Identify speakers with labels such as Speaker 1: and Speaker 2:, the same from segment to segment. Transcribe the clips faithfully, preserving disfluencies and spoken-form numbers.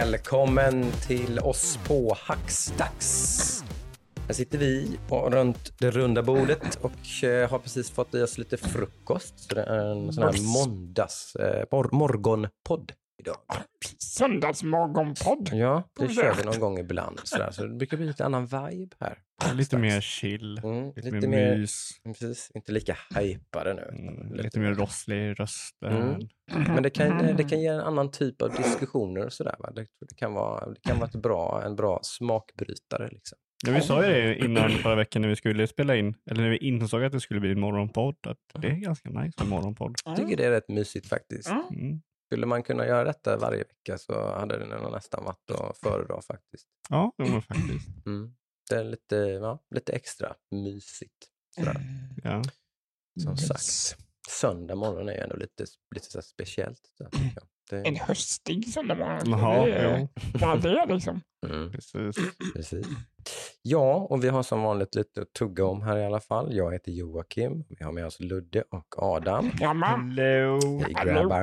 Speaker 1: Välkommen till oss på Hackstacks. Här sitter vi runt det runda bordet och har precis fått i oss lite frukost. Så det är en sån här måndags eh, mor- morgonpodd idag.
Speaker 2: Söndagsmorgonpodd.
Speaker 1: Ja, det kör vi någon gång ibland. Sådär. Så det brukar bli lite annan vibe här.
Speaker 3: Lite mer chill,
Speaker 1: Mm,
Speaker 3: lite,
Speaker 1: lite
Speaker 3: mer
Speaker 1: mer-
Speaker 3: mys,
Speaker 1: Precis, inte lika hypade nu.
Speaker 3: mm,
Speaker 1: lite
Speaker 3: lite mer rosslig röst.
Speaker 1: Mm. Men det kan, det kan ge en annan typ av diskussioner och sådär. Va? Det, det kan vara, det kan vara ett bra, en bra smakbrytare liksom.
Speaker 3: Ja, vi sa ju det innan förra veckan när vi skulle spela in, eller när vi insåg att det skulle bli en morgonpodd, att det är ganska nice med morgonpodd.
Speaker 1: Jag tycker det är rätt mysigt faktiskt.
Speaker 3: Mm.
Speaker 1: Skulle man kunna göra detta varje vecka så hade det nog nästan varit att föredra faktiskt.
Speaker 3: Ja, det var faktiskt.
Speaker 1: Mm. Det är lite, ja, lite extra mysigt. Sådär.
Speaker 3: Ja.
Speaker 1: Som
Speaker 2: Yes.
Speaker 1: sagt. Söndag morgon är ju ändå lite, lite så här speciellt. Så, tycker jag. Det,
Speaker 2: En höstig söndag.
Speaker 3: Jaha,
Speaker 2: Det är-
Speaker 3: jo,
Speaker 2: Vad är det liksom?
Speaker 1: mm,
Speaker 3: precis.
Speaker 1: precis. Ja, och vi har som vanligt lite att tugga om här i alla fall. Jag heter Joakim. Vi har med oss Ludde och Adam.
Speaker 2: Ja, man.
Speaker 3: Hello.
Speaker 1: Hej
Speaker 2: Hallå.
Speaker 1: grabbar.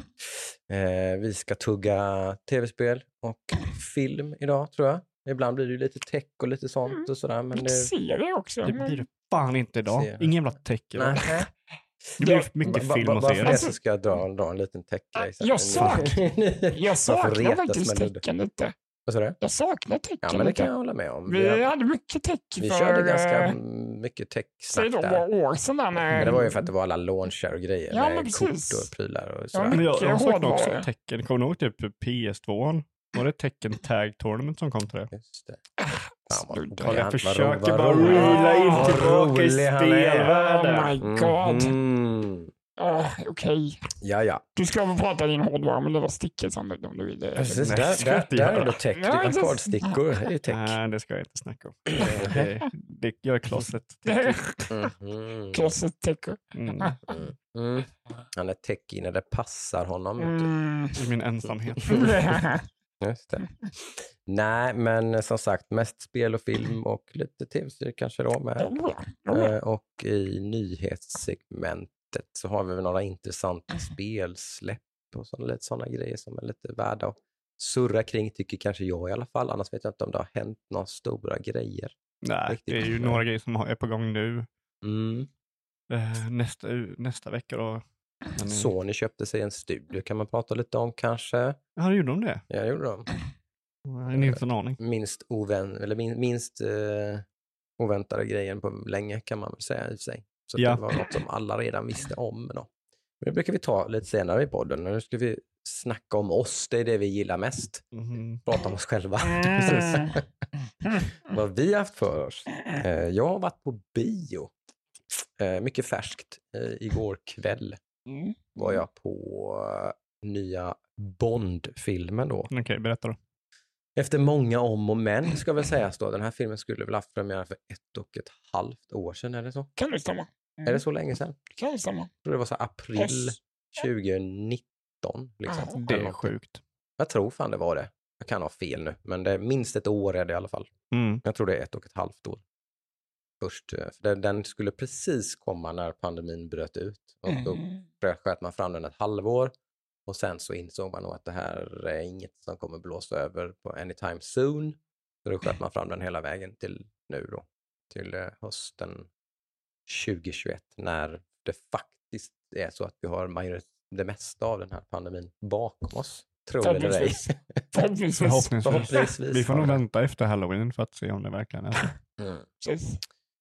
Speaker 1: Eh, vi ska tugga tv-spel och film idag tror jag. Ibland blir det ju lite tech och lite sånt och sådär. Men
Speaker 2: Lite
Speaker 1: det,
Speaker 2: serie också.
Speaker 3: Det blir det fan inte idag.
Speaker 1: Ser.
Speaker 3: Ingen jävla tech idag.
Speaker 1: nej.
Speaker 3: Det blir
Speaker 2: Jag-
Speaker 3: mycket
Speaker 1: Ba-
Speaker 3: film
Speaker 1: ba-
Speaker 3: och
Speaker 1: bara för det
Speaker 3: serier.
Speaker 1: så ska jag dra, dra en liten tech-grej. sen.
Speaker 2: Jag sak- Jag
Speaker 1: Man får
Speaker 2: saknar
Speaker 1: retas
Speaker 2: faktiskt
Speaker 1: med Ludde.
Speaker 2: tecken lite.
Speaker 1: Vad sa du?
Speaker 2: Jag saknar tecken
Speaker 1: Ja, men det kan
Speaker 2: lite.
Speaker 1: jag hålla med om.
Speaker 2: Vi
Speaker 1: Vi,
Speaker 2: hade mycket tech
Speaker 1: vi
Speaker 2: för...
Speaker 1: körde ganska
Speaker 2: eh,
Speaker 1: mycket
Speaker 2: Säg
Speaker 1: tech-snack
Speaker 2: då
Speaker 1: där.
Speaker 2: några år sedan där när...
Speaker 1: Men det var ju för att det var alla launcher och grejer
Speaker 2: Ja, men
Speaker 1: med
Speaker 2: precis.
Speaker 1: kort och prylar och
Speaker 2: Ja,
Speaker 1: sådär.
Speaker 2: men-
Speaker 3: Men jag,
Speaker 2: mycket
Speaker 3: jag saknar
Speaker 2: hårdvara.
Speaker 3: också tecken. Kommer du ihåg typ P S två? Var det Tekken Tag Tournament som kom till det?
Speaker 1: Just det. Fan, vad-
Speaker 2: Ludde.
Speaker 1: vad-
Speaker 3: Jag
Speaker 1: vad-
Speaker 3: försöker
Speaker 1: vad
Speaker 3: bara
Speaker 1: rolig-
Speaker 3: reela in
Speaker 1: vad
Speaker 3: tillbaka i
Speaker 1: rolig han är.
Speaker 3: spelvärlden.
Speaker 2: Oh my god.
Speaker 1: Mhm.
Speaker 2: Ah, Okej.
Speaker 1: Ja, ja.
Speaker 2: Du ska väl prata din hårdvara, men det var sticket som om du vill.
Speaker 1: Precis,
Speaker 3: Nej,
Speaker 1: där,
Speaker 3: ska jag
Speaker 1: där,
Speaker 3: inte
Speaker 1: där är
Speaker 3: göra.
Speaker 1: det tech.
Speaker 2: Ja, det-
Speaker 1: Ackordstickor är ju tech.
Speaker 3: Nej, det ska jag inte snacka om. Det, det, det, jag är closet.
Speaker 1: Mhm.
Speaker 2: Closet tecker.
Speaker 3: Mm.
Speaker 1: Mm. Mm. Han är techig när det passar honom. vet du.
Speaker 2: Mm.
Speaker 3: I min ensamhet.
Speaker 1: Just det. Nej, men som sagt, mest spel och film och lite tv-serier kanske då med.
Speaker 2: Oh, ja.
Speaker 1: Eh, Och i nyhetssegmentet så har vi väl några intressanta spelsläpp och såna, lite sådana grejer som är lite värda att surra kring, tycker kanske jag i alla fall. Annars vet jag inte om det har hänt några stora grejer.
Speaker 3: Nej,
Speaker 1: Riktigt.
Speaker 3: det är ju några grejer som har- är på gång nu.
Speaker 1: Mm.
Speaker 3: Eh, nästa, nästa vecka då. Men, eh,
Speaker 1: Sony köpte sig en studio, kan man prata lite om kanske.
Speaker 3: Ja, gjorde de det?
Speaker 1: Ja, det gjorde de.
Speaker 3: Jag har inte en aning.
Speaker 1: Minst, ovän, eller min, minst eh, oväntade grejen på länge kan man väl säga i och för sig. Så
Speaker 3: Ja.
Speaker 1: det var något som alla redan visste om. Då. Men det brukar vi ta lite senare i podden. Nu ska vi snacka om oss, det är det vi gillar mest.
Speaker 3: Mhm.
Speaker 1: Prata om oss själva.
Speaker 2: Mm.
Speaker 1: Vad vi har haft för oss. Eh, jag har varit på bio. Eh, mycket färskt. Eh, igår kväll
Speaker 2: Mm.
Speaker 1: var jag på eh, nya Bond-filmen då.
Speaker 3: Okej, berätta då.
Speaker 1: Efter många om och men ska väl sägas då. Den här filmen skulle väl haft premiär för ett och ett halvt år sedan, är det så?
Speaker 2: Kan det stämma? Mm.
Speaker 1: Är det så länge sedan?
Speaker 2: Kan det stämma?
Speaker 1: Jag tror det var så april
Speaker 2: Yes.
Speaker 1: tjugonitton. Liksom.
Speaker 2: Ja,
Speaker 3: Det
Speaker 1: Eller
Speaker 3: är
Speaker 1: någonting.
Speaker 3: sjukt.
Speaker 1: Jag tror fan det var det. Jag kan ha fel nu, men det är minst ett år är det i alla fall.
Speaker 3: Mm.
Speaker 1: Jag tror det är ett och ett halvt år. Först, eh, för den, den skulle precis komma när pandemin bröt ut. Och då
Speaker 2: Mm.
Speaker 1: sköt man fram den ett halvår. Och sen så insåg man nog att det här är inget som kommer blåsa över på anytime soon. Så då sköt man fram den hela vägen till nu då. Till eh, hösten tjugohundratjugoett. När det faktiskt är så att vi har majorit- det mesta av den här pandemin bakom oss. Tror det eller ej.
Speaker 2: Förhoppningsvis. Förhoppningsvis.
Speaker 3: Förhoppningsvis.
Speaker 1: Förhoppningsvis.
Speaker 3: Vi får nog vänta efter Halloween för att se om det verkligen är så.
Speaker 1: Mm.
Speaker 2: Precis.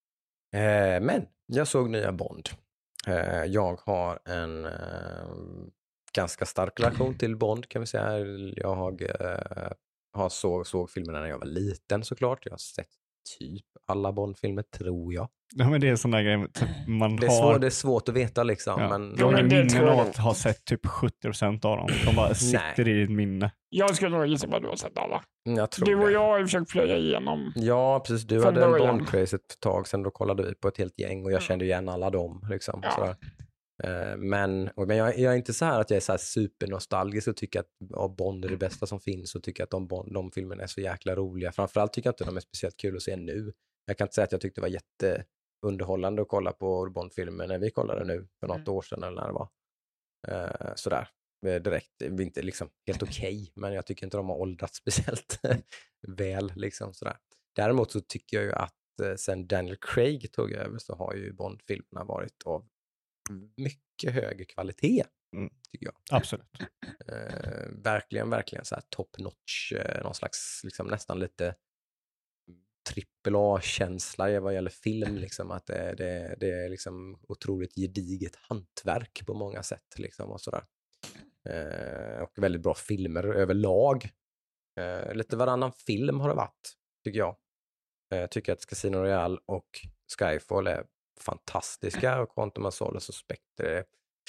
Speaker 1: Eh, men jag såg nya Bond. Eh, jag har en eh, ganska stark relation till Bond kan vi säga. Jag eh, har såg, såg filmerna när jag var liten såklart. Jag har sett typ alla Bond-filmer tror jag.
Speaker 3: Ja, men det är en sån där grej typ, man
Speaker 1: Det är,
Speaker 3: har...
Speaker 1: svår, det är svårt att veta liksom.
Speaker 3: Ja.
Speaker 1: Men,
Speaker 3: Du har
Speaker 2: men
Speaker 3: ingen
Speaker 2: det
Speaker 3: minnen
Speaker 2: tror jag
Speaker 3: av
Speaker 2: nog.
Speaker 3: att ha sett typ sjuttio procent av dem. De bara sitter i ditt minne.
Speaker 2: Jag skulle nog gissa på att du har sett alla.
Speaker 1: jag tror
Speaker 2: Du och
Speaker 1: det.
Speaker 2: jag har ju försökt plöja igenom.
Speaker 1: Ja, precis. Du
Speaker 2: Från
Speaker 1: hade en
Speaker 2: början.
Speaker 1: Bond-craze ett tag sedan. Då kollade vi på ett helt gäng och jag
Speaker 2: Mm.
Speaker 1: kände igen alla dem. Liksom,
Speaker 2: Ja.
Speaker 1: sådär. Eh, Men, och- men jag, jag är inte så här att jag är så här supernostalgisk och tycker att ja, Bond är det bästa som finns och tycker att de, Bond, de filmerna är så jäkla roliga. Framförallt tycker jag inte de är speciellt kul att se nu. Jag kan inte säga att jag tyckte det var jätteunderhållande att kolla på Bond-filmer när vi kollade nu för något
Speaker 2: Mm.
Speaker 1: år sedan eller när det var. Eh, sådär. eh, direkt, inte liksom helt okej, okay, men jag tycker inte de har åldrats speciellt väl. Liksom, sådär. Däremot så tycker jag ju att eh, sen Daniel Craig tog över så har ju Bond-filmerna varit av mycket högre kvalitet,
Speaker 3: Mm.
Speaker 1: tycker jag.
Speaker 3: Absolut.
Speaker 1: Eh, verkligen, verkligen så här top notch, eh, någon slags liksom nästan lite trippel A-känsla vad gäller film, liksom, att det, det, det är liksom otroligt gediget hantverk på många sätt. Liksom, och, sådär. Eh, och väldigt bra filmer överlag. Eh, lite varannan film har det varit, tycker jag. Jag eh, tycker att Casino Royale och Skyfall är fantastiska och Quantum of Solace och Spectre är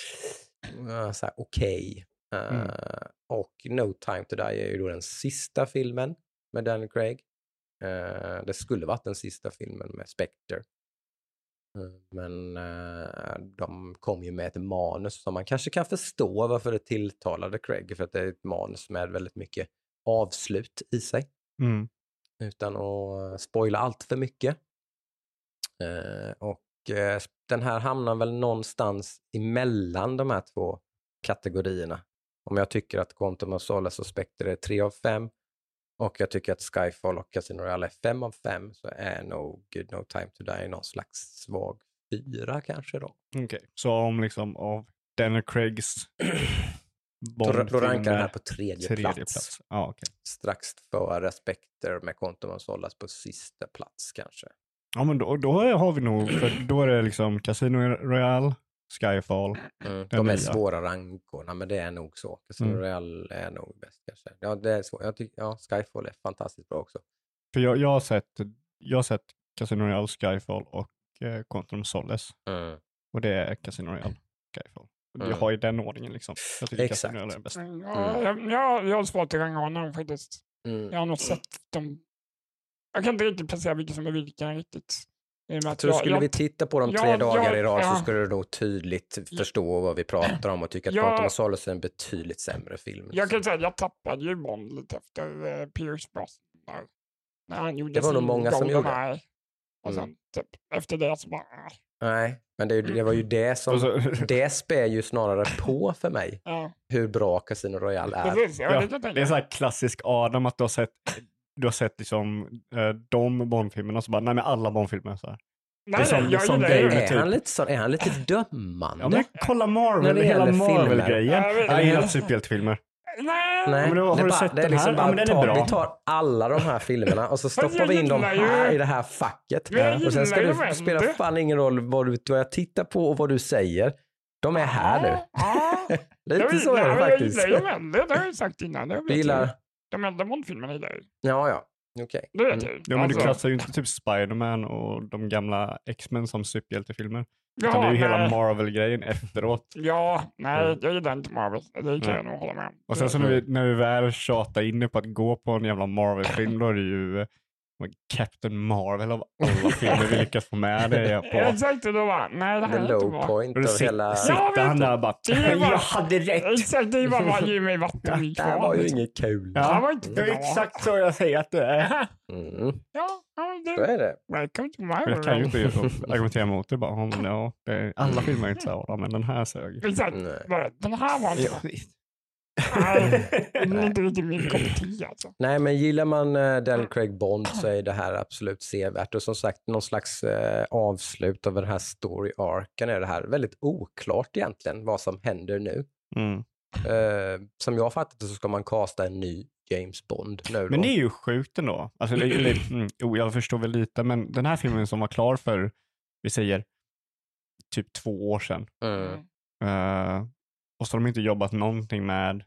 Speaker 1: uh, så här okej. Okay. Uh, mm. Och No Time to Die är ju då den sista filmen med Daniel Craig. Uh, det skulle varit den sista filmen med Spectre. Uh, men uh, de kom ju med ett manus som man kanske kan förstå varför det tilltalade Craig, för att det är ett manus med väldigt mycket avslut i sig.
Speaker 3: Mm.
Speaker 1: Utan att spoila allt för mycket. Uh, och uh, den här hamnar väl någonstans emellan de här två kategorierna. Om jag tycker att Quantum of Solace och Spectre är tre av fem och jag tycker att Skyfall och Casino Royale är fem av fem, så är nog No Time to Die någon slags svag fyra kanske då.
Speaker 3: Okej, okay. Så om liksom av Daniel Craigs
Speaker 1: Då, då rankar den här på tredje,
Speaker 3: tredje
Speaker 1: plats.
Speaker 3: plats. Ah, okay.
Speaker 1: Strax före Spectre med Quantum of Solace på sista plats kanske.
Speaker 3: Ja, men då, då har vi nog, för då är det liksom Casino Royale, Skyfall.
Speaker 1: Mm, de är svåra rankorna, men det är nog så. Casino mm. Royale är nog bäst kanske. Ja, det är svårt. Jag tycker, ja, Skyfall är fantastiskt bra också.
Speaker 3: För jag, jag, har, sett, jag har sett Casino Royale, Skyfall och eh, Quantum of Solace.
Speaker 1: Mm.
Speaker 3: Och det är Casino Royale, Skyfall. Mm. Jag har ju den ordningen liksom. Jag tycker
Speaker 1: Exakt.
Speaker 3: Casino Royale är bäst.
Speaker 2: Mm. Ja, jag, jag, jag har svårt att rangordna dem faktiskt.
Speaker 1: Mm.
Speaker 2: Jag har nog sett dem. Jag kan inte riktigt placera vilka som är vilka riktigt.
Speaker 1: Jag tror jag, skulle jag, vi titta på dem tre
Speaker 2: jag,
Speaker 1: dagar
Speaker 2: jag,
Speaker 1: i rad
Speaker 2: ja.
Speaker 1: så skulle du nog tydligt förstå vad vi pratar om och tycka att
Speaker 2: jag,
Speaker 1: Quantum of Solace är en betydligt sämre film.
Speaker 2: Jag kan säga att jag tappade ju Bond lite efter uh, Pierce Brosnan. När han gjorde
Speaker 1: det var nog många som gjorde det.
Speaker 2: Och sen, mm. typ, efter det så bara...
Speaker 1: Nej, men det, det var ju det som...
Speaker 3: så,
Speaker 1: det spär ju snarare på för mig.
Speaker 2: Ja.
Speaker 1: Hur bra Casino Royale är.
Speaker 2: Precis, ja,
Speaker 3: ja, det, det är så här klassisk Adam att du har sett... Du har sett liksom äh, de Bondfilmerna så bara, nej men alla Bondfilmer så här.
Speaker 2: Nej,
Speaker 3: det är som,
Speaker 2: jag,
Speaker 3: det är som
Speaker 2: jag,
Speaker 3: är,
Speaker 1: är,
Speaker 3: typ.
Speaker 1: han lite så, är han lite dömande?
Speaker 3: Ja men kolla Marvel,
Speaker 1: det
Speaker 3: hela
Speaker 1: Marvel-grejen.
Speaker 3: Marvel jag gillar superhjältefilmer.
Speaker 2: Nej,
Speaker 1: Nej,
Speaker 3: men då, har
Speaker 1: det
Speaker 3: du
Speaker 1: bara,
Speaker 3: sett
Speaker 1: det är
Speaker 3: den
Speaker 1: liksom
Speaker 3: här?
Speaker 1: bara,
Speaker 3: Ja, men den är
Speaker 1: tar,
Speaker 3: bra.
Speaker 1: vi tar alla de här filmerna och så stoppar vi in dem här i det här facket.
Speaker 2: Men
Speaker 1: Och sen ska
Speaker 2: gillar
Speaker 1: det
Speaker 2: ju
Speaker 1: spela
Speaker 2: inte.
Speaker 1: fan ingen roll vad, du, vad jag tittar på och vad du säger. De är här nu.
Speaker 2: Ja,
Speaker 1: Lite
Speaker 2: jag,
Speaker 1: så är det
Speaker 2: jag,
Speaker 1: faktiskt.
Speaker 2: Jag gillar ju det, det har jag sagt innan. Det
Speaker 1: Du
Speaker 2: vet
Speaker 1: gillar...
Speaker 2: jag. De äldre Bondfilmerna gillar jag.
Speaker 1: Ja, ja. Okej.
Speaker 2: Det vet
Speaker 1: Mm.
Speaker 2: jag.
Speaker 3: Ja men
Speaker 2: Alltså,
Speaker 3: du klassar ju inte typ Spider-Man och de gamla X-Men som superhjältefilmer.
Speaker 2: ja,
Speaker 3: Utan det är ju hela
Speaker 2: nej.
Speaker 3: Marvel-grejen efteråt.
Speaker 2: Ja, nej,
Speaker 1: Mm.
Speaker 2: jag gillar inte Marvel. Det kan
Speaker 3: Nej.
Speaker 2: jag nog hålla med om.
Speaker 3: Och sen så när vi, när vi väl tjatar inne på att gå på en jävla Marvel-film, då är det ju eh, Captain Marvel av alla filmer vi lyckas få med det på.
Speaker 2: Exakt, och då var nej, det här
Speaker 1: The
Speaker 2: är inte
Speaker 1: low
Speaker 2: bra.
Speaker 1: point
Speaker 3: Och då
Speaker 1: av
Speaker 3: sit,
Speaker 1: hela...
Speaker 3: sitter han där och bara,
Speaker 2: Det är bara-
Speaker 3: jag hade rätt.
Speaker 2: Exakt, det är bara att ge mig vatten i
Speaker 1: Det här var ju inget kul.
Speaker 2: Ja, det var inte
Speaker 3: det är
Speaker 2: bra.
Speaker 3: exakt så jag säger att det är.
Speaker 1: Mm.
Speaker 2: Ja, ja,
Speaker 1: Så
Speaker 2: det
Speaker 1: är det.
Speaker 2: welcome to my
Speaker 3: Men jag kan ju inte argumentera emot det bara. Om, ja, det är, alla filmer är inte så bra, men den här sög.
Speaker 2: Exakt,
Speaker 1: Nej.
Speaker 2: bara, den här var inte
Speaker 3: Ja.
Speaker 2: nej, den är inte riktigt min kopp te alltså.
Speaker 1: Nej, men gillar man uh, Daniel Craig Bond så är det här absolut sevärt. Och som sagt, någon slags uh, avslut av den här story-arken är det här. Väldigt oklart egentligen vad som händer nu.
Speaker 3: Mm.
Speaker 1: Uh, som jag har fattat det så ska man kasta en ny James Bond nu då.
Speaker 3: Men det är ju sjukt ändå. Alltså, det, eller, mm, jo, jag förstår väl lite, men den här filmen som var klar för, vi säger, typ två år sedan.
Speaker 1: Mm.
Speaker 3: Uh, och så har de inte jobbat någonting med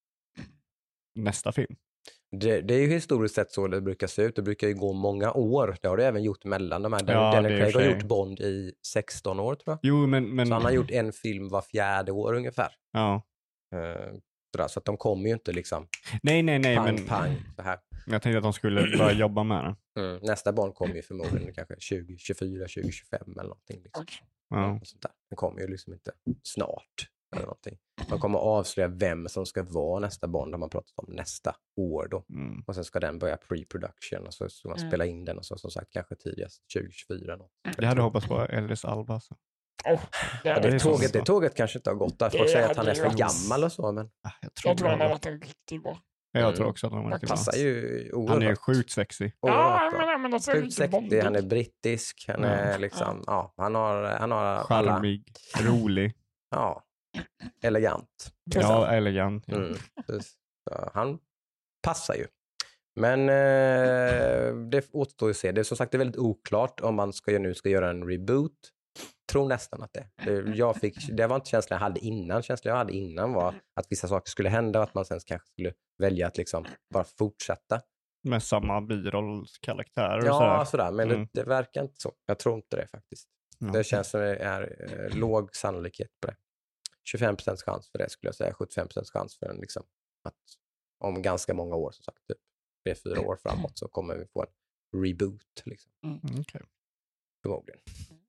Speaker 3: nästa film.
Speaker 1: Det, det är ju historiskt sett så det brukar se ut. Det brukar ju gå många år. Det har det även gjort mellan de här.
Speaker 3: Ja,
Speaker 1: Daniel
Speaker 3: det är
Speaker 1: Craig har
Speaker 3: för sig.
Speaker 1: gjort Bond i sexton år tror jag.
Speaker 3: Jo, men... men
Speaker 1: Så han har gjort en film var fjärde år ungefär.
Speaker 3: ja.
Speaker 1: Uh, sådär, så att de kommer ju inte liksom
Speaker 3: Nej, nej, nej.
Speaker 1: pang,
Speaker 3: men
Speaker 1: pang så här.
Speaker 3: jag tänkte att de skulle börja jobba med det.
Speaker 1: Mm. Nästa Bond kommer ju förmodligen kanske tjugo tjugofyra, tjugo tjugofem eller någonting. Liksom.
Speaker 3: Ja.
Speaker 1: Och sånt där. Den kommer ju liksom inte snart. Eller någonting. Man kommer att avslöja vem som ska vara nästa Bond. Har man pratat om nästa år då.
Speaker 3: Mm.
Speaker 1: Och sen ska den börja pre-production. Och så ska man
Speaker 2: Mm.
Speaker 1: spela in den. Och så som sagt kanske tidigast tjugo tjugofyra. Något.
Speaker 3: Jag hade hoppats på Elvis Alba. Så.
Speaker 2: Oh, det
Speaker 1: Ja,
Speaker 2: är
Speaker 1: det,
Speaker 3: är
Speaker 1: tåget,
Speaker 3: så.
Speaker 1: det tåget kanske inte har gått där.
Speaker 2: Det
Speaker 1: Folk säger att han är
Speaker 2: hade
Speaker 1: för
Speaker 2: ju-
Speaker 1: gammal och så, men
Speaker 3: Ah, Jag tror,
Speaker 2: Jag tror han har
Speaker 3: han
Speaker 2: varit en riktigt bra.
Speaker 3: jag tror
Speaker 1: Mm.
Speaker 3: också att han var
Speaker 2: Han
Speaker 3: riktigt
Speaker 1: passar
Speaker 3: bra.
Speaker 1: ju oerhört.
Speaker 3: Han är ju sjukt sexy.
Speaker 2: Ja,
Speaker 1: oerhört bra.
Speaker 2: men, men alltså
Speaker 1: Sjukt
Speaker 2: riktigt
Speaker 1: sexig,
Speaker 2: bondig.
Speaker 1: han är brittisk, han är
Speaker 3: Ja.
Speaker 1: liksom, ja, han har, han har alla,
Speaker 3: Charmig, rolig,
Speaker 1: ja, elegant.
Speaker 3: ja, elegant. Ja.
Speaker 1: Mm. precis. Så han passar ju. Men eh, det återstår att se. Det är som sagt det är väldigt oklart om man ska, nu ska göra en reboot. Tror nästan att det. det. Jag fick, det var inte känslan jag hade innan. Känslan jag hade innan var att vissa saker skulle hända och att man sen kanske skulle välja att liksom bara fortsätta.
Speaker 3: Med samma birollskaraktärer och
Speaker 1: Ja,
Speaker 3: sådär.
Speaker 1: sådär. Men
Speaker 3: Mm.
Speaker 1: det, det verkar inte så. Jag tror inte det faktiskt.
Speaker 3: Ja.
Speaker 1: Det känns som det är eh, låg sannolikhet på det. tjugofem procent chans för det skulle jag säga. sjuttiofem procent chans för en liksom, att om ganska många år, som sagt, typ tre, fyra år framåt så kommer vi få en reboot. Liksom,
Speaker 3: Mm, okej.
Speaker 1: förmodligen.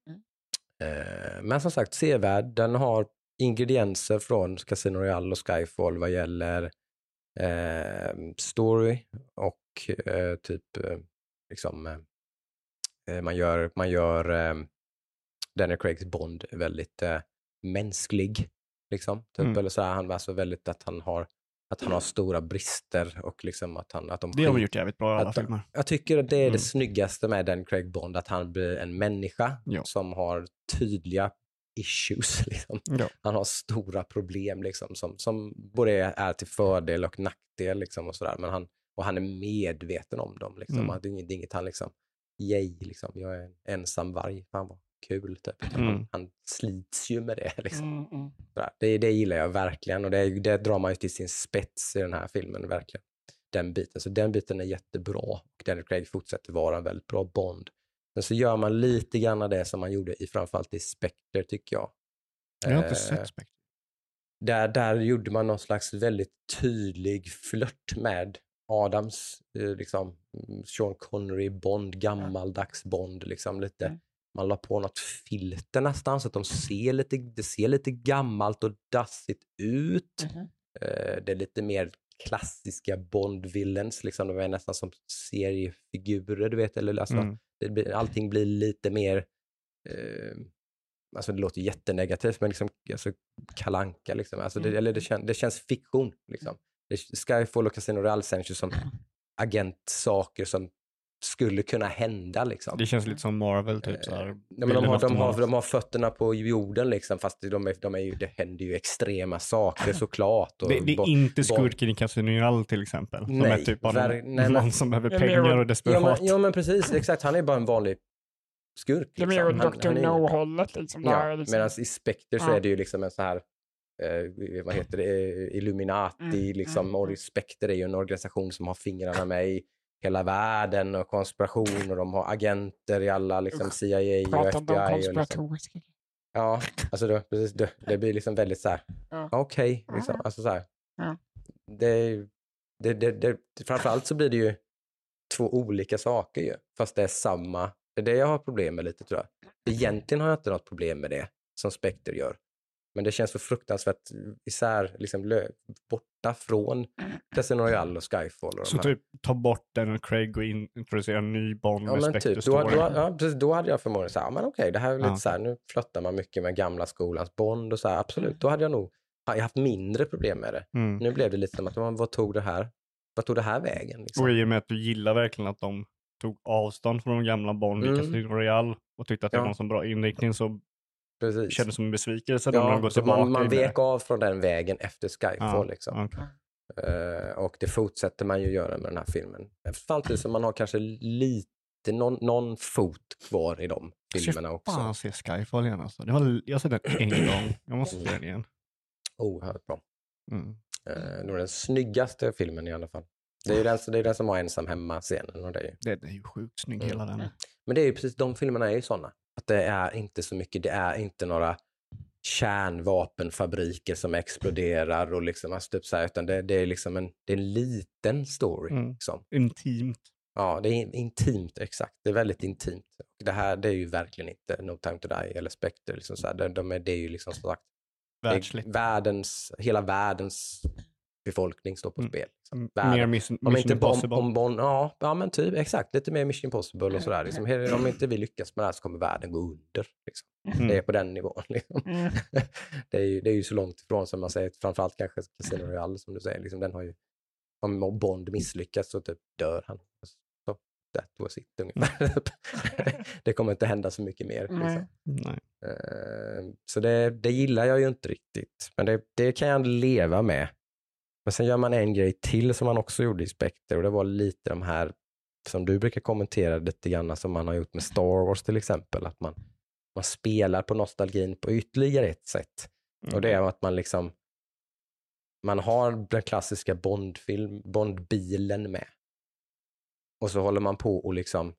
Speaker 1: Eh, men som sagt, sevärd. Den har ingredienser från Casino Royale och Skyfall vad gäller eh, story och eh, typ eh, liksom eh, man gör, man gör eh, Daniel Craigs Bond väldigt eh, mänsklig. Liksom, typ,
Speaker 3: Mm.
Speaker 1: eller så här, han är alltså väldigt att han har att han har stora brister och liksom att han att de
Speaker 3: Det har de
Speaker 1: skit-
Speaker 3: gjort jävligt bra i alla
Speaker 1: att-
Speaker 3: filmer.
Speaker 1: Jag tycker att det är
Speaker 3: Mm.
Speaker 1: det snyggaste med Dan Craig Bond, att han blir en människa
Speaker 3: Ja.
Speaker 1: som har tydliga issues. Liksom.
Speaker 3: Ja.
Speaker 1: Han har stora problem liksom, som, som både är till fördel och nackdel. Liksom, och, sådär. Men han, och han är medveten om dem. Liksom.
Speaker 3: Mm.
Speaker 1: Att det är inget, det är inget han liksom, yay, liksom, jag är en ensam varg. Fan vad kul. Typ. Utan
Speaker 3: Mm.
Speaker 1: Han, han slits ju med det. Liksom.
Speaker 2: Mm, mm.
Speaker 1: Sådär. Det, det gillar jag verkligen och det, det drar man ju till sin spets i den här filmen, verkligen. Den biten. Så den biten är jättebra och Daniel Craig fortsätter vara en väldigt bra Bond. Men så gör man lite grann av det som man gjorde i framförallt i Spectre, tycker jag.
Speaker 3: Jag har inte
Speaker 1: Eh,
Speaker 3: sett Spectre.
Speaker 1: Där, där gjorde man någon slags väldigt tydlig flört med Adams, eh, liksom, mm, Sean Connery Bond, gammaldags Bond, liksom lite.
Speaker 2: Mm.
Speaker 1: Man la på något filter nästan så att de ser lite, det ser lite gammalt och dassigt ut.
Speaker 2: Mhm.
Speaker 1: Eh, det är lite mer klassiska Bond-villains, liksom. De är nästan som seriefigurer, du vet. Eller, alltså,
Speaker 3: Mm.
Speaker 1: det blir, allting blir lite mer, eh, alltså det låter jättenegativt, men liksom, alltså, Kalle Anka, liksom. Alltså, det,
Speaker 2: Mm.
Speaker 1: eller det, kän, det känns fiktion. Liksom. Det, Skyfall och Casino Royale känns ju som agentsaker som skulle kunna hända. Liksom.
Speaker 3: Det känns lite som Marvel, typ så här.
Speaker 1: Ja, men de, har,
Speaker 3: Villain of
Speaker 1: de,
Speaker 3: the
Speaker 1: har,
Speaker 3: Month.
Speaker 1: de har fötterna på jorden, liksom, fast de är, de är ju, det händer ju extrema saker såklart. Och
Speaker 3: Det, det är
Speaker 1: bo-
Speaker 3: inte
Speaker 1: bo-
Speaker 3: skurken i Casino Royale till exempel. Som
Speaker 1: Nej,
Speaker 3: är typ bara
Speaker 1: ver-
Speaker 3: någon,
Speaker 1: nej, men-
Speaker 3: någon som behöver
Speaker 2: Ja,
Speaker 3: pengar
Speaker 2: men-
Speaker 3: och
Speaker 1: Ja
Speaker 3: desperat.
Speaker 1: men, ja men precis, exakt. Han är bara en vanlig skurk.
Speaker 2: Det är mer
Speaker 1: liksom. Han-
Speaker 2: doktor
Speaker 1: han är-
Speaker 2: No-hållet. Liksom, där,
Speaker 1: Ja,
Speaker 2: liksom.
Speaker 1: medan i Spectre så
Speaker 2: Ja.
Speaker 1: är det ju liksom en så här, eh, vad heter det, Eh, Illuminati,
Speaker 2: Mm,
Speaker 1: liksom,
Speaker 2: mm,
Speaker 1: och
Speaker 2: mm.
Speaker 1: Spectre är ju en organisation som har fingrarna med i hela världen och konspiration och de har agenter i alla, liksom
Speaker 2: Usch,
Speaker 1: C I A och
Speaker 2: Pratar
Speaker 1: F B I.
Speaker 2: inte om
Speaker 1: Och liksom.
Speaker 2: konspiratoriska.
Speaker 1: Ja, alltså det, precis, det, det blir liksom väldigt så här,
Speaker 2: Ja.
Speaker 1: okej, liksom, alltså så här.
Speaker 2: Ja.
Speaker 1: Det, är ju- det, det, det, framförallt så blir det ju två olika saker ju, fast det är samma. Det är det jag har problem med lite, tror jag. Egentligen har jag inte något problem med det som Spectre gör. Men det känns så fruktansvärt isär, liksom lö, borta från Casino Royale och Skyfall. Och
Speaker 3: Så
Speaker 1: de här.
Speaker 3: typ ta bort Daniel Craig och in, introducera en ny Bond
Speaker 1: Ja,
Speaker 3: med
Speaker 1: men
Speaker 3: Spectre
Speaker 1: typ, då,
Speaker 3: story.
Speaker 1: då, ja, precis, då hade jag förmodligen sagt, ja, men okej, det här är lite
Speaker 3: Ja.
Speaker 1: så här, nu flöttar man mycket med gamla skolans Bond och så här, absolut, då hade jag nog jag haft mindre problem med det.
Speaker 3: Mm.
Speaker 1: Nu blev det lite som att, vad vad tog det här, vad tog det här vägen? Liksom?
Speaker 3: Och i och med att du gillar verkligen att de tog avstånd från de gamla Bond
Speaker 1: Mm.
Speaker 3: i Casino Royale och tyckte att det
Speaker 1: Ja.
Speaker 3: var en så bra inriktning, så
Speaker 1: Precis.
Speaker 3: kändes som en besvikelse när de
Speaker 1: Ja,
Speaker 3: går
Speaker 1: så
Speaker 3: tillbaka
Speaker 1: man, man
Speaker 3: in i det.
Speaker 1: vek av från den vägen efter Skyfall. Liksom.
Speaker 3: okej.
Speaker 1: Eh, och det fortsätter man ju göra med den här filmen. Samtidigt som man har kanske lite, någon, någon fot kvar i de filmerna också.
Speaker 3: Fan, se Skyfall igen alltså. Det var, jag har sett den en gång. Jag måste se den igen.
Speaker 1: Oerhört bra.
Speaker 3: Mm.
Speaker 1: Uh, nog den snyggaste filmen i alla fall. Det är ju den, det är den som har ensam hemma-scenen. Och det är ju.
Speaker 3: Den är ju sjukt snygg
Speaker 1: Mm.
Speaker 3: hela den.
Speaker 1: Men det är ju precis, de filmerna är ju sådana. Att det är inte så mycket, det är inte några kärnvapenfabriker som exploderar och liksom, alltså typ så här, utan det, det är liksom en, det är en liten story.
Speaker 3: Mm.
Speaker 1: Liksom.
Speaker 3: Intimt.
Speaker 1: Ja, det är intimt, exakt. Det är väldigt intimt. Och det här, det är ju verkligen inte No Time To Die eller Spectre. Liksom så här. De, de är, det är ju liksom som sagt, det är
Speaker 3: Världsligt.
Speaker 1: världens, hela världens befolkning står på
Speaker 3: Mm.
Speaker 1: spel. Liksom.
Speaker 3: Mer
Speaker 1: Världen.
Speaker 3: Mission,
Speaker 1: Om
Speaker 3: mission
Speaker 1: inte Bond,
Speaker 3: Impossible.
Speaker 1: om Bond, ja, ja men typ, exakt, lite mer Mission Impossible och sådär. Liksom. He- Om inte vi lyckas med det här så kommer världen gå under. Liksom.
Speaker 3: Mm.
Speaker 1: Det är på den nivån. Liksom.
Speaker 2: Mm.
Speaker 1: det, är ju, det är ju så långt ifrån som man säger, framförallt kanske Casino Royale som du säger. Liksom, den har ju, om Bond misslyckas så typ dör han. Så, that was it ungefär. det kommer inte hända så mycket mer. Liksom.
Speaker 3: Nej.
Speaker 1: Uh, så det, det gillar jag ju inte riktigt. Men det, det kan jag leva med. Men sen gör man en grej till som man också gjorde i Spectre, och det var lite de här som du brukar kommentera lite grann som man har gjort med Star Wars till exempel, att man, man spelar på nostalgin på ytterligare ett sätt. Mm. Och det är att man liksom man har den klassiska Bondfilm, Bondbilen med. Och så håller man på och liksom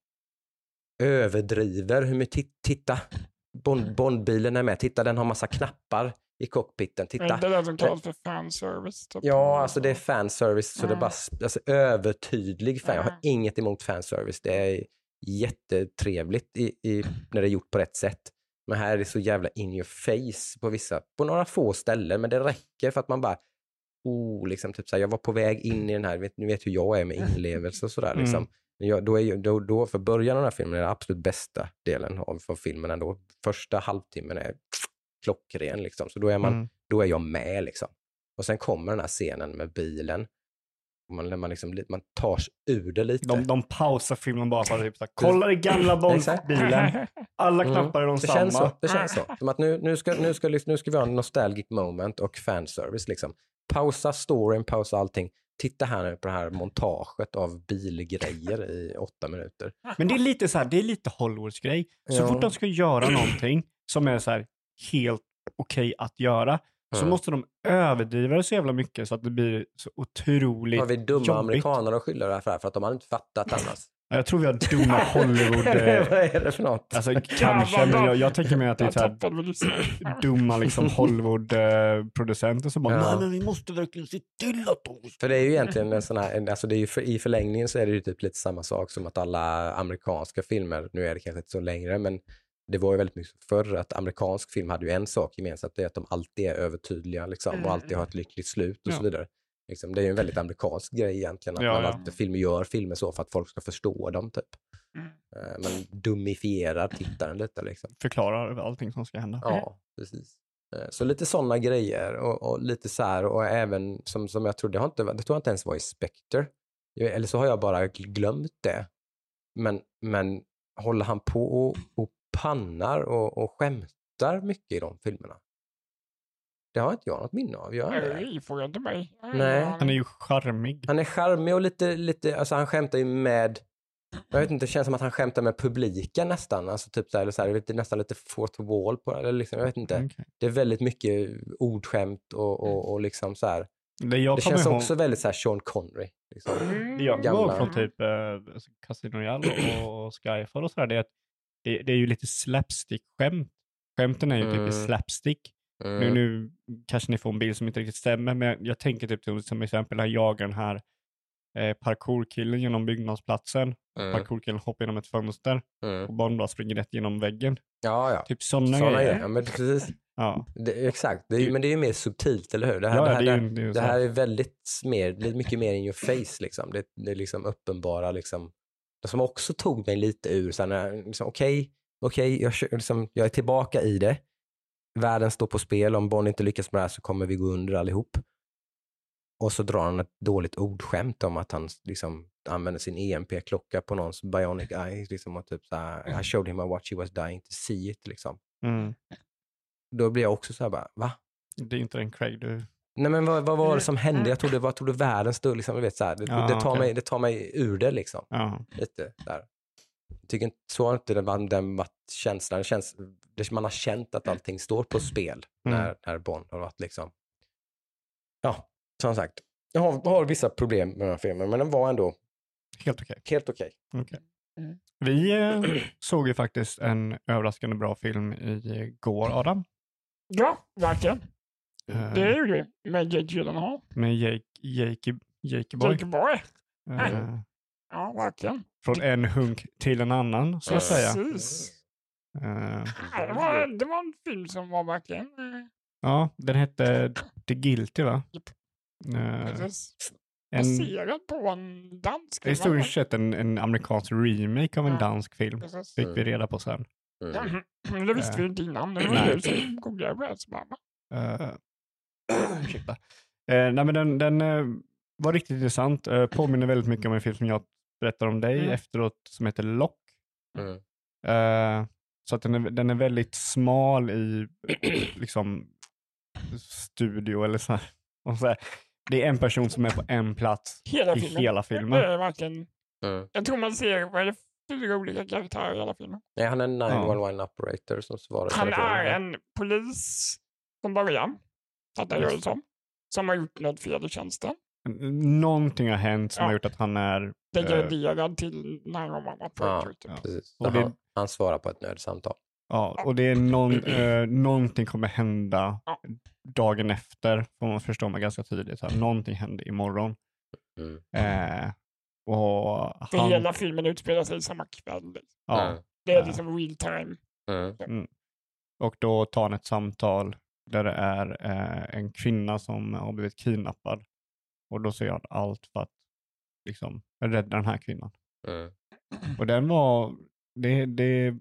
Speaker 1: överdriver hur mycket, titta, Bond, Bondbilen är med, titta den har massa knappar i cockpiten, titta.
Speaker 2: Det är det som kallas för fanservice. Typ.
Speaker 1: Ja, alltså det är fanservice, så
Speaker 2: mm.
Speaker 1: det är bara alltså, övertydlig fan. Jag har
Speaker 2: Mm.
Speaker 1: inget emot fanservice. Det är jättetrevligt i, i, när det är gjort på rätt sätt. Men här är det så jävla in your face på vissa, på några få ställen, men det räcker för att man bara oh, liksom typ så här, jag var på väg in i den här, vet, ni vet hur jag är med inlevelse och sådär liksom.
Speaker 3: Mm.
Speaker 1: Jag, då är då, då för början av den här filmen är det absolut bästa delen av för filmen ändå. Första halvtimmen är klockren liksom, så då är man
Speaker 3: Mm.
Speaker 1: då är jag med liksom. Och sen kommer den här scenen med bilen. Man, man, liksom, man tar ur det lite.
Speaker 3: De, de pausar filmen bara för att typ, så här, kolla det gamla Bond-bilen. Alla knappar är de
Speaker 1: det
Speaker 3: samma.
Speaker 1: känns så, det känns så. Som att nu, nu, ska, nu, ska, nu ska vi ha en nostalgic moment och fanservice liksom. Pausa storyn, pausa allting. Titta här nu på det här montaget av bilgrejer i åtta minuter.
Speaker 3: Men det är lite så här, det är lite Hollywoods grej. Så
Speaker 1: Ja.
Speaker 3: fort de ska göra någonting som är så här helt okej att göra, så
Speaker 1: Mm.
Speaker 3: måste de överdriva det så jävla mycket så att det blir så otroligt
Speaker 1: Har vi dumma
Speaker 3: jobbigt.
Speaker 1: amerikaner att skylla det här för, för att de hade inte fattat annars.
Speaker 3: Ja, jag tror vi har dumma Hollywood... eh,
Speaker 1: Vad är det för något?
Speaker 3: Alltså kanske, men jag, jag tänker mig att det är så här
Speaker 2: tappade vi liksom.
Speaker 3: dumma liksom Hollywood-producenter som bara,
Speaker 1: Ja.
Speaker 3: nej men vi måste verkligen se till att de...
Speaker 1: För det är ju egentligen en sån här, en- alltså det är ju för, i förlängningen så är det ju typ lite samma sak som att alla amerikanska filmer, nu är det kanske inte så längre, men det var ju väldigt mycket förr att amerikansk film hade ju en sak gemensamt, det är att de alltid är övertydliga liksom, och alltid har ett lyckligt slut och
Speaker 3: Ja.
Speaker 1: så vidare. Liksom, det är ju en väldigt amerikansk grej egentligen, att
Speaker 3: Ja,
Speaker 1: man
Speaker 3: ja.
Speaker 1: alltid filmer gör filmer så för att folk ska förstå dem typ.
Speaker 2: Mm.
Speaker 1: Eh, Man dumifierar tittaren lite liksom.
Speaker 3: Förklarar allting som ska hända.
Speaker 1: Ja, precis. Eh, Så lite sådana grejer och, och lite så här, och även som, som jag trodde, det, har inte, det tror jag inte ens var i Spectre. Jag- Eller så har jag bara gl- glömt det. Men, men håller han på och, och pannar och, och skämtar mycket i de filmerna? Det har inte jag något minne av. Gör han det?
Speaker 2: Nej, fråga inte mig.
Speaker 1: Nej.
Speaker 3: Han är ju charmig.
Speaker 1: Han är charmig och lite, lite, alltså han skämtar ju med, jag vet inte, det känns som att han skämtar med publiken nästan. Alltså typ så här, eller så här, det är nästan lite fourth wall på det, eller liksom, jag vet inte.
Speaker 3: Okej.
Speaker 1: Det är väldigt mycket ordskämt och, och, och liksom så här.
Speaker 3: Det, jag
Speaker 1: Det
Speaker 3: kommer
Speaker 1: känns
Speaker 3: ihåg,
Speaker 1: också väldigt så här Sean Connery. Liksom.
Speaker 3: det jag kommer
Speaker 1: gamla-
Speaker 3: ihåg från typ eh, Casino Royale och, och Skyfall och sådär, det är att det, det är ju lite slapstick-skämt. Skämten är ju typ
Speaker 1: Mm.
Speaker 3: i slapstick.
Speaker 1: Mm.
Speaker 3: Nu, nu kanske ni får en bild som inte riktigt stämmer, men jag, jag tänker typ till, som exempel när jag jagar den här eh, parkourkillen genom byggnadsplatsen.
Speaker 1: Mm.
Speaker 3: Parkourkillen hoppar genom ett fönster
Speaker 1: Mm.
Speaker 3: och Bond bara springer rätt genom väggen.
Speaker 1: Ja, ja.
Speaker 3: Typ sådana
Speaker 1: Såna
Speaker 3: grejer.
Speaker 1: grejer. Ja, men precis.
Speaker 3: Ja.
Speaker 1: Det, exakt. Det är, ju- men det är ju mer subtilt, eller hur? Det här,
Speaker 3: Ja,
Speaker 1: det här,
Speaker 3: det är
Speaker 1: det
Speaker 3: ju- det är ju
Speaker 1: det
Speaker 3: så
Speaker 1: här
Speaker 3: här.
Speaker 1: är väldigt mer, det är mycket mer in your face liksom. Det, det är liksom uppenbara liksom. Det som också tog mig lite ur så här, när jag liksom, okej, okej, jag, kö- liksom, jag är tillbaka i det. Världen står på spel, om Bond inte lyckas med det här så kommer vi gå under allihop. Och så drar han ett dåligt ordskämt om att han liksom använder sin E M P-klocka på någons bionic eye. Liksom, och typ så här, I showed him how what she was dying to see it. Liksom.
Speaker 3: Mm.
Speaker 1: Då blir jag också så här bara, va?
Speaker 3: Det är inte den Craig du...
Speaker 1: Nej men vad, vad var det som hände? Jag trodde, vad trodde världen stod liksom, du vet så här, det,
Speaker 3: Ja,
Speaker 1: det, tar
Speaker 3: okej.
Speaker 1: mig, det tar mig ur det liksom.
Speaker 3: Ja.
Speaker 1: Lite där. Jag tycker inte, så har inte den, den varit känslan. Det känns, det, man har känt att allting står på spel
Speaker 3: Mm.
Speaker 1: när, när Bond har varit liksom. Ja, som sagt. Jag har, har vissa problem med den här filmen, men den var ändå
Speaker 3: Helt okej.
Speaker 1: helt okej.
Speaker 3: Okej.
Speaker 2: Mm.
Speaker 3: Vi eh, såg ju faktiskt en överraskande bra film i går, Adam.
Speaker 2: Ja, verkligen.
Speaker 3: Eh,
Speaker 2: Det är ju det med Jake Gyllenhaal.
Speaker 3: med Jake, Jake, Jake Boy.
Speaker 2: Jake Boy.
Speaker 3: Eh,
Speaker 2: Ja, verkligen.
Speaker 3: från en hunk till en annan, så att säga.
Speaker 2: Precis.
Speaker 3: Eh,
Speaker 2: Ja, det, var, det var en film som var verkligen... eh,
Speaker 3: ja, den hette The Guilty, va? Eh,
Speaker 2: Precis.
Speaker 3: en,
Speaker 2: Baserad på en dansk film.
Speaker 3: historiskt sett en, en amerikansk remake av en
Speaker 2: Ja.
Speaker 3: dansk film.
Speaker 2: Precis.
Speaker 3: Fick vi reda på sen.
Speaker 1: Mm.
Speaker 2: Men det visste
Speaker 3: Eh.
Speaker 2: vi inte innan. Nu var
Speaker 3: Nej.
Speaker 2: det som googlade på det. Så bara, va?
Speaker 3: Uh, ursäkta. Eh, nej men den, den eh, var riktigt intressant. Uh, påminner väldigt mycket om en film som jag berättar om dig
Speaker 2: Mm.
Speaker 3: efteråt som heter Lock.
Speaker 1: Mm.
Speaker 3: Eh, så att den är, den är väldigt smal i liksom studio eller så här. Och så här. Det är en person som är på en plats
Speaker 2: Hela
Speaker 3: i
Speaker 2: filmen.
Speaker 3: hela
Speaker 2: Det
Speaker 3: filmen.
Speaker 2: är verkligen...
Speaker 1: Mm.
Speaker 2: Jag tror man ser, vad är det, fyra olika karaktärer i hela filmen.
Speaker 1: Nej, han är en nio ett ett operator som svarar
Speaker 2: Han
Speaker 1: telefonen.
Speaker 2: är en polis från början, fattar jag det som, som har gjort något fel i tjänsten.
Speaker 3: Någonting har hänt som
Speaker 2: Ja.
Speaker 3: har gjort att han är... eh,
Speaker 2: Degraderad till nio ett ett operator.
Speaker 1: Ja,
Speaker 2: typ.
Speaker 1: precis.
Speaker 3: Och det-
Speaker 1: han, han svarar på ett nödsamtal.
Speaker 3: ja, och det är någon, eh, någonting kommer hända
Speaker 2: Ja.
Speaker 3: dagen efter, får man förstå mig ganska tydligt. Så här, någonting händer imorgon.
Speaker 1: Mm.
Speaker 3: Eh, och
Speaker 2: För
Speaker 3: han,
Speaker 2: hela filmen utspelar sig samma kväll.
Speaker 3: ja,
Speaker 1: Mm.
Speaker 2: Det är
Speaker 3: Ja.
Speaker 2: liksom real time.
Speaker 1: Mm.
Speaker 3: och då tar han ett samtal där det är eh, en kvinna som har blivit kidnappad. Och då säger han allt för att liksom, rädda den här kvinnan.
Speaker 1: Mm.
Speaker 3: Och den var, det, det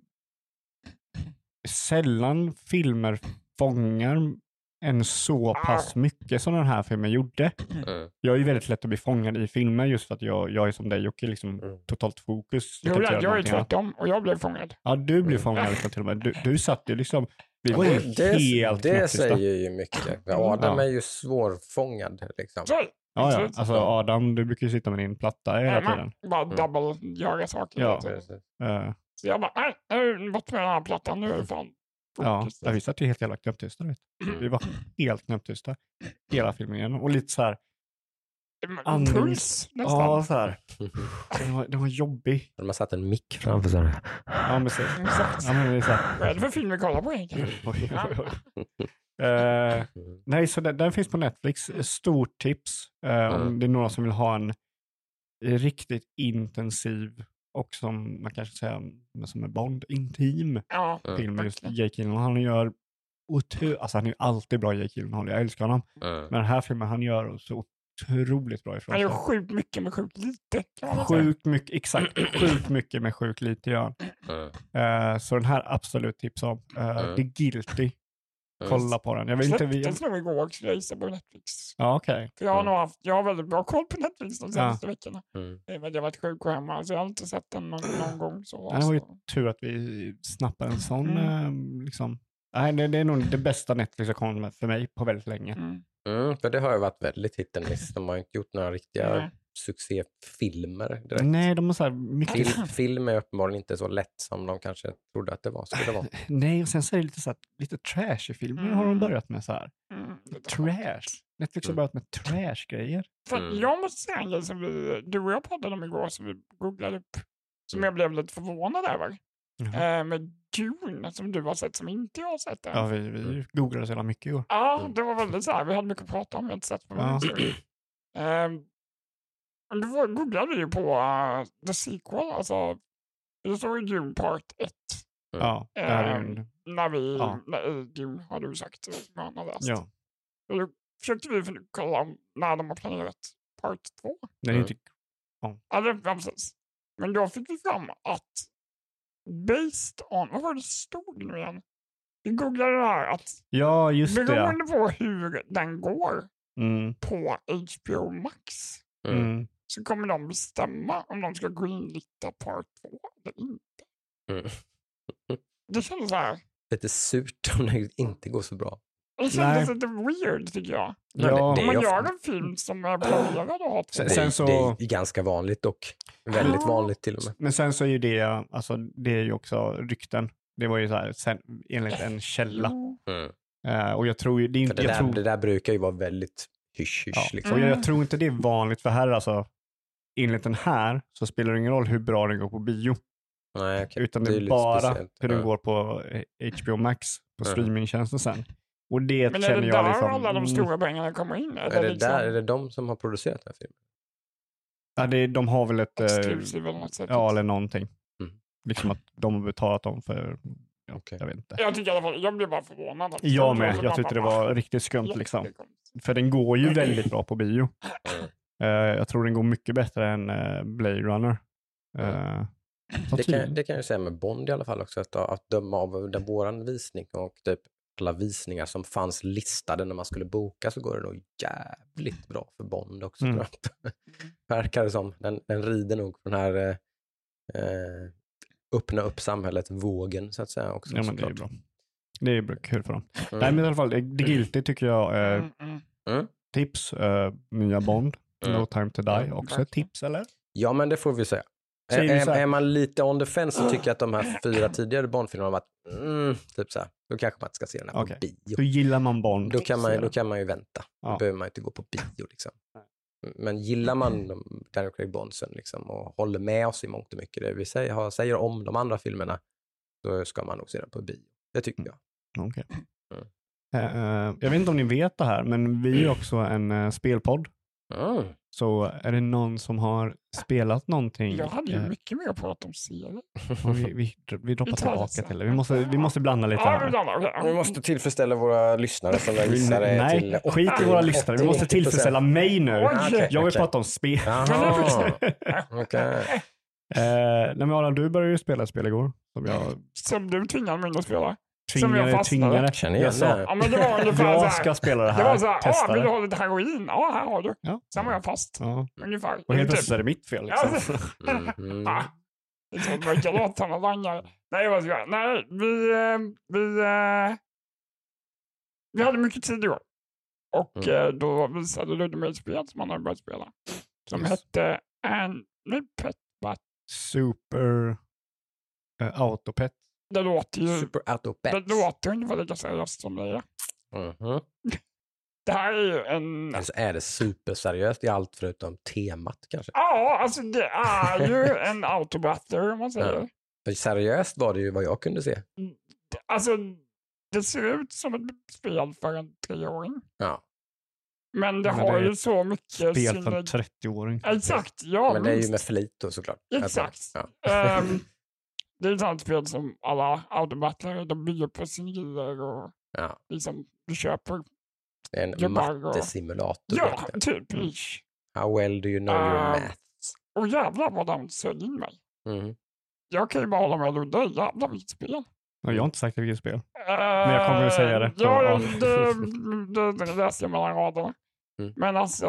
Speaker 3: sällan filmer fångar en så pass mycket som den här filmen gjorde.
Speaker 1: Mm.
Speaker 3: Jag är ju väldigt lätt att bli fångad i filmer just för att jag, jag är som dig Jocke, liksom
Speaker 1: Mm.
Speaker 3: totalt fokus.
Speaker 2: Jo,
Speaker 3: kan inte
Speaker 2: jag,
Speaker 3: göra
Speaker 2: jag är
Speaker 3: någonting annat.
Speaker 2: tvärtom och jag blev fångad.
Speaker 3: Ja, du blir
Speaker 1: Mm.
Speaker 3: fångad liksom, till och med. Du, du satt ju liksom, vi var ju
Speaker 1: Det, det,
Speaker 3: helt
Speaker 1: det
Speaker 3: knäpptysta.
Speaker 1: säger ju mycket. Adam
Speaker 3: Ja.
Speaker 1: är ju svårfångad. Liksom.
Speaker 2: Så,
Speaker 3: Ja, ja.
Speaker 2: absolut.
Speaker 3: Alltså Adam, du brukar ju sitta med din platta hela
Speaker 2: Ja,
Speaker 3: tiden.
Speaker 2: man bara
Speaker 1: Mm.
Speaker 2: double göra saker.
Speaker 3: Ja.
Speaker 2: hela tiden.
Speaker 1: Precis.
Speaker 3: Eh,
Speaker 2: Så jag bara, nej, nu har jag bort med den här plattan, nu är det fan
Speaker 3: ja,
Speaker 2: fokus.
Speaker 3: ja, vi satt ju helt jävla knäpptysta. Vet. du. Vi var helt knäpptysta hela filmen igenom. Och lite så här,
Speaker 2: En puls nästan.
Speaker 3: ja så här. Den var, den var jobbig.
Speaker 1: De har satt en mick framför sig.
Speaker 3: Ja, men så,
Speaker 2: Exakt.
Speaker 3: ja, men det är så här.
Speaker 2: Vad är det för film vi kollar på egentligen?
Speaker 3: Oj, oj, oj. Eh, nej, så den, den finns på Netflix. Stort tips. Eh, om
Speaker 1: Mm.
Speaker 3: det är några som vill ha en riktigt intensiv och som man kanske säger som är Bond, intim
Speaker 2: Ja,
Speaker 1: Mm.
Speaker 3: film med just
Speaker 2: verkligen.
Speaker 3: Jake Gyllenhaal. Han gör otro- alltså han är ju alltid bra Jake Gyllenhaal. Jag älskar honom.
Speaker 1: Mm.
Speaker 3: Men den här filmen han gör så otroligt bra ifrån
Speaker 2: Han gör
Speaker 3: sig.
Speaker 2: sjukt mycket med sjukt lite. Kan man väl säga.
Speaker 3: Sjukt mycket, exakt. Sjukt mycket med sjukt lite gör han.
Speaker 1: Mm.
Speaker 3: Eh, så den här absolut tips om. Uh,
Speaker 1: Mm.
Speaker 3: Det är Guilty. Kolla på den. Jag vet inte. Vi...
Speaker 2: Släpptes nog igår också, jag gissar på Netflix.
Speaker 3: Ja, okej.
Speaker 2: För jag har
Speaker 1: Mm.
Speaker 2: nog haft, jag har väldigt bra koll på Netflix de senaste veckorna.
Speaker 1: Mm.
Speaker 2: Det är väl jag har varit sjuk och hemma, så jag har inte sett den någon, någon gång. Så,
Speaker 3: Ja, det var ju
Speaker 2: så.
Speaker 3: tur att vi snappade en sån.
Speaker 2: Mm.
Speaker 3: eh, liksom. Nej, det, det är nog det bästa Netflix har kommit med för mig på väldigt länge.
Speaker 2: Mm.
Speaker 1: Mm, för det har ju varit väldigt hit and miss. De har ju inte gjort några riktiga
Speaker 2: Nej.
Speaker 1: succéfilmer direkt.
Speaker 3: Nej, de har så här mycket...
Speaker 1: Fil, film är uppenbarligen inte så lätt som de kanske trodde att det var. Skulle vara.
Speaker 3: Nej, och sen så är det lite så här, lite trashy filmer har de
Speaker 2: Mm.
Speaker 3: börjat med så här.
Speaker 2: Mm, lite
Speaker 3: Trash. Netflix har
Speaker 1: Mm.
Speaker 3: börjat med trash-grejer.
Speaker 2: För
Speaker 1: Mm.
Speaker 2: jag måste säga en grej som vi, du och jag pratade om igår, som vi googlade upp, som
Speaker 1: Mm.
Speaker 2: jag blev lite förvånad över.
Speaker 3: Jaha.
Speaker 2: Eh, med Dune, som du har sett, som inte jag har sett än.
Speaker 3: Ja, vi, vi googlade så jävla mycket igår.
Speaker 2: Ja,
Speaker 1: Mm.
Speaker 2: det var väldigt så här, vi hade mycket att prata om, jag har inte sett på
Speaker 3: Ja.
Speaker 2: ja. um, Då var- googlade vi ju på uh, The Sequel, alltså det står ju Dune Part ett.
Speaker 1: Mm.
Speaker 3: Ja, det här är ju
Speaker 2: Ehm,
Speaker 3: en...
Speaker 2: När vi,
Speaker 3: Ja.
Speaker 2: när, Dune har du sagt, som han har läst.
Speaker 3: Ja,
Speaker 2: Och då försökte vi för- kolla om när de har planerat Part två.
Speaker 3: den är
Speaker 1: Mm.
Speaker 3: inte...
Speaker 2: Ja, det, ja, precis. Men då fick vi fram att based on, vad var det stod nu igen? Vi googlade det här att
Speaker 3: Ja, just det. Ja.
Speaker 2: beroende på hur den går
Speaker 3: Mm,
Speaker 2: på H B O Max
Speaker 1: Mm.
Speaker 3: mm.
Speaker 2: så kommer de bestämma om de ska gå in lite part två eller inte.
Speaker 1: Mm.
Speaker 2: Det kändes så här.
Speaker 1: Lite surt om det inte går så bra.
Speaker 2: Det kändes
Speaker 3: Nej.
Speaker 2: lite weird tycker jag.
Speaker 1: Men
Speaker 3: Ja.
Speaker 1: det,
Speaker 2: Om
Speaker 1: det, är
Speaker 2: man
Speaker 1: ofta,
Speaker 2: gör en film som är planerad att ha två.
Speaker 3: Sen-
Speaker 1: det,
Speaker 3: sen så-
Speaker 1: det är ganska vanligt dock. Väldigt
Speaker 2: Ja.
Speaker 1: vanligt till och med.
Speaker 3: Men sen så är ju det, alltså det är ju också rykten. Det var ju så här, sen, enligt en källa.
Speaker 2: Jo.
Speaker 1: Mm.
Speaker 3: Eh, och jag tror ju, det är
Speaker 1: För
Speaker 3: inte,
Speaker 1: det,
Speaker 3: jag
Speaker 1: där,
Speaker 3: tror,
Speaker 1: det där brukar ju vara väldigt hysch-hysch.
Speaker 3: ja,
Speaker 1: Liksom.
Speaker 3: och jag,
Speaker 2: Mm.
Speaker 3: jag tror inte det är vanligt för här alltså, enligt den här så spelar det ingen roll hur bra den går på bio.
Speaker 1: Nej, okej.
Speaker 3: Utan det
Speaker 1: är
Speaker 3: är
Speaker 1: lite
Speaker 3: bara
Speaker 1: speciellt.
Speaker 3: hur den
Speaker 1: Ja.
Speaker 3: går på eh, H B O Max, på
Speaker 1: Mm.
Speaker 3: streamingtjänsten sen. Och det
Speaker 2: Men är
Speaker 3: känner
Speaker 2: det
Speaker 3: jag
Speaker 2: där
Speaker 3: liksom...
Speaker 2: alla de
Speaker 3: mm,
Speaker 2: stora pengarna kommer in? Eller
Speaker 1: Är det,
Speaker 2: liksom
Speaker 1: där, är det de som har producerat den här filmen?
Speaker 3: ja, det, de har väl ett... eh,
Speaker 2: exclusive eller något sätt?
Speaker 3: ja, eller någonting.
Speaker 1: Mm.
Speaker 3: Liksom att de har betalat dem för jag.
Speaker 1: Okej.
Speaker 3: Jag vet inte.
Speaker 2: Jag tycker i alla fall, jag blev bara förvånad.
Speaker 3: Jag med. Jag tyckte det var riktigt skumt liksom. För den går ju väldigt bra på bio.
Speaker 1: Mm.
Speaker 3: Uh, jag tror den går mycket bättre än uh, Blade Runner. Uh,
Speaker 1: Det kan, det kan jag säga med Bond i alla fall också, att, att döma av den våran visning och typ alla visningar som fanns listade när man skulle boka, så går det nog jävligt bra för Bond också.
Speaker 3: Mm.
Speaker 1: Tror jag. Verkar det som. Den, den rider nog på den här eh, öppna upp samhället vågen så att säga också.
Speaker 3: Ja, men det är bra. Det är kul för dem.
Speaker 1: Mm.
Speaker 3: Nej, men i alla fall, The Guilty tycker jag är
Speaker 2: Mm, mm.
Speaker 1: Mm.
Speaker 3: tips. Uh, nya Bond,
Speaker 1: Mm.
Speaker 3: No Time to Die,
Speaker 1: Mm.
Speaker 3: också ett tips, eller?
Speaker 1: Ja, men det får vi säga.
Speaker 3: Säger vi
Speaker 1: Är,
Speaker 3: så här-
Speaker 1: är man lite on the fence så tycker jag att de här fyra tidigare Bond-filmerna har varit mm, typ så här. Då kanske man inte ska se den här
Speaker 3: Okej.
Speaker 1: på bio.
Speaker 3: Då gillar man Bond.
Speaker 1: Då kan
Speaker 3: så
Speaker 1: man,
Speaker 3: är
Speaker 1: då
Speaker 3: det.
Speaker 1: kan man ju vänta.
Speaker 3: Ja.
Speaker 1: Då behöver man inte gå på bio liksom. Men gillar man de Daniel Craig Bondsen liksom, och håller med oss i mångt och mycket det vi säger, har, säger om de andra filmerna, då ska man nog se den på bio. Det tycker jag.
Speaker 3: Okej.
Speaker 1: Mm.
Speaker 3: Eh, eh, jag vet inte om ni vet det här, men vi är också en uh, spelpodd.
Speaker 1: Mm.
Speaker 3: Så är det någon som har spelat någonting?
Speaker 2: Jag hade ju
Speaker 3: eh,
Speaker 2: mycket mer att prata om serier.
Speaker 3: och vi, vi, vi droppar
Speaker 2: Vi tar det
Speaker 3: tillbaka
Speaker 2: sen.
Speaker 3: till det. Vi måste, vi måste blanda lite
Speaker 2: Ja,
Speaker 3: här.
Speaker 2: vi blandar, okej.
Speaker 1: Vi måste tillfredsställa våra lyssnare som jag gissar är
Speaker 3: Nej,
Speaker 1: till
Speaker 3: skit i våra lyssnare. Vi måste tillfredsställa mig nu.
Speaker 2: Oj,
Speaker 1: okej,
Speaker 3: Jag vill
Speaker 1: okej.
Speaker 3: prata om spel.
Speaker 1: Jaha, okej.
Speaker 3: Eh, nej men Adam, du började ju spela ett spel igår. Som jag
Speaker 2: Som du tvingade mig att spela. Som jag
Speaker 3: tvingade,
Speaker 2: fastnade.
Speaker 3: tvingade.
Speaker 1: Känner igen
Speaker 3: Jag sa,
Speaker 1: det.
Speaker 2: Ja, men det var ungefär så
Speaker 3: jag
Speaker 2: här.
Speaker 3: ska spela det
Speaker 2: Det var så
Speaker 3: här.
Speaker 2: här,
Speaker 3: Testa
Speaker 2: ah, vill du
Speaker 3: det.
Speaker 2: ha lite heroin? Ja, här har du.
Speaker 3: Ja.
Speaker 2: Sen var jag fast.
Speaker 3: Ja.
Speaker 2: Ungefär.
Speaker 3: Och helt
Speaker 2: Typ.
Speaker 3: plötsligt är det mitt fel.
Speaker 2: Ja,
Speaker 3: Liksom.
Speaker 1: Mhm.
Speaker 2: Ah, det är så mycket sådana langare. Nej, vad ska jag? Nej, vi, eh, vi, eh, vi hade mycket tid igår. Och
Speaker 1: Mm.
Speaker 2: eh, då visade Ludde mig ett spel som han hade börjat spela. Som
Speaker 1: Yes.
Speaker 2: hette An... Nej, Pet, vad?
Speaker 3: Super uh, Autopet.
Speaker 2: Det låter ju...
Speaker 1: Super Auto
Speaker 2: Det
Speaker 1: Pets.
Speaker 2: låter ungefär lika seriöst som det är.
Speaker 1: Mhm.
Speaker 2: Det här är ju en...
Speaker 1: Eller så är det superseriöst i allt förutom temat kanske.
Speaker 2: Ja, alltså det är ju en autobatter om man säger.
Speaker 1: Ja. För seriöst var det ju vad jag kunde se.
Speaker 2: Alltså, det ser ut som ett spel för en treåring.
Speaker 1: Ja.
Speaker 2: Men det
Speaker 3: Men
Speaker 2: har
Speaker 3: det är
Speaker 2: ju så mycket...
Speaker 3: Spel för en
Speaker 2: synergi-
Speaker 3: trettio-åring.
Speaker 2: Exakt, ja.
Speaker 1: Men det är ju
Speaker 2: minst.
Speaker 1: med flit då såklart.
Speaker 2: Exakt.
Speaker 1: Ja.
Speaker 2: Ehm, det är ett sånt spel som alla autobattlare, de bygger på synergier och
Speaker 1: Ja.
Speaker 2: liksom, du köper.
Speaker 1: Det är en
Speaker 2: Jobbar och-
Speaker 1: mattesimulator.
Speaker 2: Ja,
Speaker 1: egentligen.
Speaker 2: typ.
Speaker 1: Mm.
Speaker 2: ish.
Speaker 1: How well do you know your
Speaker 2: Ah.
Speaker 1: maths?
Speaker 2: Och jävlar vad de sög in mig.
Speaker 1: Mm.
Speaker 2: Jag kan ju bara hålla med Ludde, jävlar vilket spel.
Speaker 3: Ja, jag har inte sagt vilket spel.
Speaker 2: Men
Speaker 3: jag kommer att säga det.
Speaker 2: Ja,
Speaker 3: Ja.
Speaker 2: det, det, det läste jag mellan raderna.
Speaker 1: Mm.
Speaker 2: Men alltså,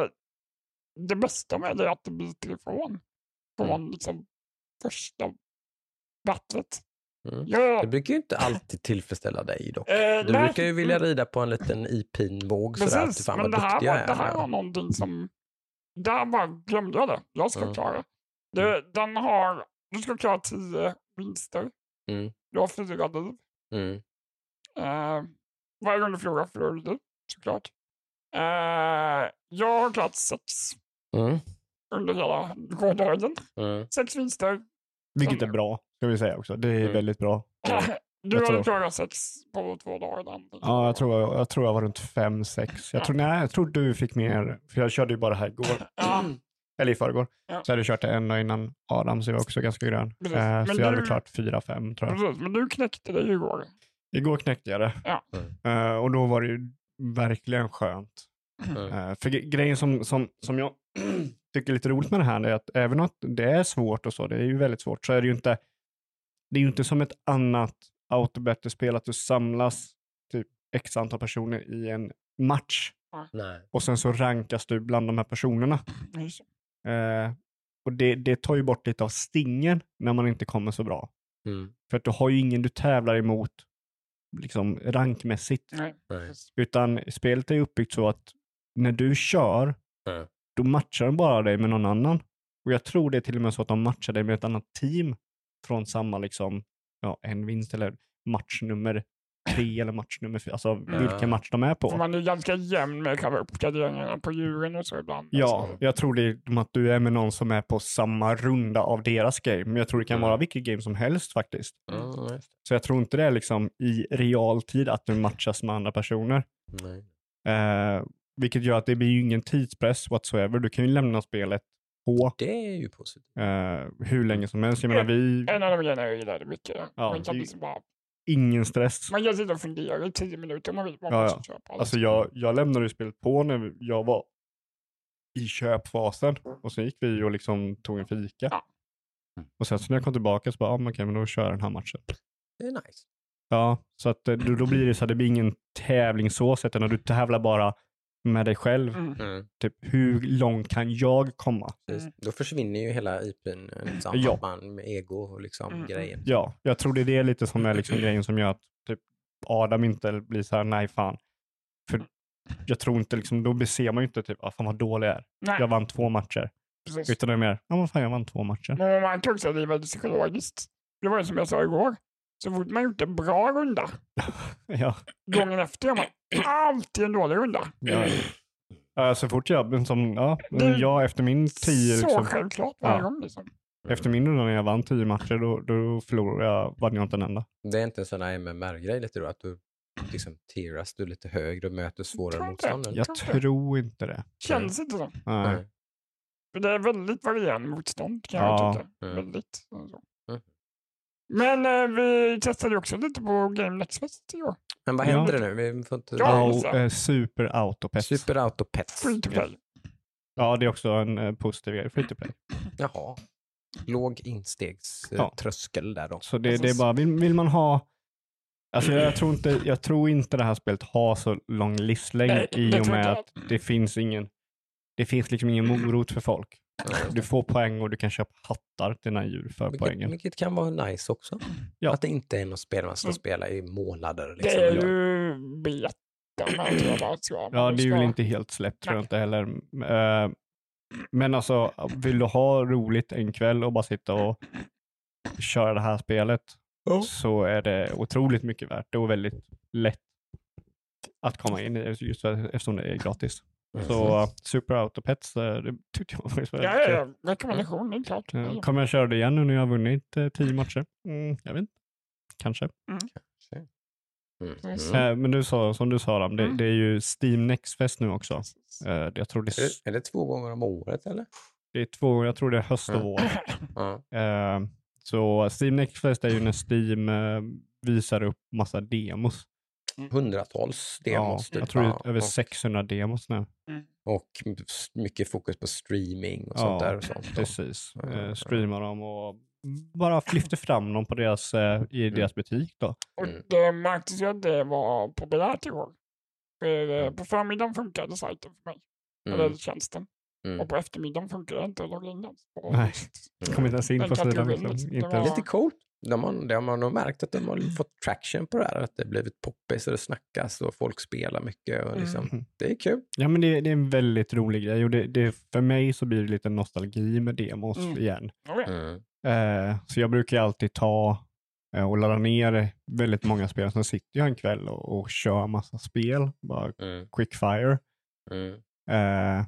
Speaker 2: det bästa med det är att det biter ifrån. Från
Speaker 1: Mm.
Speaker 2: liksom första battlet.
Speaker 1: Mm.
Speaker 2: Ja,
Speaker 1: Det brukar ju inte alltid tillfredsställa dig dock.
Speaker 2: eh,
Speaker 1: Du
Speaker 2: nej,
Speaker 1: brukar ju vilja rida på en liten I P N-våg sådär. Att
Speaker 2: precis,
Speaker 1: fan
Speaker 2: men
Speaker 1: vad
Speaker 2: det här,
Speaker 1: duktig jag
Speaker 2: var,
Speaker 1: är.
Speaker 2: det här
Speaker 1: Ja.
Speaker 2: var någonting som... Där bara glömde jag det. Jag ska
Speaker 1: Mm.
Speaker 2: klara det. det. Den har... Du ska klara tio vinster.
Speaker 1: Mm.
Speaker 2: Du har fyra liv.
Speaker 1: Mm.
Speaker 2: Uh, varje gång du förlorar förlorar du liv, såklart. Uh, jag har klarat sex
Speaker 1: Mm.
Speaker 2: under hela gårdagen.
Speaker 1: Mm.
Speaker 2: Sex vinster.
Speaker 3: Vilket är bra, ska vi säga också. Det är
Speaker 1: Mm.
Speaker 3: väldigt bra.
Speaker 2: Du
Speaker 3: Jag
Speaker 2: har
Speaker 3: tror-
Speaker 2: klarat sex på två dagar. Den.
Speaker 3: Ja, jag tror jag, jag tror jag var runt fem sex. Jag tror, nej, jag tror du fick mer, för jag körde ju bara här igår.
Speaker 2: Ja,
Speaker 3: Eller i förrgår.
Speaker 2: Ja.
Speaker 3: Så hade jag kört det en dag innan Adam, så jag var också ganska grön.
Speaker 2: Precis.
Speaker 3: Eh,
Speaker 2: Men
Speaker 3: så jag hade
Speaker 2: du-
Speaker 3: väl klart fyra fem tror jag.
Speaker 2: precis. Men du knäckte det ju igår.
Speaker 3: Igår knäckte jag det.
Speaker 2: Ja.
Speaker 3: Eh, och då var det ju verkligen skönt.
Speaker 1: Mm.
Speaker 3: Eh, för ge- grejen som, som, som jag tycker är lite roligt med det här är att även att det är svårt och så, det är ju väldigt svårt, så är det ju inte, det är ju inte som ett annat autobattle-spel att du samlas typ x antal personer i en match
Speaker 1: Nej.
Speaker 3: och sen så rankas du bland de här personerna.
Speaker 2: Just.
Speaker 3: Eh, och det, det tar ju bort lite av stingen när man inte kommer så bra.
Speaker 1: Mm.
Speaker 3: För att du har ju ingen du tävlar emot liksom rankmässigt.
Speaker 2: Nej.
Speaker 1: Nej.
Speaker 3: Utan spelet är ju uppbyggt så att när du kör,
Speaker 1: Mm.
Speaker 3: då matchar de bara dig med någon annan. Och jag tror det är till och med så att de matchar dig med ett annat team från samma liksom, ja, en vinst eller match nummer tre eller match nummer fyra. Alltså vilken match de är
Speaker 2: För
Speaker 3: på.
Speaker 2: man är ganska jämn med själva uppgraderingarna på djuren och så ibland.
Speaker 3: Ja,
Speaker 2: Alltså,
Speaker 3: jag tror det är som att du är med någon som är på samma runda av deras game. Men jag tror det kan
Speaker 1: Mm.
Speaker 3: vara vilket game som helst faktiskt.
Speaker 1: Mm, just det.
Speaker 3: Så jag tror inte det är liksom i realtid att du matchas med andra personer.
Speaker 1: Nej.
Speaker 3: Eh, vilket gör att det blir ju ingen tidspress whatsoever. Du kan ju lämna spelet på
Speaker 1: Det är ju positivt.
Speaker 3: eh, hur länge som helst. Jag menar vi...
Speaker 2: En av de grejerna jag gillade mycket.
Speaker 3: Ja,
Speaker 2: man kan
Speaker 3: det-
Speaker 2: liksom bara
Speaker 3: ingen stress.
Speaker 2: Man kan sitta och fundera i tio minuter om man vill vad
Speaker 3: Ja,
Speaker 2: man
Speaker 3: ja.
Speaker 2: ska köpa.
Speaker 3: Alltså jag, jag lämnade ju spelet på när jag var i köpfasen. Och sen gick vi och liksom tog en fika.
Speaker 2: Ja.
Speaker 3: Och sen så när jag kom tillbaka så bara, ja men kan vi då köra den här matchen.
Speaker 1: Det är nice.
Speaker 3: Ja, så att då, då blir det så att det blir ingen tävling så sett, utan du tävlar bara med dig själv.
Speaker 2: Mm.
Speaker 1: Mm.
Speaker 3: Typ, hur långt kan jag komma?
Speaker 1: Precis.
Speaker 2: Mm.
Speaker 1: Då försvinner ju hela I P:n liksom,
Speaker 3: Ja.
Speaker 1: att man med ego och liksom
Speaker 2: Mm.
Speaker 1: grejen.
Speaker 3: Ja, jag tror det är det lite som är liksom grejen som gör att typ Adam inte blir så här, nej fan. För jag tror inte liksom, då ser man ju inte typ, ah, fan vad dålig jag är.
Speaker 2: Nej,
Speaker 3: Jag vann två matcher.
Speaker 2: precis.
Speaker 3: Utan det är mer, ja men fan jag vann två matcher.
Speaker 2: Men man kan också driva det psykologiskt. Det var ju som jag sa igår. Så fort man gjort en bra runda,
Speaker 3: Ja.
Speaker 2: gången efter gör man alltid en dålig runda.
Speaker 3: Ja. Uh, så fort jag, men som, ja,
Speaker 2: Det-
Speaker 3: jag efter min tio,
Speaker 2: Så
Speaker 3: liksom,
Speaker 2: självklart varje
Speaker 3: Ja.
Speaker 2: gång liksom.
Speaker 3: efter min runda när jag vann tio matcher, då, då förlorade jag, vann jag inte en enda.
Speaker 1: Det är inte en sån här M M R-grej lite då, att du liksom tiras du lite högre och möter svårare
Speaker 2: Tror inte.
Speaker 1: motstånd? eller?
Speaker 3: Jag
Speaker 2: tror det.
Speaker 3: tror inte det.
Speaker 2: Känns inte så.
Speaker 3: Nej.
Speaker 1: Nej.
Speaker 2: För det är väldigt varierande motstånd kan
Speaker 3: Ja.
Speaker 2: jag tycka.
Speaker 1: Mm.
Speaker 2: Väldigt. Så.
Speaker 1: Mm.
Speaker 2: Men eh, vi testade ju också lite på Game Next Fest i år.
Speaker 1: Men vad
Speaker 3: Ja.
Speaker 1: händer det nu? Vi får inte...
Speaker 2: Ja.
Speaker 3: Au, eh, super Autopets.
Speaker 1: Super Autopets.
Speaker 2: Free to play.
Speaker 3: Ja, det är också en eh, positiv grej. Free to play.
Speaker 1: Jaha. Låg
Speaker 3: Ja.
Speaker 1: instegströskel där då.
Speaker 3: Så det,
Speaker 2: Alltså,
Speaker 3: det är bara, vill, vill man ha... Alltså jag tror, inte, jag tror inte det här spelet har så lång livslängd
Speaker 2: Nej, det
Speaker 3: i och
Speaker 2: tror
Speaker 3: med
Speaker 2: jag
Speaker 3: att det finns ingen... Det finns liksom ingen morot för folk. Du får poäng och du kan köpa hattar till dina djur för
Speaker 1: Vilket,
Speaker 3: poängen.
Speaker 1: vilket kan vara nice också.
Speaker 3: Ja.
Speaker 1: Att det inte är något spel man ska
Speaker 2: Mm.
Speaker 1: spela i månader.
Speaker 2: Det
Speaker 1: Liksom.
Speaker 2: är
Speaker 1: Ja.
Speaker 2: ju beta. Men tror jag bara att ska-
Speaker 3: Ja, det är
Speaker 2: ska-
Speaker 3: väl inte helt släppt tror jag
Speaker 2: Nej.
Speaker 3: inte heller. Eh, Men alltså, vill du ha roligt en kväll och bara sitta och köra det här spelet
Speaker 1: Ja.
Speaker 3: så är det otroligt mycket värt. Det är väldigt lätt att komma in i just för- eftersom det är gratis.
Speaker 1: Mm.
Speaker 3: Så uh, Super Autopets, uh, det tyckte jag var väldigt
Speaker 2: Ja,
Speaker 3: kul.
Speaker 2: ja, ja. Rekommendation, det är klart.
Speaker 3: Eh, Kommer jag köra det igen nu när jag har vunnit uh, tio matcher? Mm, jag vet inte. Kanske.
Speaker 1: Mm.
Speaker 2: Precis.
Speaker 1: Mm.
Speaker 3: Eh, men du sa, som du sa, Ram, det,
Speaker 2: Mm.
Speaker 3: det är ju Steam Next Fest nu också. Eh, jag, tror det,
Speaker 1: Är, det, är det två gånger om året eller?
Speaker 3: det är två, jag tror det är höst och
Speaker 1: Mm.
Speaker 3: vår.
Speaker 1: Ja.
Speaker 3: Eh, så Steam Next Fest är ju när Steam eh, visar upp massa demos.
Speaker 1: Hundratals demos.
Speaker 3: Ja, jag
Speaker 1: typ,
Speaker 3: tror det
Speaker 1: ja.
Speaker 3: är över
Speaker 1: och,
Speaker 3: sexhundra demos nu.
Speaker 1: och mycket fokus på streaming och
Speaker 3: Ja,
Speaker 1: sånt där. Och sånt då.
Speaker 3: Precis.
Speaker 1: Ja,
Speaker 3: Eh,
Speaker 1: ja.
Speaker 3: streamar dem och bara lyfter fram dem på deras, eh, i
Speaker 1: Mm.
Speaker 3: deras butik då.
Speaker 2: Och
Speaker 1: Mm.
Speaker 2: det märktes ju att det var populärt i år. För eh,
Speaker 1: Mm.
Speaker 2: på förmiddagen funkade sajten för mig.
Speaker 1: Mm.
Speaker 2: Eller tjänsten.
Speaker 1: Mm.
Speaker 2: Och på eftermiddagen funkade det inte att logga in ens. på
Speaker 3: Nej.
Speaker 2: just-
Speaker 3: Jag kommer inte ens in
Speaker 2: Den
Speaker 3: på sidan.
Speaker 2: kategorin,
Speaker 3: Liksom.
Speaker 2: liksom. Det
Speaker 3: Inte
Speaker 2: var-
Speaker 3: ens.
Speaker 1: Lite coolt. De har, de har nog märkt att de har fått traction på det här. Att det blivit poppis och det snackas och folk spelar mycket. Och liksom,
Speaker 3: Mm.
Speaker 1: Det är kul.
Speaker 3: Ja, men det, det är en väldigt rolig grej och det, det, för mig så blir det lite nostalgi med demos
Speaker 2: Mm.
Speaker 3: igen.
Speaker 2: Ja, ja.
Speaker 1: Mm.
Speaker 3: Eh, så jag brukar ju alltid ta eh, och ladda ner väldigt många spel. Sen sitter jag en kväll och, och kör massa spel, bara
Speaker 1: Mm.
Speaker 3: quickfire.
Speaker 1: Mm.
Speaker 3: Eh,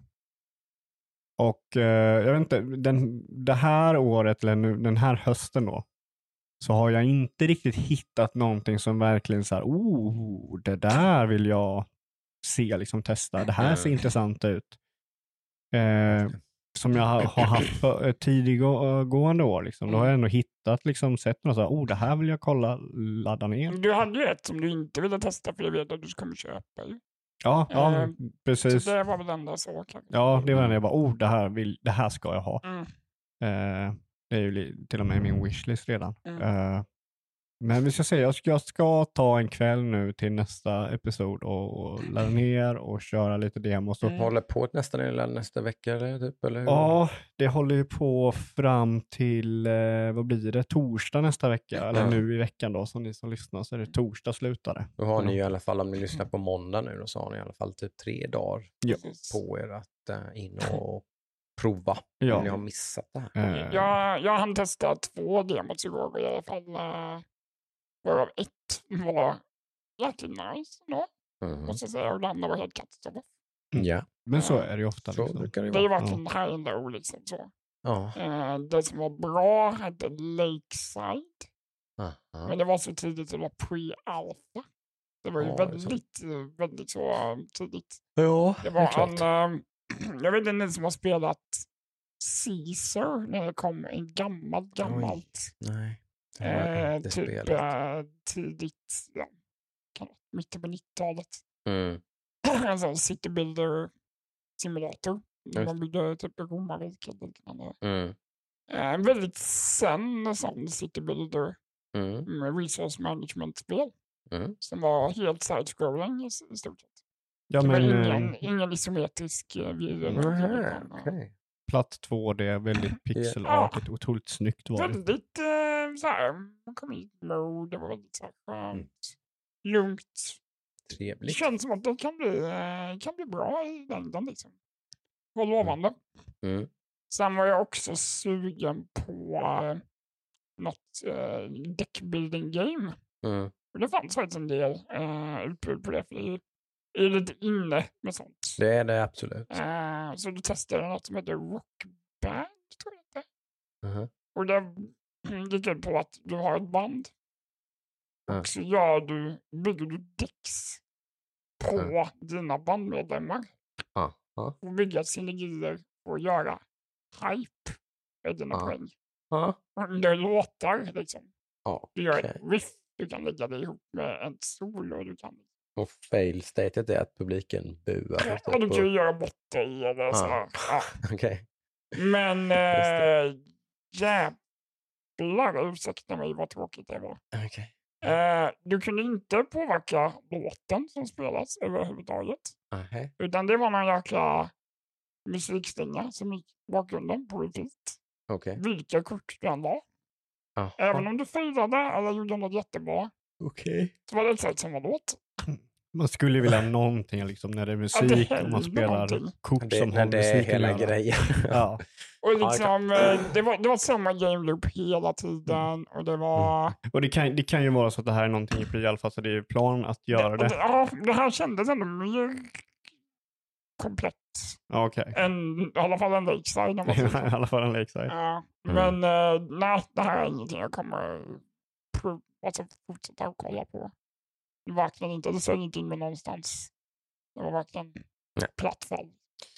Speaker 3: och eh, jag vet inte, den, det här året, eller nu, den här hösten då, så har jag inte riktigt hittat någonting som verkligen så här, oh, det där vill jag se, liksom testa. Det här ser
Speaker 1: Mm.
Speaker 3: intressant ut. Eh, som jag har, har haft för, tidigående år. Liksom. Då har jag ändå hittat, liksom, sett något så här, oh, det här vill jag kolla, ladda ner.
Speaker 2: Du hade ju ett som du inte ville testa för jag vet att du kommer köpa ju.
Speaker 3: Ja, ja
Speaker 2: Eh,
Speaker 3: precis.
Speaker 2: Så det var väl enda så kanske.
Speaker 3: Ja, det var när jag bara, oh, det här, vill, det här ska jag ha.
Speaker 2: Mm.
Speaker 3: Eh, det är ju li- till och med i min wishlist redan.
Speaker 2: Mm.
Speaker 3: Eh, men vi ska se, jag ska, jag ska ta en kväll nu till nästa episod och, och ladda ner och köra lite demos. Och,
Speaker 2: Mm.
Speaker 1: Håller på nästan eller nästa vecka eller typ? Eller hur?
Speaker 3: Ja, det håller ju på fram till, eh, vad blir det, torsdag nästa vecka. Eller
Speaker 1: Ja.
Speaker 3: nu i veckan då, som ni som lyssnar, så är det torsdag slutade.
Speaker 1: Då har ni ju i alla fall, om ni lyssnar på måndag nu, då så har ni i alla fall typ tre dagar
Speaker 3: Ja.
Speaker 2: Precis.
Speaker 1: på er att uh, in och prova.
Speaker 3: Ja.
Speaker 1: Om ni har missat det här.
Speaker 3: Eh,
Speaker 2: Jag, jag hann testa två demos igår och i alla fall uh, varav ett var jäkligt nice då.
Speaker 1: Mhm.
Speaker 2: Måste jag säga, och det andra var helt katastrof.
Speaker 1: Ja,
Speaker 3: Men så är det ju ofta.
Speaker 1: så
Speaker 3: Liksom.
Speaker 1: brukar det
Speaker 2: Det är ju
Speaker 1: vara.
Speaker 2: verkligen high and low liksom så.
Speaker 1: Ja.
Speaker 2: Eh, det som var bra hette Lakeside.
Speaker 1: Aha.
Speaker 2: Men det var så tidigt att det var pre-alpha. Det var ju
Speaker 1: Ja, det är så.
Speaker 2: väldigt, eh, väldigt så eh, tidigt.
Speaker 1: Ja,
Speaker 2: Det
Speaker 1: det är
Speaker 2: var
Speaker 1: klart.
Speaker 2: en, eh, jag vet inte ni som har spelat Caesar när det kom en gammalt, gammalt.
Speaker 1: Nej. Jag har
Speaker 2: Eh,
Speaker 1: inte
Speaker 2: typ
Speaker 1: spelat.
Speaker 2: eh, tidigt, ja, kan vara mitten på nittiotalet.
Speaker 1: Mm.
Speaker 2: Alltså City Builder Simulator.
Speaker 1: Just.
Speaker 2: Man byggde typ romarriket och liknande.
Speaker 1: Mm.
Speaker 2: Eh, En väldigt sen sån City Builder
Speaker 1: Mm.
Speaker 2: med resource management-spel.
Speaker 1: Mm.
Speaker 2: Som var helt side-scrolling i, i stort sett.
Speaker 3: Ja,
Speaker 2: det var
Speaker 3: men
Speaker 2: ingen,
Speaker 3: eh,
Speaker 2: ingen isometrisk uh, vy. eller
Speaker 1: Nähä,
Speaker 2: någonting, utan, eh,
Speaker 1: okej.
Speaker 3: platt två D, väldigt pixelartigt, otroligt snyggt var det.
Speaker 2: väldigt uh, såhär, man kom in i mode, det var väldigt såhär skönt,
Speaker 1: Mm.
Speaker 2: lugnt. Det
Speaker 1: Trevligt.
Speaker 2: känns som att det kan bli, uh, kan bli bra i längden liksom. Var lovande.
Speaker 1: Mm.
Speaker 2: Sen var jag också sugen på uh, något uh, deckbuilding game.
Speaker 1: Mm.
Speaker 2: Och det fanns faktiskt en del uh, utbud på det, för det är lite inne med sånt.
Speaker 1: Det är det absolut.
Speaker 2: Uh, så du testade något som heter Rock Band, tror jag det.
Speaker 1: Mhm.
Speaker 2: Och det gick ut på att du har ett band.
Speaker 1: Mm.
Speaker 2: Och så gör du, bygger du decks på
Speaker 1: Mm.
Speaker 2: dina bandmedlemmar.
Speaker 1: Ja, ja,
Speaker 2: Och bygga synergier och göra hype med dina
Speaker 1: Ja.
Speaker 2: poäng.
Speaker 1: ja.
Speaker 2: Under låtar liksom.
Speaker 1: Ja,
Speaker 2: Du gör
Speaker 1: okej.
Speaker 2: ett riff, du kan lägga det ihop med en solo. Du kan,
Speaker 1: Och fail-statet är att publiken buar.
Speaker 2: ja,
Speaker 1: typ,
Speaker 2: du kan ju
Speaker 1: och-
Speaker 2: göra bort dig eller så här. Ja.
Speaker 1: Okej.
Speaker 2: Men
Speaker 1: det.
Speaker 2: äh, jävlar, ursäkta mig vad tråkigt det var.
Speaker 1: Okej.
Speaker 2: Eh, du kunde inte påverka låten som spelas överhuvudtaget.
Speaker 1: Nähä.
Speaker 2: Utan det var någon jäkla musikslinga som gick i bakgrunden på repeat.
Speaker 1: Okej.
Speaker 2: Vilka kort du än var.
Speaker 1: Jaha.
Speaker 2: Även om du failade eller gjorde något jättebra
Speaker 1: Okej.
Speaker 2: så var det exakt samma låt.
Speaker 3: Man skulle ju vilja ha någonting liksom, när det är
Speaker 2: det
Speaker 3: musik och
Speaker 2: händer
Speaker 3: man spelar
Speaker 2: någonting.
Speaker 3: kort
Speaker 1: Det,
Speaker 3: som
Speaker 1: när
Speaker 3: har
Speaker 1: det är
Speaker 3: musik
Speaker 1: hela
Speaker 3: att göra.
Speaker 1: grejen.
Speaker 3: Ja.
Speaker 2: Och
Speaker 1: Ja,
Speaker 2: liksom, eh, det, var, det var samma game loop hela tiden. Och det var...
Speaker 3: Och det kan, det kan ju vara så att det här är någonting i pre-alpha, så det är ju plan att göra
Speaker 2: och det,
Speaker 3: det.
Speaker 2: ja, det här kändes ändå mer komplett.
Speaker 3: Ja, okej.
Speaker 2: Än, I alla fall en Lakeside. om man säger så.
Speaker 3: I alla fall en Lakeside.
Speaker 2: Ja,
Speaker 1: Mm.
Speaker 2: men eh, nej, det här är ingenting jag kommer prov- alltså, fortsätta att kolla på. Verkligen inte. Det ser inte in med någonstans. Det var verkligen
Speaker 1: Nej.
Speaker 2: plattfall.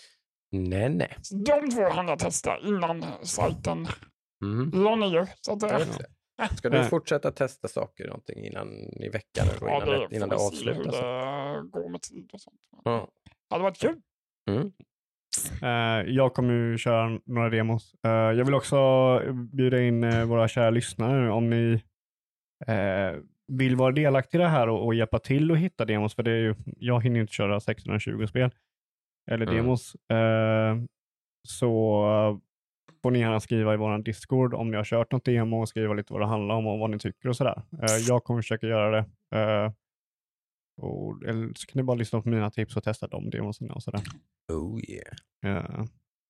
Speaker 1: Nej, nej.
Speaker 2: Så de två hann jag testa innan sajten
Speaker 1: Mm.
Speaker 2: la ner. Så att,
Speaker 1: Jag
Speaker 2: eh,
Speaker 1: vet inte. Ska du
Speaker 3: Nej.
Speaker 1: fortsätta testa saker någonting innan i veckan eller
Speaker 2: ja,
Speaker 1: innan,
Speaker 2: det
Speaker 1: det, innan det
Speaker 2: får vi se hur
Speaker 1: avslutas?
Speaker 2: det går med tid och sånt.
Speaker 1: Ja.
Speaker 2: Det hade varit kul.
Speaker 1: Mm.
Speaker 3: Eh, jag kommer ju köra några demos. Eh, jag vill också bjuda in eh, våra kära lyssnare nu, om ni eh, vill vara delaktiga i det här och, och hjälpa till att hitta demos, för det är ju, jag hinner ju inte köra sexhundratjugo spel eller
Speaker 1: Mm.
Speaker 3: demos. Eh, så eh, får ni gärna skriva i våran Discord om ni har kört något demo och skriva lite vad det handlar om och vad ni tycker och sådär. Eh, jag kommer försöka göra det. Eh, och, eller så kan ni bara lyssna på mina tips och testa de demosarna och sådär.
Speaker 1: Oh yeah.
Speaker 3: Ja.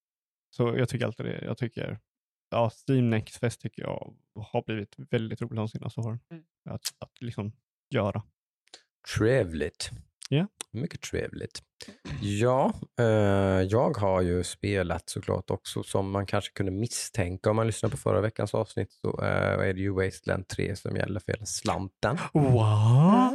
Speaker 3: Så jag tycker alltid det. Jag tycker, ja, Steam Next Fest tycker jag har blivit väldigt roligt de senaste åren.
Speaker 2: Mm.
Speaker 3: Att, att liksom göra.
Speaker 1: Trevligt.
Speaker 3: Ja.
Speaker 1: Mycket trevligt. Ja, eh, jag har ju spelat såklart också, som man kanske kunde misstänka om man lyssnar på förra veckans avsnitt, så eh, är det ju Wasteland tre som gäller för hela slanten.
Speaker 3: Wow!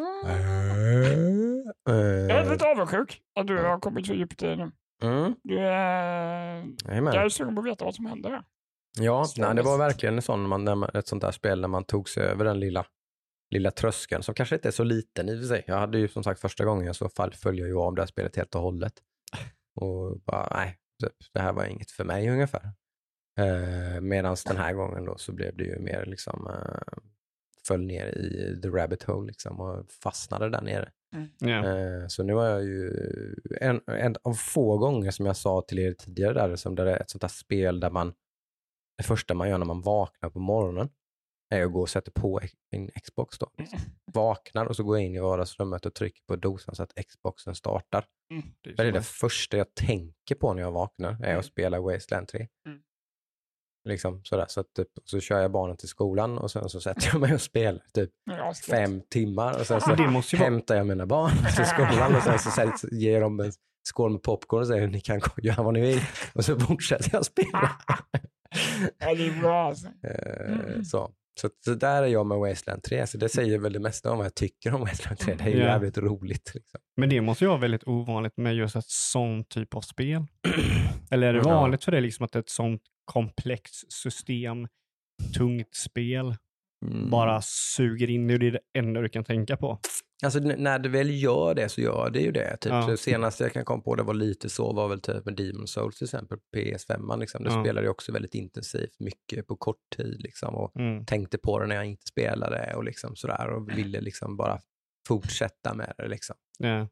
Speaker 1: Eh,
Speaker 2: Jag är lite avundsjuk att du har kommit så djupt i det nu.
Speaker 1: mm,
Speaker 2: Du är...
Speaker 1: jajamän.
Speaker 2: Jag är sugen på att veta vad som händer där.
Speaker 1: Ja,
Speaker 2: Så
Speaker 1: nej, det var
Speaker 2: mest-
Speaker 1: verkligen en sån, man, när man, ett sånt där spel när man tog sig över den lilla, lilla tröskeln, som kanske inte är så liten i och för sig. Jag hade ju som sagt första gången jag så fall följer ju av det här spelet helt och hållet. Och bara, nej, typ, det här var inget för mig ungefär. Eh, Medan den här gången då så blev det ju mer liksom, eh, föll ner i the rabbit hole liksom och fastnade där nere.
Speaker 3: Ja.
Speaker 1: Eh, Så nu har jag ju en, en av få gånger som jag sa till er tidigare där, som det är ett sånt där spel där man, det första man gör när man vaknar på morgonen är att gå och sätta på en Xbox då. Vaknar och så går jag in i vardagsrummet och trycker på dosan så att Xboxen startar.
Speaker 3: Det är
Speaker 1: Det är
Speaker 3: så
Speaker 1: det
Speaker 3: nice.
Speaker 1: första jag tänker på när jag vaknar, är att spela Wasteland tre.
Speaker 2: Mm.
Speaker 1: Liksom sådär, så att typ, så kör jag barnen till skolan och sen så sätter jag mig och spelar typ
Speaker 2: Ja, ska-
Speaker 1: fem timmar och sen så
Speaker 3: Men det måste ju vara...
Speaker 1: hämtar jag mina barn till skolan och sen så, så, så ger de en skål med popcorn och säger ni kan gå- göra vad ni vill och så fortsätter jag spela.
Speaker 2: Ja, det är bra alltså.
Speaker 1: Eh,
Speaker 2: Mm.
Speaker 1: så. Så, så där är jag med Wasteland tre, så det säger väl det mesta om vad jag tycker om Wasteland tre. Det är ju
Speaker 3: Ja.
Speaker 1: jävligt roligt. Liksom.
Speaker 3: Men det måste ju vara väldigt ovanligt med just ett sånt typ av spel. Eller är det
Speaker 1: Ja.
Speaker 3: vanligt för dig liksom att det är ett sånt komplext system, tungt spel
Speaker 1: Mm.
Speaker 3: bara suger in det och det är det enda du kan tänka på.
Speaker 1: Alltså n- när du väl gör det så gör det ju det. Typ.
Speaker 3: Ja.
Speaker 1: Så senast jag kan komma på det var lite så var väl typ med Demon's Souls till exempel på P S fem. Liksom. Det
Speaker 3: Ja.
Speaker 1: spelade jag också väldigt intensivt, mycket på kort tid liksom, och
Speaker 3: Mm.
Speaker 1: tänkte på det när jag inte spelade och liksom sådär och ville liksom bara fortsätta med det liksom.
Speaker 3: Ja.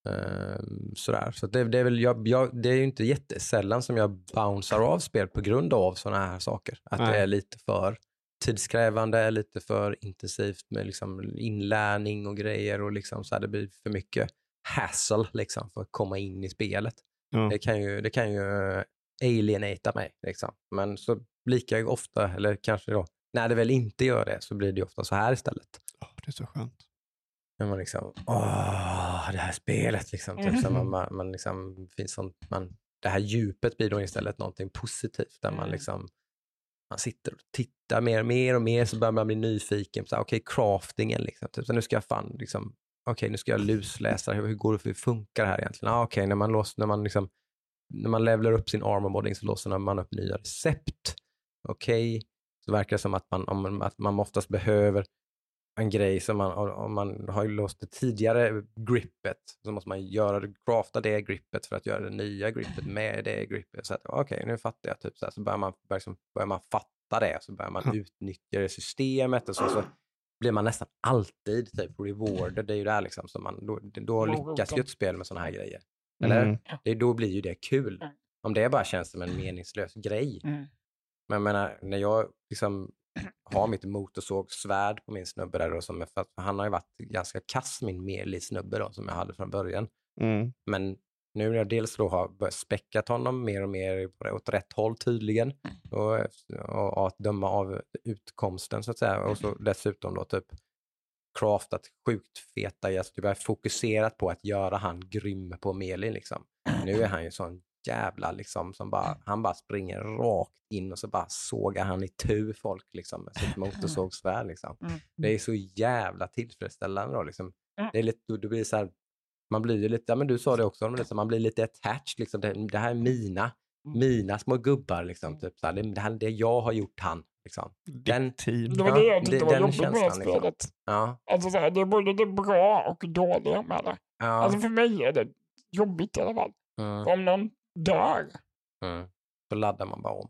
Speaker 1: Um, sådär. Så det, det är väl jag, jag, det är ju inte jättesällan som jag bouncear av spel på grund av sådana här saker. Att
Speaker 3: Nej.
Speaker 1: det är lite för tidskrävande, lite för intensivt med liksom inlärning och grejer och liksom så här, det blir för mycket hassle liksom för att komma in i spelet.
Speaker 3: Ja.
Speaker 1: Det kan ju, det kan ju alienata mig liksom. Men så lika ofta, eller kanske då, när det väl inte gör det så blir det ofta så här istället.
Speaker 3: Oh, det är så skönt.
Speaker 1: När man liksom, åh, det här spelet liksom. Typ,
Speaker 2: Mhm.
Speaker 1: så man, man, man liksom, finns sånt, man, det här djupet blir då istället någonting positivt där man
Speaker 2: Mm.
Speaker 1: liksom, man sitter och tittar mer och mer och mer så börjar man bli nyfiken. Okej, okay, craftingen liksom. Typ, så nu ska jag fan liksom, okej, okay, nu ska jag lusläsa, hur, hur går det, hur funkar det här egentligen? Ah, okej, okay, när man låser, när man liksom, när man levlar upp sin armor modding så låser man upp nya recept. Okej, okay. Så verkar det som att man, om, att man oftast behöver en grej som man, om man har låst det tidigare grippet så måste man göra det, crafta det grippet för att göra det nya grippet med det grippet. Så att okej, okay, nu fattar jag typ så här, så börjar man, börjar, liksom, börjar man fatta det, så börjar man utnyttja det systemet och så, så blir man nästan alltid typ rewarded. Det är ju där liksom som man, då, då lyckas ju ett spel med sådana här grejer. Eller?
Speaker 3: Mm.
Speaker 1: Det, då blir ju det kul. Om det bara känns som en meningslös grej.
Speaker 2: Mm.
Speaker 1: Men jag menar, när jag liksom har mitt motorsågsvärd på min snubbe där då, som är, för att han har ju varit ganska kass, min melee-snubbe då, som jag hade från början.
Speaker 3: Mm.
Speaker 1: Men nu när jag dels då har börjat späckat honom mer och mer åt rätt håll tydligen, och, och, och att döma av utkomsten så att säga, och så dessutom då typ craftat sjukt feta, jag typ har fokuserat på att göra han grym på melee liksom. Nu är han ju sån jävla liksom som bara, han bara springer rakt in och så bara sågar han i tu folk liksom med sitt motorsågsvärd liksom.
Speaker 2: Mm.
Speaker 1: Det är så jävla tillfredsställande då liksom. Det är lite, det blir så här, man blir ju lite, ja men du sa det också, men liksom, man blir lite attached liksom, det, det här är mina, mina små gubbar liksom, typ så här, det, det här det jag har gjort han liksom. Den,
Speaker 3: Team.
Speaker 2: Det var det jag tyckte
Speaker 1: det-
Speaker 2: var
Speaker 1: den
Speaker 2: jobbigt med det här
Speaker 1: känslan, liksom.
Speaker 2: spelet.
Speaker 1: ja,
Speaker 2: Alltså så här, det är både det bra och dåliga med det.
Speaker 1: ja,
Speaker 2: Alltså för mig är det jobbigt i alla fall.
Speaker 1: mm,
Speaker 2: Om någon dör.
Speaker 1: mm. Så laddar man bara om.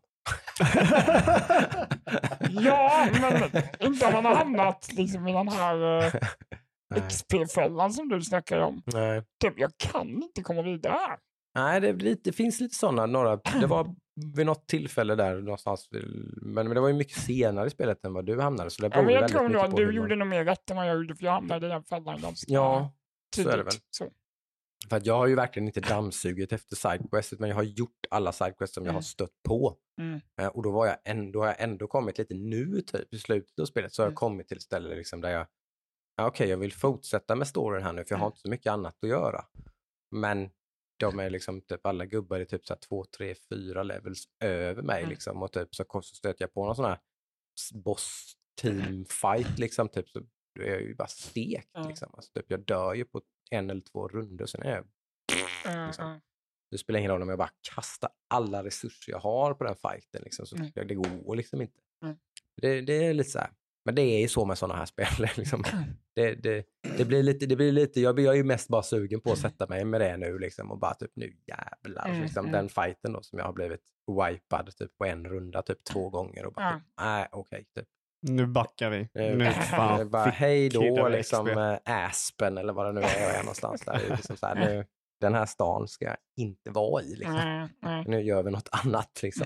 Speaker 2: Ja, men inte om man har hamnat liksom i den här eh,
Speaker 1: Nej.
Speaker 2: X P-fällan som du snackar om.
Speaker 1: Nej.
Speaker 2: Typ, jag kan inte komma vidare här.
Speaker 1: Nej, det, är lite, det finns lite sådana, några, det var vid något tillfälle där någonstans, men, men det var ju mycket senare i spelet än vad du hamnade, så det
Speaker 2: Ja,
Speaker 1: beror
Speaker 2: men jag
Speaker 1: väldigt
Speaker 2: tror nog
Speaker 1: mycket
Speaker 2: att
Speaker 1: på
Speaker 2: du
Speaker 1: hur man-
Speaker 2: gjorde nog mer rätt än vad jag gjorde, för jag hamnade i den fällan ganska
Speaker 1: Ja, så är det
Speaker 2: tidigt.
Speaker 1: väl.
Speaker 2: Så.
Speaker 1: För att jag har ju verkligen inte dammsugit efter sidequestet, men jag har gjort alla sidequests som jag
Speaker 2: Mm.
Speaker 1: har stött på.
Speaker 2: Mm.
Speaker 1: Eh, och då, var jag ändå, har jag ändå kommit lite nu typ i slutet av spelet, så har jag
Speaker 2: Mm.
Speaker 1: kommit till ett ställe liksom där jag, ja, okej, jag vill fortsätta med storyn här nu, för jag har
Speaker 2: Mm.
Speaker 1: inte så mycket annat att göra. Men de är liksom typ alla gubbar i typ så här två, tre, fyra levels över mig
Speaker 2: Mm.
Speaker 1: liksom, och typ så, så stöter jag på någon sån här boss team fight liksom, typ så då är jag ju bara stekt
Speaker 2: Mm.
Speaker 1: liksom. Alltså, typ, jag dör ju på en eller två runder, sen är jag
Speaker 2: Mm,
Speaker 1: liksom.
Speaker 2: mm.
Speaker 1: det spelar ingen roll om jag bara kastar alla resurser jag har på den fighten. Liksom, så
Speaker 2: Mm.
Speaker 1: det, det går liksom inte.
Speaker 2: Mm.
Speaker 1: Det, det är lite så här. Men det är ju så med sådana här spel. Liksom. Det, det, det blir lite, det blir lite jag, jag är ju mest bara sugen på att sätta mig med det nu. Liksom, och bara typ nu jävlar.
Speaker 2: Mm,
Speaker 1: Liksom,
Speaker 2: mm.
Speaker 1: Den fighten då som jag har blivit wipad typ, på en runda typ två gånger. Och bara
Speaker 2: Ja.
Speaker 1: typ, nej okej. typ.
Speaker 3: Nu backar vi.
Speaker 1: Nu,
Speaker 3: Nu
Speaker 1: det
Speaker 3: fan
Speaker 1: är bara
Speaker 3: fick
Speaker 1: hej då
Speaker 3: killar
Speaker 1: liksom
Speaker 3: X P.
Speaker 1: äh, Aspen eller vad det nu är jag är någonstans där. Det är liksom så här, nu, den här stan ska jag inte vara i. Liksom.
Speaker 2: Mm, mm.
Speaker 1: Nu gör vi något annat liksom.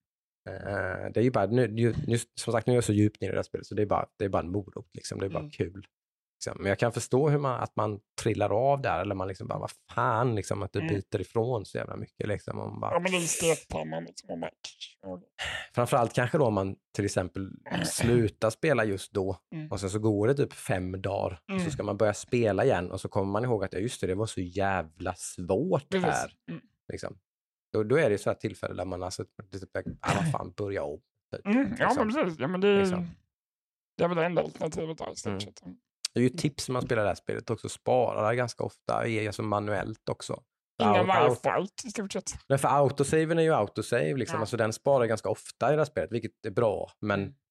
Speaker 1: Uh, det är ju bara, nu, nu, nu, som sagt nu är jag så djupt ner i det här spelet så det är bara, det är bara en morot liksom, det är bara
Speaker 2: Mm.
Speaker 1: kul. Liksom. Men jag kan förstå hur man, att man trillar av där eller man liksom bara, vad fan liksom, att du
Speaker 2: Mm.
Speaker 1: byter ifrån så jävla mycket liksom. Och man bara,
Speaker 2: Ja, men det är stekpannan liksom. Och bara...
Speaker 1: framförallt kanske då om man till exempel slutar spela just då
Speaker 2: Mm.
Speaker 1: och sen så går det typ fem dagar och
Speaker 2: Mm.
Speaker 1: så ska man börja spela igen och så kommer man ihåg att ja, just det, det var så jävla svårt
Speaker 2: Precis.
Speaker 1: här.
Speaker 2: Mm.
Speaker 1: Liksom. Då, då är det så här tillfälle där man alltså, det är typ, ah, vad fan, börja om. Typ,
Speaker 2: Mm. Ja,
Speaker 1: liksom.
Speaker 2: men precis. Ja, men det, är,
Speaker 1: Liksom.
Speaker 2: det är väl det enda alternativet där i stort
Speaker 1: Mm.
Speaker 2: sett.
Speaker 1: Det är ju ett tips när man spelar det här spelet också, spara det ganska ofta, är alltså manuellt också.
Speaker 2: Ingen
Speaker 1: Out-
Speaker 2: varje
Speaker 1: out-
Speaker 2: fight i stort sett.
Speaker 1: Men för autosaven är ju autosave, liksom.
Speaker 2: Ja.
Speaker 1: Alltså, den sparar ganska ofta i det här spelet, vilket är bra. Men
Speaker 2: Mm.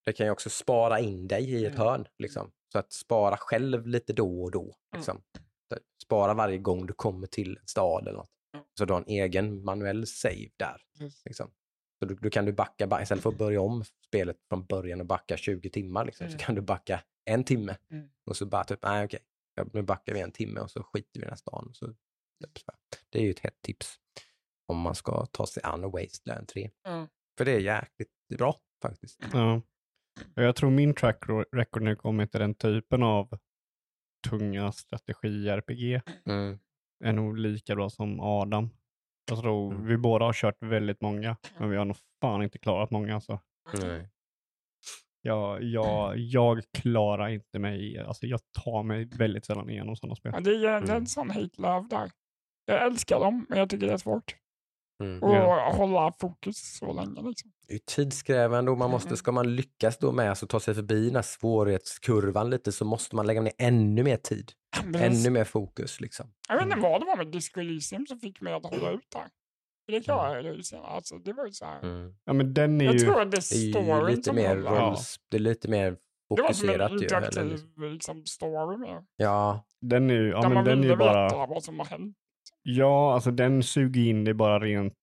Speaker 1: det kan ju också spara in dig i ett
Speaker 2: Mm.
Speaker 1: hörn. Liksom. Så att spara själv lite då och då. Liksom. Spara varje gång du kommer till en stad eller något.
Speaker 2: Mm.
Speaker 1: Så du har en egen manuell save där.
Speaker 2: Precis.
Speaker 1: Liksom. Så du, du kan du backa, ba- istället för att börja om spelet från början och backa tjugo timmar liksom,
Speaker 2: Mm.
Speaker 1: så kan du backa en timme.
Speaker 2: Mm.
Speaker 1: Och så bara typ, nej okej, ja, nu backar vi en timme och så skiter vi i den här stan. Och så, typ, så här. Det är ju ett hett tips om man ska ta sig an Wasteland tre.
Speaker 2: Mm.
Speaker 1: För det är jäkligt bra faktiskt.
Speaker 3: Ja. Jag tror min track record nu kommer till den typen av tunga strategi-R P G
Speaker 1: Mm.
Speaker 3: är nog lika bra som Adam. Jag tror
Speaker 1: Mm.
Speaker 3: vi båda har kört väldigt många, men vi har nog fan inte klarat många. Alltså.
Speaker 1: Nej.
Speaker 3: Jag, jag, jag klarar inte mig, alltså jag tar mig väldigt sällan igenom sådana spel.
Speaker 2: Ja, det, är, det är
Speaker 1: Mm.
Speaker 2: en sån hate-love där. Jag älskar dem, men jag tycker det är svårt
Speaker 1: Mm.
Speaker 2: att
Speaker 3: Ja.
Speaker 2: hålla fokus så länge. Liksom.
Speaker 1: Det är tidskrävande och man måste,
Speaker 2: Mm.
Speaker 1: ska man lyckas då med att ta sig förbi den här svårighetskurvan lite så måste man lägga ner ännu mer tid.
Speaker 2: Men
Speaker 1: Ännu mer fokus liksom.
Speaker 2: Jag vet inte vad det var med Disco Elysium som fick mig att hålla ut där. För det klarade jag ju sen. Alltså, det var ju så här.
Speaker 1: Mm.
Speaker 3: Ja, men den är
Speaker 2: Jag
Speaker 3: ju...
Speaker 2: tror att det
Speaker 1: Det är
Speaker 2: är
Speaker 1: ju
Speaker 2: storyn
Speaker 1: lite
Speaker 2: som
Speaker 1: mer
Speaker 2: håller.
Speaker 1: rolls, det är lite mer
Speaker 2: Det var som en
Speaker 1: fokuserat ju.
Speaker 2: interaktiv
Speaker 1: Eller, liksom.
Speaker 2: liksom, story med.
Speaker 1: ja,
Speaker 3: Den är ju, ja,
Speaker 2: där
Speaker 3: men
Speaker 2: man
Speaker 3: den är
Speaker 2: ville
Speaker 3: ju bara...
Speaker 2: veta vad som har hänt.
Speaker 3: Ja, alltså den suger in det bara rent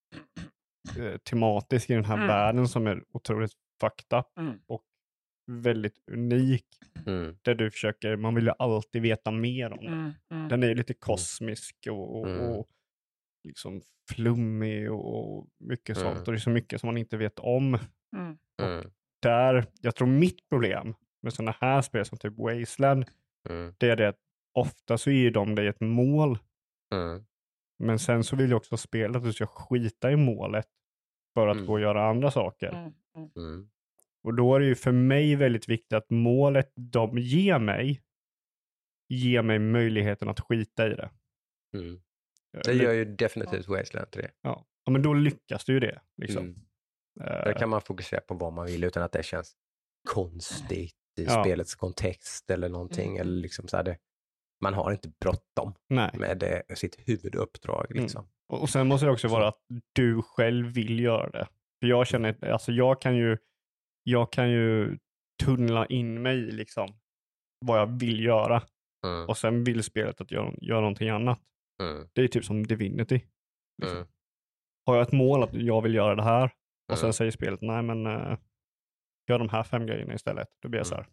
Speaker 3: eh, tematiskt i den här
Speaker 2: Mm.
Speaker 3: världen som är otroligt fucked up
Speaker 2: Mm.
Speaker 3: och väldigt unik.
Speaker 1: mm,
Speaker 3: Där du försöker, man vill ju alltid veta mer om det.
Speaker 2: Mm. Mm.
Speaker 3: Den är ju lite kosmisk och, och,
Speaker 1: Mm.
Speaker 3: och liksom flummig och, och mycket
Speaker 1: Mm.
Speaker 3: sånt. Och det är så mycket som man inte vet om.
Speaker 2: Mm.
Speaker 1: mm,
Speaker 3: Där, jag tror mitt problem med sådana här spel som typ Wasteland,
Speaker 1: mm,
Speaker 3: det är det att ofta så är de det ett mål.
Speaker 1: mm,
Speaker 3: Men sen så vill jag också spela att du ska skita i målet för att
Speaker 1: Mm.
Speaker 3: gå och göra andra saker.
Speaker 2: Mm. Mm.
Speaker 1: mm,
Speaker 3: Och då är det ju för mig väldigt viktigt att målet de ger mig ger mig möjligheten att skita i det.
Speaker 1: mm. Det gör ju definitivt
Speaker 2: Mm.
Speaker 1: Wasteland tre.
Speaker 3: Ja. Ja, men då lyckas du ju det. Liksom.
Speaker 1: Mm.
Speaker 3: Eh,
Speaker 1: Där kan man fokusera på vad man vill utan att det känns konstigt i
Speaker 3: Ja.
Speaker 1: spelets kontext eller någonting.
Speaker 2: Mm.
Speaker 1: Eller liksom så här det, man har inte bråttom
Speaker 3: nej.
Speaker 1: med det, sitt huvuduppdrag.
Speaker 3: Mm.
Speaker 1: Liksom.
Speaker 3: Och, och sen måste det också vara att du själv vill göra det. För jag känner, alltså jag kan ju jag kan ju tunnla in mig i liksom vad jag vill göra.
Speaker 1: Mm.
Speaker 3: Och sen vill spelet att jag gör någonting annat.
Speaker 1: Mm.
Speaker 3: Det är typ som Divinity. Liksom.
Speaker 1: Mm.
Speaker 3: Har jag ett mål att jag vill göra det här och sen
Speaker 1: Mm.
Speaker 3: säger spelet nej men uh, gör de här fem grejerna istället. Då blir jag så här.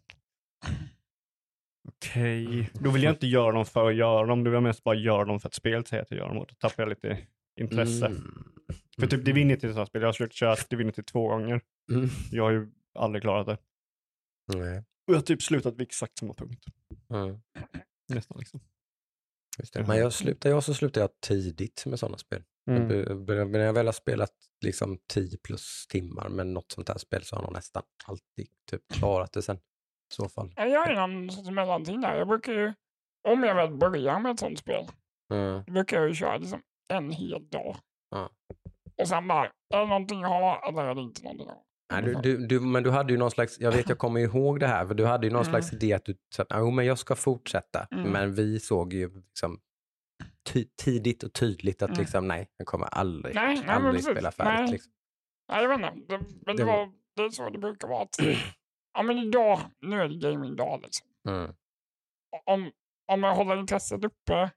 Speaker 3: Okej, okay. Då vill jag inte göra dem för att göra dem. Då vill jag mest bara göra dem för att spelet säger att jag gör dem. Och då tappar jag lite intresse.
Speaker 1: Mm.
Speaker 3: För typ Divinity är ett spel. Jag har försökt köra Divinity två gånger.
Speaker 1: Mm.
Speaker 3: Jag har ju aldrig klarat det.
Speaker 1: Nej.
Speaker 3: Och jag har typ slutat vid exakt samma punkt.
Speaker 1: Mm.
Speaker 3: Nästan liksom.
Speaker 1: Just det. Men jag slutar, jag så slutar jag tidigt med sådana spel.
Speaker 3: Mm.
Speaker 1: Jag börjar- När jag väl har spelat liksom tio plus timmar med något sånt här spel så har jag nog nästan alltid typ klarat det sen. I så fall.
Speaker 2: Ja, jag är någon sorts mellanting där. Jag brukar ju, om jag väl börjar med ett sånt spel,
Speaker 1: Mm.
Speaker 2: då brukar jag ju köra liksom en hel dag.
Speaker 1: Ja.
Speaker 2: Och sen bara, är det någonting jag har eller är det inte någonting jag har?
Speaker 1: Nej, du, du, du, men du hade ju någon slags, jag vet jag kommer ihåg det här, för du hade ju någon
Speaker 2: Mm.
Speaker 1: slags idé att du sa att jo, men jag ska fortsätta.
Speaker 2: Mm.
Speaker 1: Men vi såg ju liksom ty, tidigt och tydligt att
Speaker 2: Mm.
Speaker 1: liksom nej, jag kommer aldrig,
Speaker 2: Nej, nej, men
Speaker 1: aldrig
Speaker 2: precis.
Speaker 1: spela färdigt.
Speaker 2: Nej.
Speaker 1: Liksom.
Speaker 2: Nej, jag vet inte. Det, men det,
Speaker 1: Det-
Speaker 2: var, det är så det brukar vara. Att, ja, men idag, nu är det gaming-dag liksom.
Speaker 1: Mm.
Speaker 2: Om, om jag håller intresset uppe,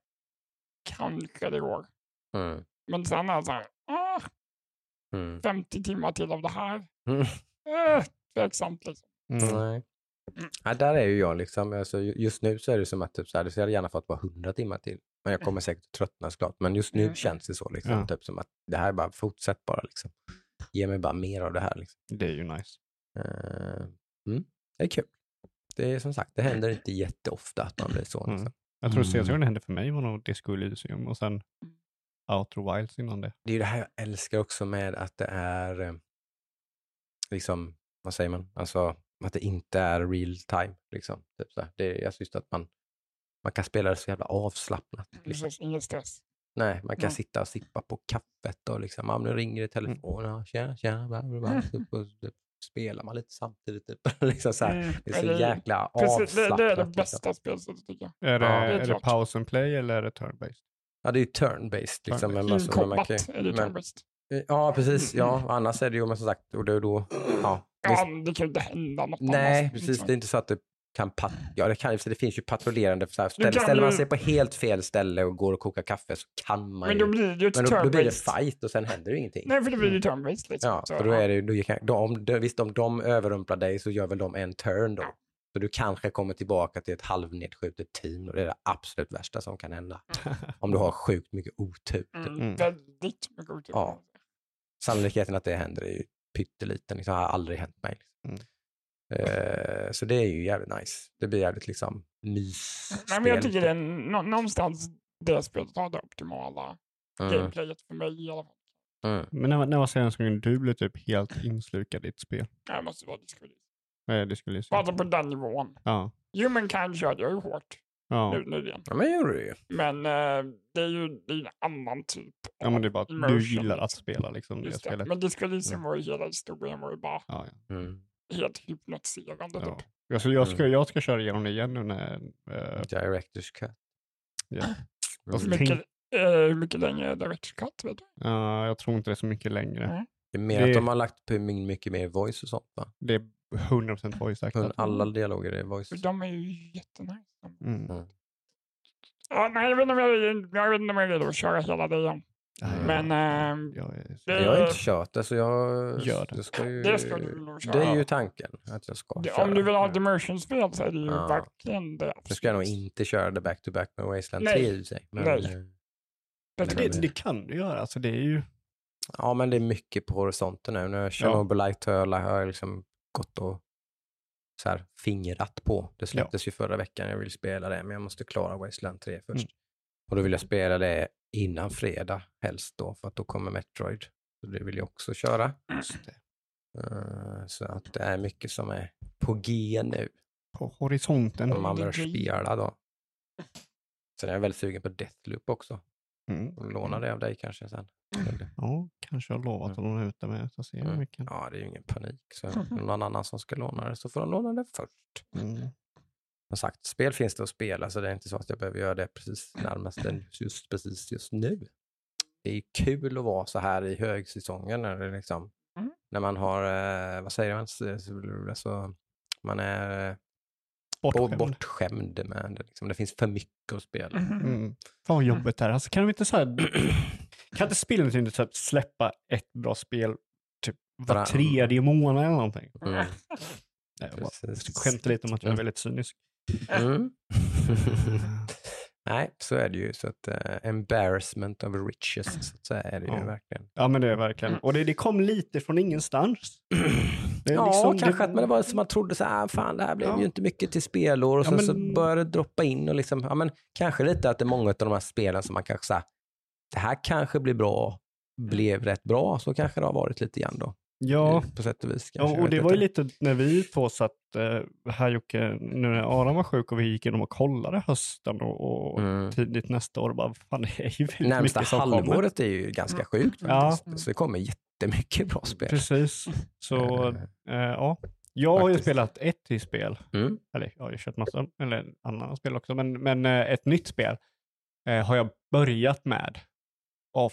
Speaker 2: kanske det går.
Speaker 1: Mm.
Speaker 2: Men sen är det så här, ah,
Speaker 1: Mm.
Speaker 2: femtio timmar till av det här.
Speaker 1: Mm.
Speaker 2: Eh, tveksamt liksom.
Speaker 3: Mm.
Speaker 1: Nej.
Speaker 2: Mm.
Speaker 1: Ja, där är ju jag liksom, alltså, ju- just nu så är det som att typ, så här, det hade gärna fått vara hundra timmar till. Men jag kommer säkert tröttna såklart. Men just nu
Speaker 2: Mm.
Speaker 1: känns det så liksom,
Speaker 3: Ja.
Speaker 1: typ som att det här är bara, fortsätt bara liksom. Ge mig bara mer av det här liksom.
Speaker 3: Det är ju nice.
Speaker 1: Eh, mm. Det är kul. Det är som sagt, det händer inte jätteofta att man blir så.
Speaker 3: Mm.
Speaker 1: Liksom.
Speaker 3: Jag tror senaste
Speaker 1: Mm.
Speaker 3: gången det hände för mig var nog Disco Elysium och sen Outer Wilds innan det.
Speaker 1: Det är ju det här jag älskar också med att det är eh, liksom, vad säger man? Alltså att det inte är real time. Liksom. Typ så här. Det är alltså just att man, man kan spela det så jävla avslappnat. Liksom.
Speaker 2: Precis, ingen stress.
Speaker 1: Nej, man kan
Speaker 2: Mm.
Speaker 1: sitta och sippa på kaffet och liksom, ja, men nu ringer det i telefonen, ja, tjena, tjena, bla, bla, bla. Typ, och typ, spelar man lite samtidigt. Typ. liksom så här.
Speaker 2: Mm,
Speaker 1: Det är så
Speaker 2: eller-
Speaker 1: jäkla
Speaker 2: Precis, det,
Speaker 1: avslappnat.
Speaker 2: det är det
Speaker 1: liksom.
Speaker 2: bästa spelsättet tycker jag.
Speaker 3: Är det,
Speaker 1: Ja,
Speaker 2: det är
Speaker 3: är det
Speaker 2: klart.
Speaker 3: pause and play eller är det turn-based?
Speaker 1: Ja, det är ju turn-based. Liksom,
Speaker 3: Turn-based.
Speaker 1: men
Speaker 2: I
Speaker 1: alltså, men man
Speaker 2: combat
Speaker 1: kan ju-
Speaker 2: är det
Speaker 1: men-
Speaker 2: turn-based.
Speaker 1: Ja, precis. Ja, annars är det ju, men som sagt, och då, då, ja,
Speaker 2: Ja, det kan ju inte hända något
Speaker 1: Nej,
Speaker 2: annat,
Speaker 1: precis.
Speaker 2: liksom.
Speaker 1: Det är inte så att det kan pat- ja, det kan ju, för det finns ju patrullerande så här,
Speaker 2: Du
Speaker 1: ställ,
Speaker 2: kan
Speaker 1: ställer man
Speaker 2: ju-
Speaker 1: sig på helt fel ställe och går och kokar kaffe så kan man
Speaker 2: Men
Speaker 1: ju.
Speaker 2: då blir det ju ett
Speaker 1: Men då, då blir det
Speaker 2: turn-based.
Speaker 1: fight och sen händer det ingenting.
Speaker 2: Nej, för det blir ju turn-based liksom.
Speaker 1: Ja,
Speaker 2: Så,
Speaker 1: för då är det ju, då kan, då, om, då, visst om de överrumplar dig så gör väl de en turn då.
Speaker 2: Ja.
Speaker 1: Så du kanske kommer tillbaka till ett halvnedskjutet team och det är det absolut värsta som kan hända. Om du har sjukt mycket otur. Typ.
Speaker 2: Mm,
Speaker 3: Mm.
Speaker 2: Väldigt mycket otur.
Speaker 1: Ja. Sannolikheten att det händer är ju pytteliten. Liksom, det har aldrig hänt mig.
Speaker 3: Mm.
Speaker 1: Eh, så det är ju jävligt nice. Det blir jävligt liksom mysspel.
Speaker 2: Nej, men jag tycker det är nå- någonstans det spelet har det optimala
Speaker 1: Mm.
Speaker 2: gameplayet för mig i alla fall.
Speaker 1: Mm.
Speaker 3: Men när, när var senaste gången du blev typ helt inslukad i ett spel?
Speaker 2: Det måste vara Disco Elysium.
Speaker 3: Nej, det skulle jag säga.
Speaker 2: Bara på den nivån.
Speaker 3: Ja.
Speaker 2: Humankind körde jag ju hårt
Speaker 3: Ja.
Speaker 2: nu, nyligen.
Speaker 1: Ja, men gjorde det ju.
Speaker 2: Men eh, det är ju det är en annan typ
Speaker 3: ja, men det är bara att du
Speaker 2: immersion,
Speaker 3: gillar att
Speaker 2: liksom.
Speaker 3: spela liksom det
Speaker 2: Just det.
Speaker 3: spelet.
Speaker 2: Men Disco Elysium var ju hela historien var ju bara
Speaker 3: Ja, ja.
Speaker 1: Mm.
Speaker 2: helt hypnotiserande.
Speaker 3: Ja.
Speaker 2: Typ.
Speaker 3: Jag, ska, jag, ska,
Speaker 1: Mm.
Speaker 3: jag ska köra igenom det igen nu när... eh,
Speaker 1: Directors cut.
Speaker 3: ja.
Speaker 1: Mm.
Speaker 3: Och så
Speaker 2: Hur
Speaker 3: tänk-
Speaker 2: mycket, eh, hur mycket längre är Director's Cut, vet du?
Speaker 3: Ja, jag tror inte det är så mycket längre.
Speaker 2: Mm.
Speaker 1: Det är mer
Speaker 3: Det-
Speaker 1: att de har lagt på my- mycket mer voice och sånt va?
Speaker 3: Det är hundra procent voice acted.
Speaker 1: Alla dialoger är voice.
Speaker 2: För de är ju jättenice.
Speaker 3: Mm.
Speaker 1: Mm.
Speaker 2: Ja, nej, jag vet inte om jag, är- jag vet inte om jag är redo att köra hela det igen.
Speaker 3: Nej,
Speaker 2: Men ehm,
Speaker 3: jag är så...
Speaker 2: det-
Speaker 1: Jag har inte kört det så jag,
Speaker 3: Gör det.
Speaker 1: jag ska ju,
Speaker 2: Det ska du nog köra.
Speaker 1: det är ju tanken att jag ska
Speaker 2: det,
Speaker 1: köra.
Speaker 2: om du vill ha ett immersion-spel så är det ju
Speaker 1: Ja.
Speaker 2: verkligen det.
Speaker 1: Nu ska jag nog inte köra det back to back med Wasteland
Speaker 2: Nej.
Speaker 1: tre i sig. Men,
Speaker 2: Nej.
Speaker 1: eh,
Speaker 2: Det
Speaker 1: Men
Speaker 2: tror jag.
Speaker 3: Det, det kan du göra. Alltså, det är ju...
Speaker 1: ja, men det är mycket på horisonten nu. Nu Chernobyl-Light har jag- har jag liksom gått och så här fingrat på. Det släpptes ju förra veckan. Jag vill spela det, men jag måste klara Wasteland tre först.
Speaker 3: Mm.
Speaker 1: Och då vill jag spela det innan fredag helst då, för att då kommer Metroid. Så det vill jag också köra.
Speaker 3: Just det.
Speaker 1: Eh, så att det är mycket som är på G nu.
Speaker 3: På horisonten.
Speaker 1: Som man
Speaker 2: det
Speaker 1: bör
Speaker 2: blir-
Speaker 1: spela då. Sen är jag väldigt sugen på Deathloop också.
Speaker 3: Mm.
Speaker 1: Låna det av dig kanske sen.
Speaker 3: Ja, kanske jag har lovat att låna ut det med. Så ser vi
Speaker 1: Mm.
Speaker 3: mycket.
Speaker 1: Ja, det är ju ingen panik. Så om någon annan som ska låna det så får de låna det först.
Speaker 3: Mm.
Speaker 1: Som sagt, spel finns det att spela så det är inte så att jag behöver göra det precis närmast än just precis just nu. Det är ju kul att vara så här i högsäsongen när det liksom,
Speaker 2: Mm.
Speaker 1: när man har, eh, vad säger man, alltså, man är eh,
Speaker 3: Bortskämd.
Speaker 1: bortskämd med det. Liksom. Det finns för mycket att spela.
Speaker 3: Mm. Fan vad jobbigt det är. Alltså, kan de inte så här, kan inte spelet inte typ släppa ett bra spel typ var
Speaker 1: Varann-
Speaker 3: tredje månad eller någonting?
Speaker 1: Mm.
Speaker 3: Nej, jag bara
Speaker 1: Precis.
Speaker 3: skämtar lite om att jag är
Speaker 1: Mm.
Speaker 3: väldigt cynisk.
Speaker 1: Mm. Nej, så är det ju. Så att, uh, embarrassment of riches, så att säga, är det ju
Speaker 3: Ja.
Speaker 1: verkligen.
Speaker 3: Ja, men det är verkligen. Och det, det kom lite från ingenstans. Det är
Speaker 1: Ja,
Speaker 3: liksom-
Speaker 1: kanske
Speaker 3: det-
Speaker 1: att men det var som man trodde så här, ah, fan det här blev
Speaker 3: Ja.
Speaker 1: ju inte mycket till spelår och
Speaker 3: Ja,
Speaker 1: sen
Speaker 3: men-
Speaker 1: så började det droppa in och liksom, ja men kanske lite att det är många av de här spelen som man kanske säger, det här kanske blir bra, blev rätt bra, så kanske det har varit lite grann då.
Speaker 3: Ja,
Speaker 1: På sätt och vis
Speaker 3: ja
Speaker 1: kanske. jag
Speaker 3: och det
Speaker 1: vet
Speaker 3: var ju
Speaker 1: inte.
Speaker 3: lite när vi två satt eh, här Jocke, nu när Aron var sjuk och vi gick igenom och kollade hösten och, och
Speaker 1: Mm.
Speaker 3: tidigt nästa år. Bara, fan, det är ju väldigt
Speaker 1: Närmsta
Speaker 3: mycket som kommer.
Speaker 1: halvåret är ju ganska sjukt
Speaker 3: Ja.
Speaker 1: faktiskt. Så det kommer jättemycket bra spel.
Speaker 3: Precis. Så
Speaker 1: Eh,
Speaker 3: eh, ja, jag har ju
Speaker 1: Faktiskt.
Speaker 3: spelat ett till spel.
Speaker 1: Mm.
Speaker 3: Eller jag har ju kört massa, eller andra spel också. Men, men eh, ett nytt spel eh, har jag börjat med. Och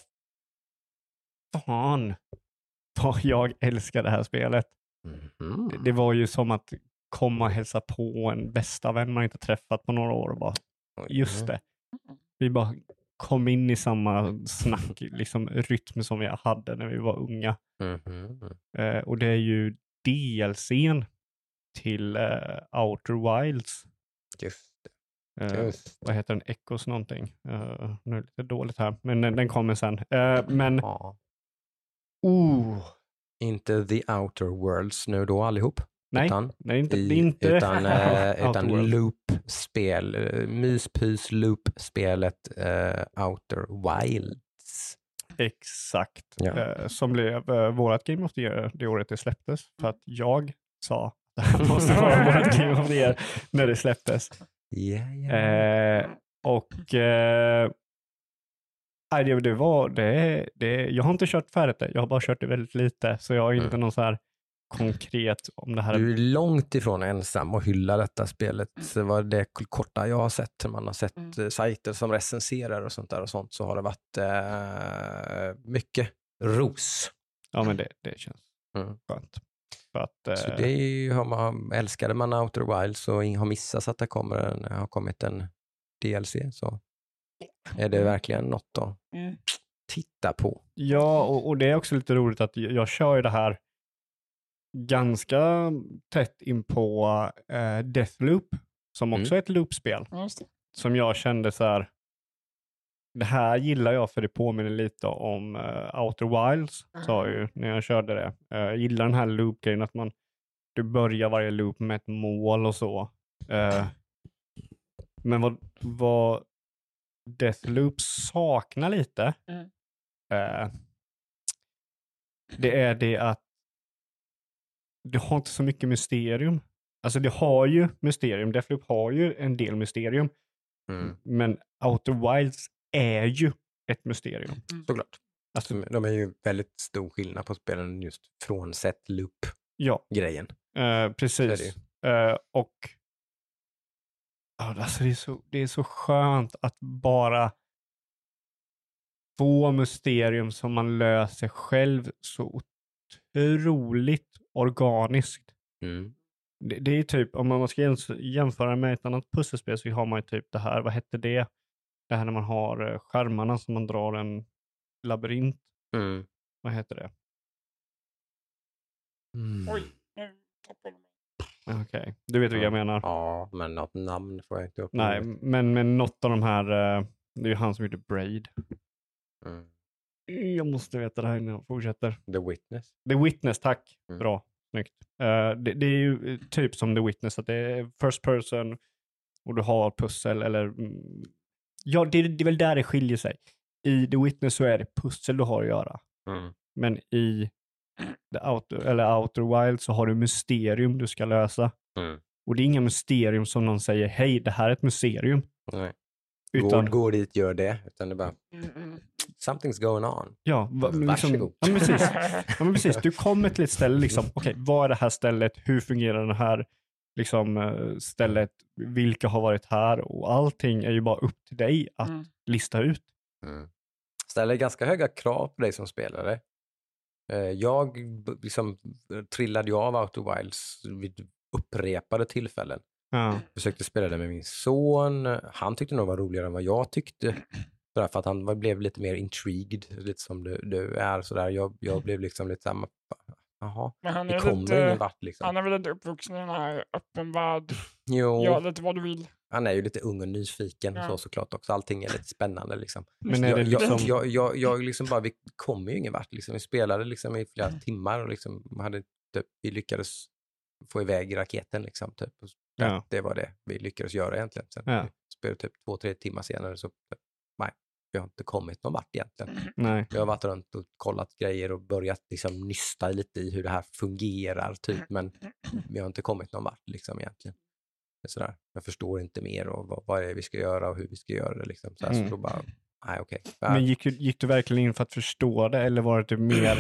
Speaker 3: fan vad jag älskar det här spelet.
Speaker 1: Mhm.
Speaker 3: Det, det var ju som att komma och hälsa på en bästa vän man inte träffat på några år och bara, just det. Vi bara kom in i samma snack, liksom rytm som vi hade när vi var unga.
Speaker 1: Mhm.
Speaker 3: Eh, och det är ju D L C:n till eh, Outer Wilds.
Speaker 1: Just
Speaker 3: Eh,
Speaker 1: det. Just.
Speaker 3: vad heter den? Echoes någonting. Eh, nu är det lite dåligt här, men den, den kommer sen. Eh, men,
Speaker 1: Ja.
Speaker 3: oh,
Speaker 1: Inte The Outer Worlds nu då allihop.
Speaker 3: nej,
Speaker 1: Utan,
Speaker 3: det är inte,
Speaker 1: i,
Speaker 3: det är inte
Speaker 1: utan, eh,
Speaker 3: Outer
Speaker 1: utan
Speaker 3: Worlds.
Speaker 1: loop-spel. eh, Myspys loop-spelet eh, Outer Wilds.
Speaker 3: Exakt.
Speaker 1: Ja.
Speaker 3: Eh, som blev eh, vårat Game of the Year det året det släpptes. För att jag sa det här måste vara vårat Game of the Year när det släpptes.
Speaker 1: Ja, ja.
Speaker 3: Eh, och eh, nej, det, det var det, det, jag har inte kört färdigt det. Jag har bara kört det väldigt lite. Så jag har inte
Speaker 1: Mm.
Speaker 3: någon så här konkret om det här.
Speaker 1: Du är långt ifrån ensam och hylla detta spelet. Så var det korta jag har sett, när man har sett
Speaker 2: Mm.
Speaker 1: eh, sajter som recenserar och sånt där och sånt, så har det varit eh, mycket ros.
Speaker 3: Ja, men det, det känns
Speaker 1: Mm.
Speaker 3: skönt. För att,
Speaker 1: Så
Speaker 3: eh,
Speaker 1: det är ju, har man, älskade man Outer Wilds och har missat att det kommer en, har kommit en D L C så är det verkligen något att
Speaker 2: Mm.
Speaker 1: titta på.
Speaker 3: Ja, och, och det är också lite roligt att jag, jag kör ju det här ganska tätt in på eh, Deathloop, som också
Speaker 1: Mm.
Speaker 3: är ett loopspel.
Speaker 2: Just det.
Speaker 3: Som jag kände så här, det här gillar jag för det påminner lite om uh, Outer Wilds, sa jag ju när jag körde det. Uh, jag gillar den här loop-grejen, att man, du börjar varje loop med ett mål och så. Uh, men vad, vad Deathloop saknar lite,
Speaker 2: Mm.
Speaker 3: uh, det är det att du har inte så mycket mysterium. Alltså det har ju mysterium, Deathloop har ju en del mysterium,
Speaker 1: Mm.
Speaker 3: men Outer Wilds är ju ett mysterium.
Speaker 1: Såklart.
Speaker 3: Alltså,
Speaker 1: De är ju väldigt stor skillnad på spelen just frånsett loop-grejen.
Speaker 3: ja, uh,
Speaker 1: Så
Speaker 3: precis. Uh, och ja, alltså det, är så, det är så skönt att bara få mysterium som man löser själv så otroligt organiskt.
Speaker 1: Mm.
Speaker 3: Det, det är typ, om man ska jämf- jämföra med ett annat pusselspel så har man ju typ det här, vad hette det? Det här när man har uh, skärmarna som man drar en labyrint.
Speaker 1: Mm.
Speaker 3: Vad heter det?
Speaker 1: Mm.
Speaker 2: Oj, nu tappade jag mig.
Speaker 3: Okej, okay. Du vet vad jag menar.
Speaker 1: Ja, men något namn får jag inte upp.
Speaker 3: Nej, men, men något av de här, uh, det är ju han som gjorde Braid.
Speaker 1: Mm.
Speaker 3: Jag måste veta det här innan jag fortsätter.
Speaker 1: The Witness.
Speaker 3: The Witness, tack.
Speaker 1: Mm.
Speaker 3: Bra, snyggt. Uh, det, det är ju typ som The Witness, att det är first person och du har pussel eller... Mm, ja, det, det är väl där det skiljer sig. I The Witness så är det pussel du har att göra.
Speaker 1: Mm.
Speaker 3: Men i The Outer, eller Outer Wild så har du mysterium du ska lösa.
Speaker 1: Mm.
Speaker 3: Och det är inga mysterium som någon säger, hej, det här är ett mysterium.
Speaker 1: Nej.
Speaker 3: Utan,
Speaker 1: Gå, gå dit, gör det. Utan det är bara,
Speaker 2: Mm, mm.
Speaker 1: something's going on.
Speaker 3: ja, va, liksom,
Speaker 1: Varsågod.
Speaker 3: ja, men precis. Ja, men precis. Du kommer till ett ställe, liksom, okej, okay, vad är det här stället? Hur fungerar det här liksom, uh, stället? Vilka har varit här? Och allting är ju bara upp till dig att
Speaker 2: Mm.
Speaker 3: lista ut.
Speaker 1: Mm. Ställer ganska höga krav på dig som spelare. Eh, Jag b- liksom trillade ju av Outer Wilds vid upprepade tillfällen.
Speaker 3: Ja.
Speaker 1: Försökte spela det med min son. Han tyckte nog det var roligare än vad jag tyckte. Därför att han var- blev lite mer intrigued, lite som du, du är. Sådär. Jag, jag blev liksom lite samma. Jaha,
Speaker 2: Men han
Speaker 1: vi
Speaker 2: är,
Speaker 1: kommer
Speaker 2: lite,
Speaker 1: ingen vart liksom.
Speaker 2: han är väl lite uppvuxen i den här öppen värld.
Speaker 1: Jo,
Speaker 2: Gör lite vad du vill.
Speaker 1: han är ju lite ung och nyfiken
Speaker 2: Ja.
Speaker 1: så såklart också. Allting är lite spännande liksom.
Speaker 3: Men är
Speaker 1: jag,
Speaker 3: det liksom...
Speaker 1: jag, jag, jag, jag liksom bara, vi kommer ju ingen vart liksom. Vi spelade liksom i flera timmar och liksom hade typ, vi lyckades få iväg raketen liksom typ. Och
Speaker 3: Ja.
Speaker 1: Det var det vi lyckades göra egentligen. Sen
Speaker 3: Ja.
Speaker 1: vi spelade typ två, tre timmar senare så nej, vi har inte kommit någon vart egentligen.
Speaker 3: Nej.
Speaker 1: Vi har varit runt och kollat grejer och börjat liksom nysta lite i hur det här fungerar typ, men vi har inte kommit någon vart liksom egentligen. Det är sådär. Jag förstår inte mer och vad, vad är det vi ska göra och hur vi ska göra det liksom. Så, här,
Speaker 3: Mm.
Speaker 1: så då bara, nej okej.
Speaker 3: Men gick, du- gick du verkligen in för att förstå det eller var det typ mer...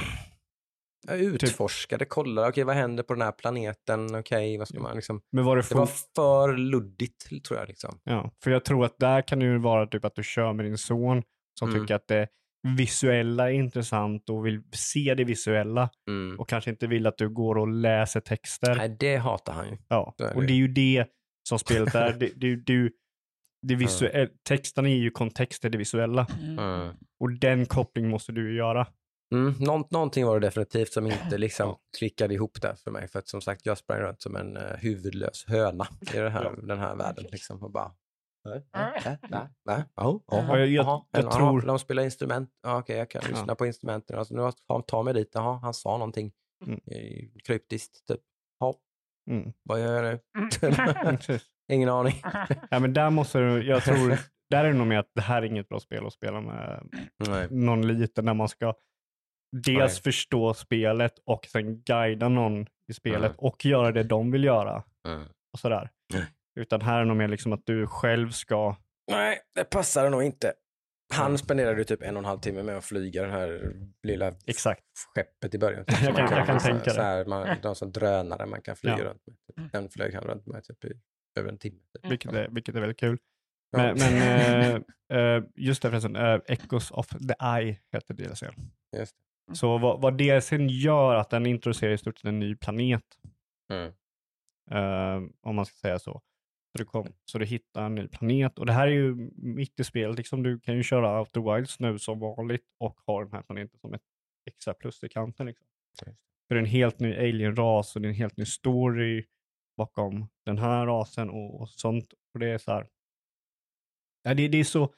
Speaker 1: Jag utforskade, kollade, okej vad händer på den här planeten, okej vad ska man liksom.
Speaker 3: Men var det,
Speaker 1: Det var
Speaker 3: fo-
Speaker 1: för luddigt tror jag liksom.
Speaker 3: Ja, för jag tror att där kan det ju vara typ att du kör med din son som
Speaker 1: Mm.
Speaker 3: tycker att det visuella är intressant och vill se det visuella
Speaker 1: Mm.
Speaker 3: och kanske inte vill att du går och läser texter.
Speaker 1: Nej, det hatar han ju.
Speaker 3: Ja,
Speaker 1: så är det
Speaker 3: och
Speaker 1: ju.
Speaker 3: det är ju det som spelet är. det, det, det, det visuella, texten är ju kontext till det visuella
Speaker 1: Mm.
Speaker 3: och den kopplingen måste du ju göra.
Speaker 1: Mm, nå- någonting var det definitivt som inte liksom klickade ihop där för mig. För att som sagt, jag sprang runt som en uh, huvudlös höna i det här, den här världen. Liksom, och bara... äh, äh, äh, äh, äh, oh,
Speaker 3: Ja,
Speaker 1: oh,
Speaker 3: jag- jag-
Speaker 1: aha,
Speaker 3: jag
Speaker 1: aha,
Speaker 3: tror-
Speaker 1: De spelar instrument. Ja, okej, jag kan
Speaker 3: Ja.
Speaker 1: lyssna på instrumenten. Alltså, nu har- ta mig dit. Jaha, han sa någonting
Speaker 3: Mm.
Speaker 1: eh, kryptiskt. Typ. Ja,
Speaker 3: Mm.
Speaker 1: vad gör jag nu?
Speaker 3: Precis.
Speaker 1: Ingen aning.
Speaker 3: Ja, men där måste du, jag tror, där är det nog med att det här är inget bra spel att spela med
Speaker 1: Nej.
Speaker 3: någon liten när man ska dels
Speaker 1: Nej.
Speaker 3: förstå spelet och sen guida någon i spelet
Speaker 1: Mm.
Speaker 3: och göra det de vill göra
Speaker 1: Mm.
Speaker 3: och sådär.
Speaker 1: Nej.
Speaker 3: Utan här är det nog mer liksom att du själv ska...
Speaker 1: Nej, det passade nog inte. Han
Speaker 3: Mm.
Speaker 1: spenderade ju typ en och en halv timme med att flyga den här lilla
Speaker 3: Exakt.
Speaker 1: skeppet i början.
Speaker 3: Jag kan- jag kan
Speaker 1: så,
Speaker 3: tänka det.
Speaker 1: så här, man, de som drönare man kan flyga
Speaker 3: Ja.
Speaker 1: runt med. Den flög han runt med typ i över en timme. Typ.
Speaker 3: Vilket är, vilket är väldigt kul.
Speaker 1: Ja.
Speaker 3: Men, men eh, eh, just det förresten, uh, Echoes of the Eye heter D L C.
Speaker 1: Just.
Speaker 3: Så vad, vad det sen gör att den introducerar i stort sett en ny planet.
Speaker 1: Mm.
Speaker 3: Uh, om man ska säga så. Så du, kom, så du hittar en ny planet. Och det här är ju mitt i spelet. Liksom, du kan ju köra Outer Wilds nu som vanligt och ha den här planeten som ett extra plus i kanten. Liksom.
Speaker 1: Mm.
Speaker 3: För det är en helt ny alien-ras och det är en helt ny story bakom den här rasen och, och sånt. Och det är så här. Ja, det, det är så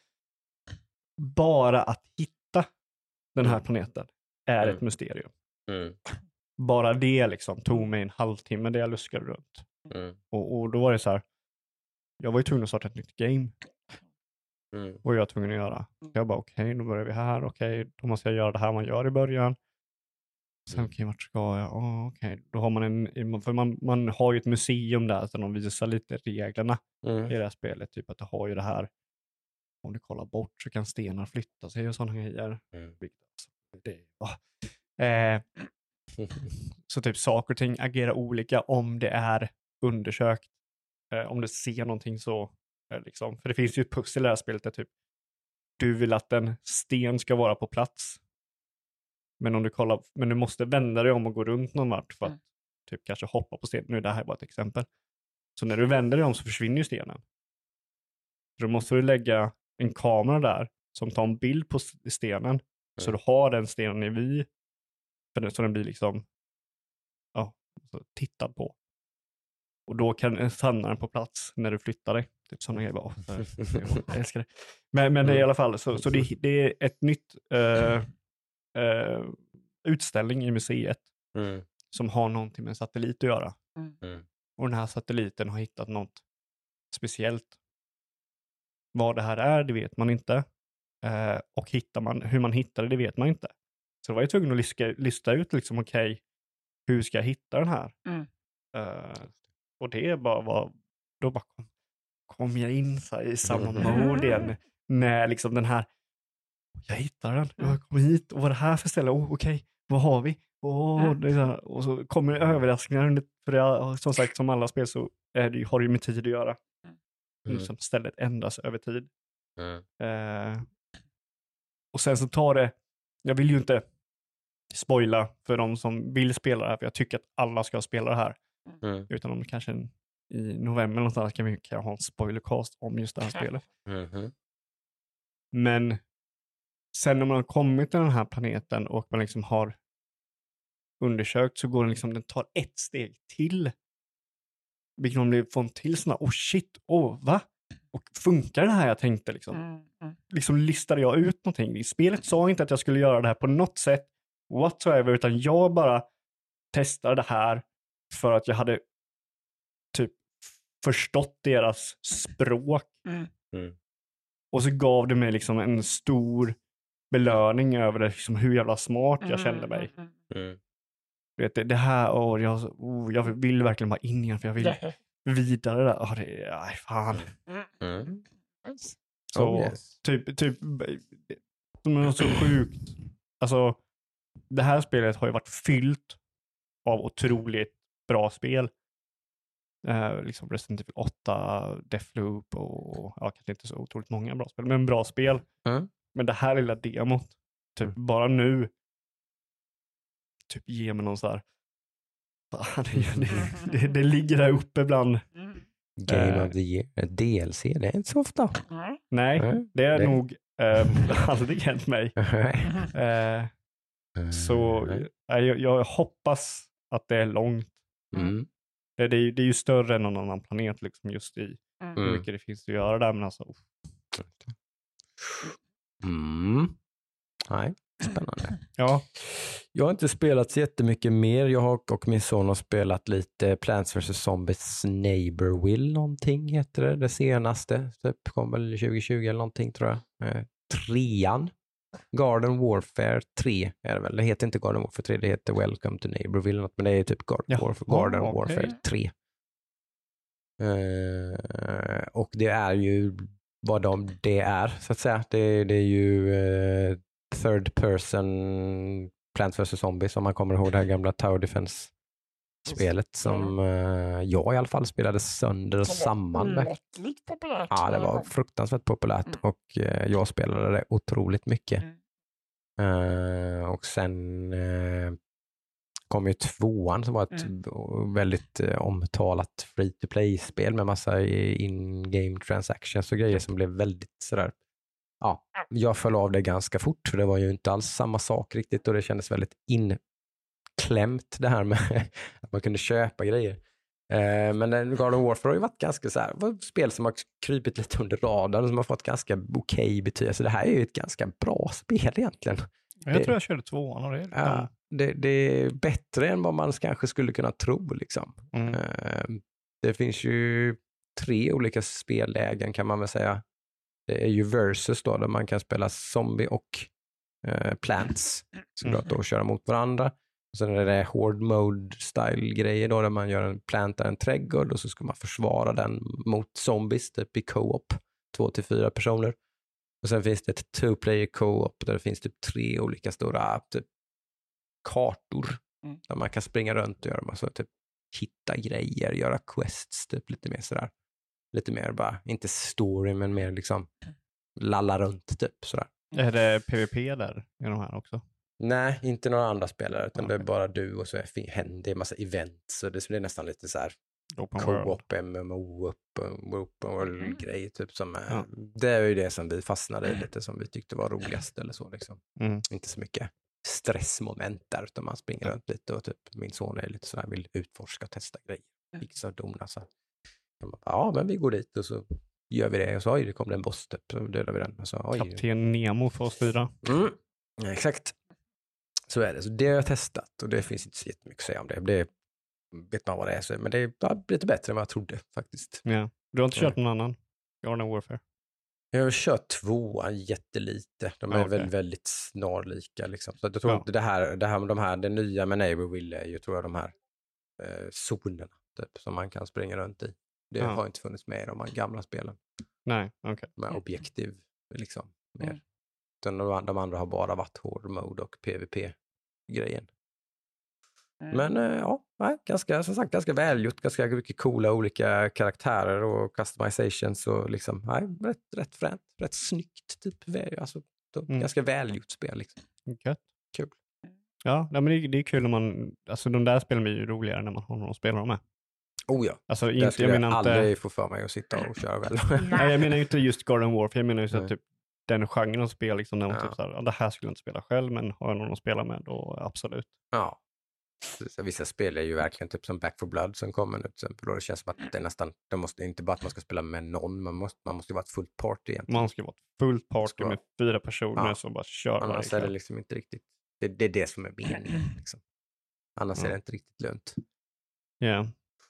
Speaker 3: bara att hitta den här planeten är
Speaker 1: Mm.
Speaker 3: ett mysterium.
Speaker 1: Mm.
Speaker 3: Bara det liksom tog mig en halvtimme där jag luskade runt.
Speaker 1: Mm.
Speaker 3: Och, och då var det så här. Jag var ju tvungen att starta ett nytt game.
Speaker 1: Mm.
Speaker 3: Och jag var tvungen att göra. Jag bara okej, okay, då börjar vi här. Okej, okay, då måste jag göra det här man gör i början. Sen
Speaker 1: Mm.
Speaker 3: okej, okay, vart ska jag? Oh, okej, okay. Då har man en, för man, man har ju ett museum där så de visar lite reglerna
Speaker 1: Mm.
Speaker 3: i det här spelet. Typ att det har ju det här. Om du kollar bort så kan stenar flytta sig och sådana grejer.
Speaker 1: Mm.
Speaker 3: Det, oh. eh, så typ saker och ting agerar olika om det är undersökt. Eh, om du ser någonting så eh, liksom. För det finns ju ett pussel i det här spelet där typ du vill att en sten ska vara på plats. Men om du kollar, men du måste vända dig om och gå runt någon vart för att mm. typ kanske hoppa på stenen. Nu det här är bara ett exempel. Så när du vänder dig om så försvinner ju stenen. Då måste du lägga en kamera där som tar en bild på stenen. Mm. Så du har den stenen i vy. För den, så den blir liksom ja, tittad på. Och då kan stanna den på plats när du flyttar dig. Typ sådana grejer. Oh, jag älskar det. Men, men det är i alla fall så, så det, det är ett nytt uh, uh, utställning i museet
Speaker 1: mm.
Speaker 3: som har någonting med en satellit att göra.
Speaker 1: Mm.
Speaker 3: Och den här satelliten har hittat något speciellt. Vad det här är, det vet man inte. Uh, och hittar man, hur man hittar det, det vet man inte. Så då var jag tvungen att lista, lista ut liksom, okej, okay, hur ska jag hitta den här?
Speaker 2: Mm.
Speaker 3: Uh, och det är bara, var, då bara kom, kom jag in så här, i samma mode igen. När liksom den här, jag hittar den, jag kom hit, och vad är det här för ställe? Oh, okej, okay, vad har vi? Oh, det är så här, och så kommer överraskningar, för det, som sagt, som alla spel så är det, har det ju med tid att göra. Mm. Som stället ändras över tid.
Speaker 1: Mm.
Speaker 3: Uh, och sen så tar det, jag vill ju inte spoila för de som vill spela det här, för jag tycker att alla ska spela det här.
Speaker 1: Mm.
Speaker 3: Utan om kanske en, i november någonstans kan vi kan ha en spoilercast om just det här spelet.
Speaker 1: Mm.
Speaker 3: Men sen när man har kommit till den här planeten och man liksom har undersökt så går den liksom, den tar ett steg till. Vilket man blir från till sådana, oh shit, oh va? Och funkar det här jag tänkte liksom?
Speaker 2: Mm. Mm.
Speaker 3: Liksom listade jag ut någonting. Spelet sa inte att jag skulle göra det här på något sätt whatsoever, utan jag bara testade det här för att jag hade typ förstått deras språk.
Speaker 2: Mm.
Speaker 1: Mm.
Speaker 3: Och så gav det mig liksom en stor belöning över det, liksom hur jävla smart jag kände mig.
Speaker 1: Mm.
Speaker 3: Vet du, det här, oh, jag, oh, jag vill verkligen bara in igen, för jag vill vidare där. Oh, det, aj, fan.
Speaker 1: Mm.
Speaker 3: Så
Speaker 1: Oh, yes.
Speaker 3: typ, typ, det är så sjukt. Alltså, det här spelet har ju varit fyllt av otroligt bra spel. Eh, liksom Resident Evil åtta, Deathloop och ja, kanske inte så otroligt många bra spel, men bra spel.
Speaker 1: Mm.
Speaker 3: Men det här lilla demot, typ
Speaker 1: Mm.
Speaker 3: bara nu, typ ge mig någon så här. det, det, det, det ligger där uppe bland.
Speaker 1: Game
Speaker 3: eh,
Speaker 1: of the year, D L C, det är inte så ofta.
Speaker 3: Nej,
Speaker 1: Mm.
Speaker 3: det är
Speaker 1: Det-
Speaker 3: nog eh, aldrig hänt mig. Eh, så eh, jag, jag hoppas att det är långt.
Speaker 1: Mm.
Speaker 3: Det, det, är, ju- det är ju större än någon annan planet liksom, just i hur
Speaker 1: Mm.
Speaker 3: mycket det finns att göra där. Men alltså, uff.
Speaker 1: Mm. Nej, spännande.
Speaker 3: ja.
Speaker 1: Jag har inte spelat så jättemycket mer. Jag har, och min son har spelat lite Plants versus. Zombies Neighborville någonting heter det. Det senaste. Typ kom väl tjugo tjugo eller någonting tror jag. Eh, trean. Garden Warfare tre är det väl. Det heter inte Garden Warfare tre, det heter Welcome to Neighborville. något, Men det är typ Garden,
Speaker 3: Ja.
Speaker 1: Warfare, Garden
Speaker 3: Ah, okej.
Speaker 1: Warfare tre. Eh, och det är ju vad de, det är så att säga. Det, det är ju eh, third person Plants versus. Zombies, om man kommer ihåg det här gamla Tower Defense-spelet som eh, jag i alla fall spelade sönder och samman med.
Speaker 2: Måttligt populärt.
Speaker 1: Ja, det var fruktansvärt populärt
Speaker 2: Mm.
Speaker 1: och eh, jag spelade det otroligt mycket.
Speaker 2: Mm.
Speaker 1: Uh, och sen uh, kom ju tvåan som var ett
Speaker 2: Mm.
Speaker 1: väldigt uh, omtalat free-to-play-spel med massa in-game transactions och grejer som blev väldigt sådär. Ja, jag föll av det ganska fort för det var ju inte alls samma sak riktigt och det kändes väldigt inklämt det här med att man kunde köpa grejer. Uh, men Garden Warfare har ju varit ganska så här, var ett spel som har krypit lite under radarn som har fått ganska okej betyg. Så det här är ju ett ganska bra spel egentligen.
Speaker 3: Jag
Speaker 1: det,
Speaker 3: tror jag körde tvåan och det är lite
Speaker 1: ja, det, det är bättre än vad man kanske skulle kunna tro. Liksom.
Speaker 3: Mm.
Speaker 1: Uh, det finns ju tre olika spellägen kan man väl säga. Det är ju versus då, där man kan spela zombie och uh, plants såklart då, och köra mot varandra. Och sen är det horde mode style grejer då, där man gör en plantar en trädgård och så ska man försvara den mot zombies typ i co-op, två till fyra personer. Och sen finns det ett two-player co-op där det finns typ tre olika stora typ kartor
Speaker 2: Mm.
Speaker 1: där man kan springa runt och göra massa typ hitta grejer, göra quests typ lite mer sådär. Lite mer bara, inte story men mer liksom lalla runt typ sådär.
Speaker 3: Är det PvP där i de här också?
Speaker 1: Nej, inte några andra spelare utan
Speaker 3: Okay.
Speaker 1: det är bara du och så är det händer en massa events så det blir nästan lite så här
Speaker 3: Open
Speaker 1: co-op, M M O, open, open world
Speaker 2: Mm.
Speaker 1: grejer typ som är,
Speaker 3: Ja.
Speaker 1: det är ju det som vi fastnade i lite som vi tyckte var roligast eller så liksom.
Speaker 3: Mm.
Speaker 1: Inte så mycket stressmoment där utan man springer
Speaker 3: Ja.
Speaker 1: runt lite och typ min son är lite så här vill utforska och testa grejer. Fixa och dona så. Jag bara, ja men vi går dit och så gör vi det och så oj det kom det en boss typ så dödar vi den och så oj.
Speaker 3: Kapten Nemo för oss fyra.
Speaker 1: Mm. Ja, exakt. Så är det. Så det har jag testat och det finns inte så jättemycket att säga om det. Det vet man vad det är. Så, men det är ja, lite bättre än vad jag trodde faktiskt.
Speaker 3: Ja. Du har inte kört
Speaker 1: Mm.
Speaker 3: någon annan? Garden Warfare?
Speaker 1: Jag har kört tvåan jättelite. De är
Speaker 3: Ja, okay.
Speaker 1: väl väldigt snarlika liksom. Så jag tror
Speaker 3: Ja.
Speaker 1: inte det här, det här med de här, det nya med Neighborville är ju tror jag de här eh, zonerna typ, som man kan springa runt i. Det
Speaker 3: Ja.
Speaker 1: har inte funnits med i de här gamla spelen.
Speaker 3: Nej, okej. Okay.
Speaker 1: Med objektiv liksom. Mer.
Speaker 2: Mm.
Speaker 1: Utan de, de andra har bara varit horde mode och PvP-grejen.
Speaker 2: Mm.
Speaker 1: Men äh, ja, nej, ganska, som sagt, ganska välgjort, ganska mycket coola olika karaktärer och customizations och liksom, nej, rätt, rätt fränt, rätt snyggt typ, alltså, då,
Speaker 3: Mm.
Speaker 1: ganska välgjort spel liksom.
Speaker 3: Okay.
Speaker 1: Kul.
Speaker 3: Ja, nej, men det, det är kul när man, alltså de där spelen blir ju roligare när man har någon att spela dem med.
Speaker 1: Oh ja,
Speaker 3: Alltså
Speaker 1: det
Speaker 3: inte,
Speaker 1: skulle
Speaker 3: jag
Speaker 1: jag,
Speaker 3: menar inte,
Speaker 1: aldrig få för mig att sitta och köra väl.
Speaker 3: nej, jag menar ju inte just Garden Warfare, jag menar ju så att
Speaker 1: Nej.
Speaker 3: typ den genren av spel liksom, när man
Speaker 1: Ja.
Speaker 3: typ såhär, ja, det här skulle jag inte spela själv, men har jag någon att spela med, då absolut.
Speaker 1: Ja. Så vissa spel är ju verkligen typ som Back four Blood som kommer nu till exempel. Och det känns som att det är nästan, det måste inte bara att man ska spela med någon, man måste, man måste ju vara ett fullt party egentligen.
Speaker 3: Man ska vara ett fullt party
Speaker 1: Ska
Speaker 3: med fyra personer
Speaker 1: Ja.
Speaker 3: som bara kör varje
Speaker 1: Annars är det
Speaker 3: kväll.
Speaker 1: liksom inte riktigt, det, det är det som är meningen liksom. Annars
Speaker 3: Ja.
Speaker 1: är det inte riktigt lönt.
Speaker 3: Ja.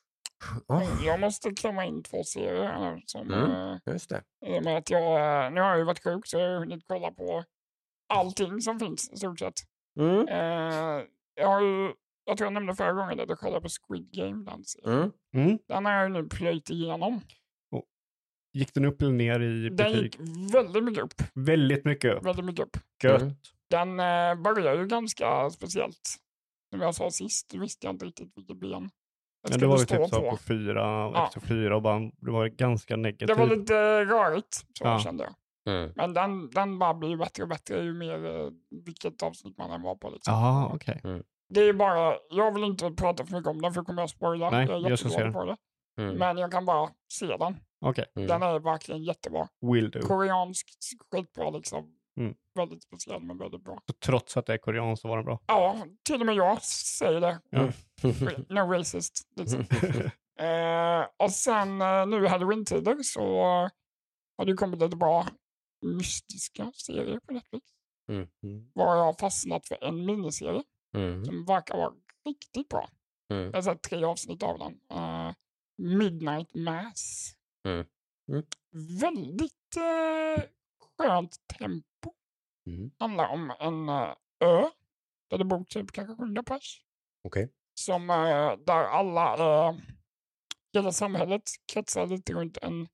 Speaker 1: Oh.
Speaker 2: Jag måste klämma in två serier här som,
Speaker 1: Mm.
Speaker 2: eh,
Speaker 1: Just det.
Speaker 2: i och med att jag, eh, nu har jag ju varit sjuk så jag har hunnit kolla på allting som finns i stort sett.
Speaker 1: Mm.
Speaker 2: Eh, jag har ju, jag tror jag nämnde förra gången att jag kollade på Squid Game. Den, serien.
Speaker 1: Mm.
Speaker 3: Mm.
Speaker 2: den har jag ju nu plöjt igenom.
Speaker 3: Gick den upp eller ner i
Speaker 2: Den
Speaker 3: betyg?
Speaker 2: gick väldigt mycket upp.
Speaker 3: Väldigt mycket upp.
Speaker 2: Väldigt mycket upp.
Speaker 3: Gött.
Speaker 1: Mm.
Speaker 2: Den eh, börjar ju ganska speciellt. Som jag sa sist visste jag inte riktigt vilket ben
Speaker 3: Men
Speaker 2: jag
Speaker 3: det var ju
Speaker 2: skulle
Speaker 3: typ
Speaker 2: stå
Speaker 3: så
Speaker 2: på.
Speaker 3: på fyra,
Speaker 2: Ja.
Speaker 3: efter fyra och bara, det var ganska negativt.
Speaker 2: Det var lite rörigt, så
Speaker 3: Ja.
Speaker 2: kände jag.
Speaker 1: Mm.
Speaker 2: Men den, den bara blir bättre och bättre ju mer eh, vilket avsnitt man än var på. Liksom.
Speaker 3: Jaha, okej.
Speaker 2: Det är bara, jag vill inte prata för mycket om den för kommer jag spoila.
Speaker 3: Nej,
Speaker 2: jag är
Speaker 3: jag ska se
Speaker 2: jättedålig
Speaker 3: den.
Speaker 2: på det.
Speaker 1: Mm.
Speaker 2: Men jag kan bara se den.
Speaker 3: Okej,
Speaker 1: Mm.
Speaker 2: Den är verkligen jättebra.
Speaker 3: will do.
Speaker 2: Koreanskt, skitbra liksom.
Speaker 3: Mm.
Speaker 2: Väldigt speciell men väldigt bra.
Speaker 3: Så trots att det är korean så var det bra.
Speaker 2: Ja, till och med jag säger det.
Speaker 3: Ja.
Speaker 2: No racist. Liksom. eh, och sen eh, nu i halloween-tider så har det kommit lite bra mystiska serier på Netflix.
Speaker 1: Mm. Mm.
Speaker 2: Var jag har fastnat för en miniserie
Speaker 1: Mm.
Speaker 2: som verkar vara riktigt bra.
Speaker 1: Mm.
Speaker 2: Jag har sett tre avsnitt av den. Eh, Midnight Mass.
Speaker 1: Mm. Mm.
Speaker 2: Väldigt eh, skönt tempo.
Speaker 1: Mm.
Speaker 2: Handlar om en eh, ö där det bor typ kanske hundra pers.
Speaker 1: Okej.
Speaker 2: Som eh, där alla, eh, hela samhället kretsar lite runt en,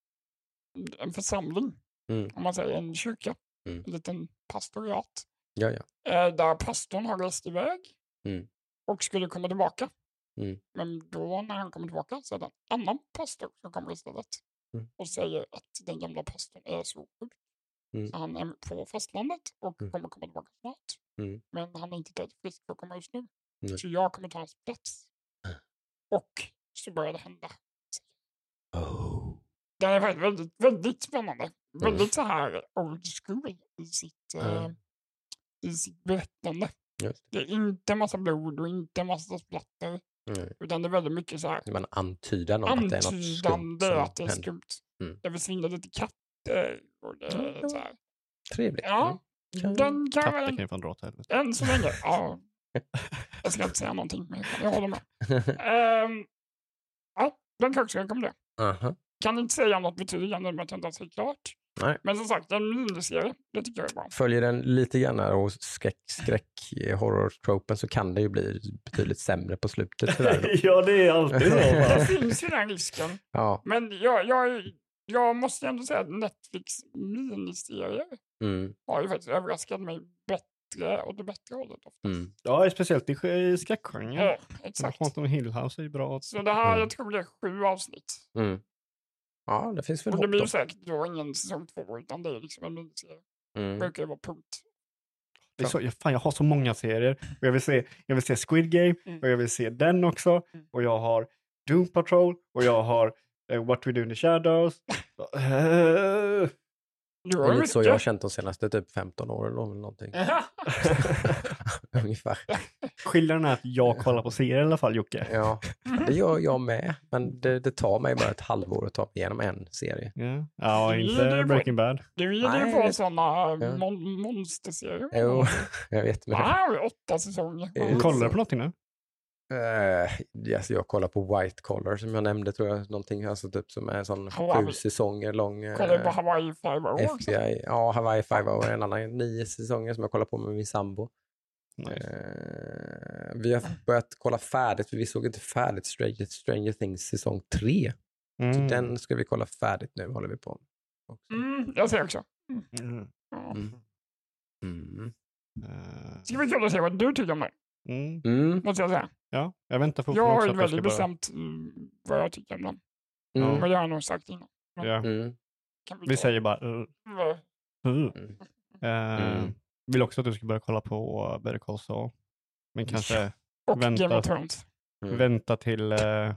Speaker 2: en församling.
Speaker 1: Mm.
Speaker 2: Om man säger en kyrka.
Speaker 1: Mm.
Speaker 2: En liten pastorat.
Speaker 1: Ja, ja.
Speaker 2: Eh, där pastorn har rest iväg.
Speaker 1: Mm.
Speaker 2: Och skulle komma tillbaka.
Speaker 1: Mm.
Speaker 2: Men då när han kommer tillbaka så är det en annan pastor som kommer istället.
Speaker 1: Mm.
Speaker 2: Och säger att den gamla pastorn är så sjuk.
Speaker 1: Mm.
Speaker 2: Så han är på fastlandet och
Speaker 1: Mm.
Speaker 2: kommer komma tillbaka snart.
Speaker 1: Mm.
Speaker 2: Men han är inte tillräckligt frisk för att komma just nu.
Speaker 1: Mm.
Speaker 2: Så jag kommer ta hans plats. Och så börjar det hända.
Speaker 1: Oh.
Speaker 2: Det är faktiskt väldigt, väldigt spännande. Väldigt så här old school i sitt,
Speaker 1: Mm.
Speaker 2: eh, i sitt berättande.
Speaker 1: Just.
Speaker 2: Det är inte en massa blod och inte en massa splatter.
Speaker 1: Mm.
Speaker 2: Utan det är väldigt mycket så här
Speaker 1: Man antyder något att det är något skumt
Speaker 2: antydande
Speaker 1: som
Speaker 2: att det är
Speaker 1: händer.
Speaker 2: skumt.
Speaker 1: Mm.
Speaker 2: Det försvinner lite katter och det är
Speaker 1: Mm.
Speaker 2: så här.
Speaker 1: Trevligt.
Speaker 2: Ja,
Speaker 1: Mm.
Speaker 2: den kan
Speaker 3: Katter
Speaker 2: jag
Speaker 3: kan
Speaker 2: väl
Speaker 3: ju fan dra åt helvete.
Speaker 2: än så länge. Ja. Jag ska inte säga någonting, men jag håller med. Ehm, ja, den kan jag också rekommendera.
Speaker 1: Aha.
Speaker 2: Kan inte säga något betydande med att jag inte har sett klart.
Speaker 1: Nej.
Speaker 2: Men som sagt, en miniserie, det tycker jag är bra.
Speaker 1: Följer den lite grann och skräck, skräck horror-tropen så kan det ju bli betydligt sämre på slutet. Tyvärr då.
Speaker 3: Ja, det är alltid så.
Speaker 2: Det finns ju den risken.
Speaker 1: Ja.
Speaker 2: Men jag, jag, jag måste ändå säga att Netflix miniserier
Speaker 1: Mm.
Speaker 2: har ju faktiskt överraskat mig bättre och det bättre hållet oftast.
Speaker 1: Mm.
Speaker 3: Ja, speciellt i sk- skräckgenren.
Speaker 2: Ja,
Speaker 3: Ja.
Speaker 2: exakt.
Speaker 3: Haunted Hill House är ju bra.
Speaker 2: Så det här,
Speaker 1: Mm.
Speaker 2: jag tror det är sju avsnitt.
Speaker 1: Mm. Ja, det finns väl
Speaker 2: Och det
Speaker 1: hopp
Speaker 2: blir
Speaker 1: då.
Speaker 2: ju säkert då ingen säsong två, utan det är liksom en miniserie. Det
Speaker 1: Mm.
Speaker 2: brukar ju vara punkt.
Speaker 3: Det är så, jag, fan, jag har så många serier. Och jag, vill se, jag vill se Squid Game
Speaker 2: Mm.
Speaker 3: och jag vill se den också.
Speaker 2: Mm.
Speaker 3: Och jag har Doom Patrol och jag har eh, What We Do in the Shadows. Eh,
Speaker 2: Du
Speaker 1: Det
Speaker 2: har
Speaker 1: är
Speaker 2: ju
Speaker 1: lite så
Speaker 2: mycket.
Speaker 1: jag har känt de senaste typ femton åren eller någonting. Ungefär.
Speaker 3: Skillnaden är att jag kollar på serier i alla fall, Jocke.
Speaker 1: Ja, det gör jag med. Men det, det tar mig bara ett halvår att ta mig igenom en serie.
Speaker 3: Ja, ja
Speaker 2: Det är
Speaker 3: inte
Speaker 2: det
Speaker 3: Breaking Bad.
Speaker 2: Du ger
Speaker 1: Nej,
Speaker 2: ju på
Speaker 1: det-
Speaker 2: sådana
Speaker 1: Ja.
Speaker 2: mon- monsterserier.
Speaker 1: Jo, jag vet. Men
Speaker 2: Wow, åtta säsonger.
Speaker 1: Det är lite
Speaker 3: Kollar
Speaker 1: så.
Speaker 3: du på någonting nu?
Speaker 1: Uh, yes, jag kollar på White Collar som jag nämnde, tror jag. Någonting alltså, typ, som är en sån
Speaker 2: Hawaii.
Speaker 1: sju säsonger lång. eh,
Speaker 2: Kollar du på Hawaii Five-O
Speaker 1: F
Speaker 2: också?
Speaker 1: B I. Ja, Hawaii Five-O är en annan nio säsonger som jag kollar på med min sambo.
Speaker 3: Nice.
Speaker 1: Eh, vi har börjat kolla färdigt, för vi såg inte färdigt Stranger, Stranger Things säsong tre. Så
Speaker 3: Mm.
Speaker 1: den ska vi kolla färdigt nu, håller vi på med också.
Speaker 2: Mm, jag ser också.
Speaker 3: Mm.
Speaker 2: Ja.
Speaker 1: Mm. Mm.
Speaker 3: Eh,
Speaker 2: Ska vi kunna se vad du tycker om det?
Speaker 3: mm.
Speaker 1: Mm.
Speaker 2: Måste jag säga.
Speaker 3: Ja, jag väntar
Speaker 2: Jag
Speaker 3: fortfarande
Speaker 2: har
Speaker 3: också
Speaker 2: ju
Speaker 3: att jag ska
Speaker 2: väldigt
Speaker 3: börja.
Speaker 2: bestämt mm, vad jag tycker om den.
Speaker 1: Mm.
Speaker 2: Men det har jag nog sagt innan.
Speaker 3: Ja.
Speaker 1: Mm.
Speaker 2: Kan
Speaker 3: Vi
Speaker 2: ta-
Speaker 3: säger bara... Uh,
Speaker 2: Mm.
Speaker 3: uh.
Speaker 1: Mm.
Speaker 3: Eh,
Speaker 1: Mm.
Speaker 3: Vill också att du ska börja kolla på Better Call Saul. Men kanske
Speaker 2: Och
Speaker 3: Vänta.
Speaker 2: Game of Thrones.
Speaker 1: Mm.
Speaker 3: vänta till eh,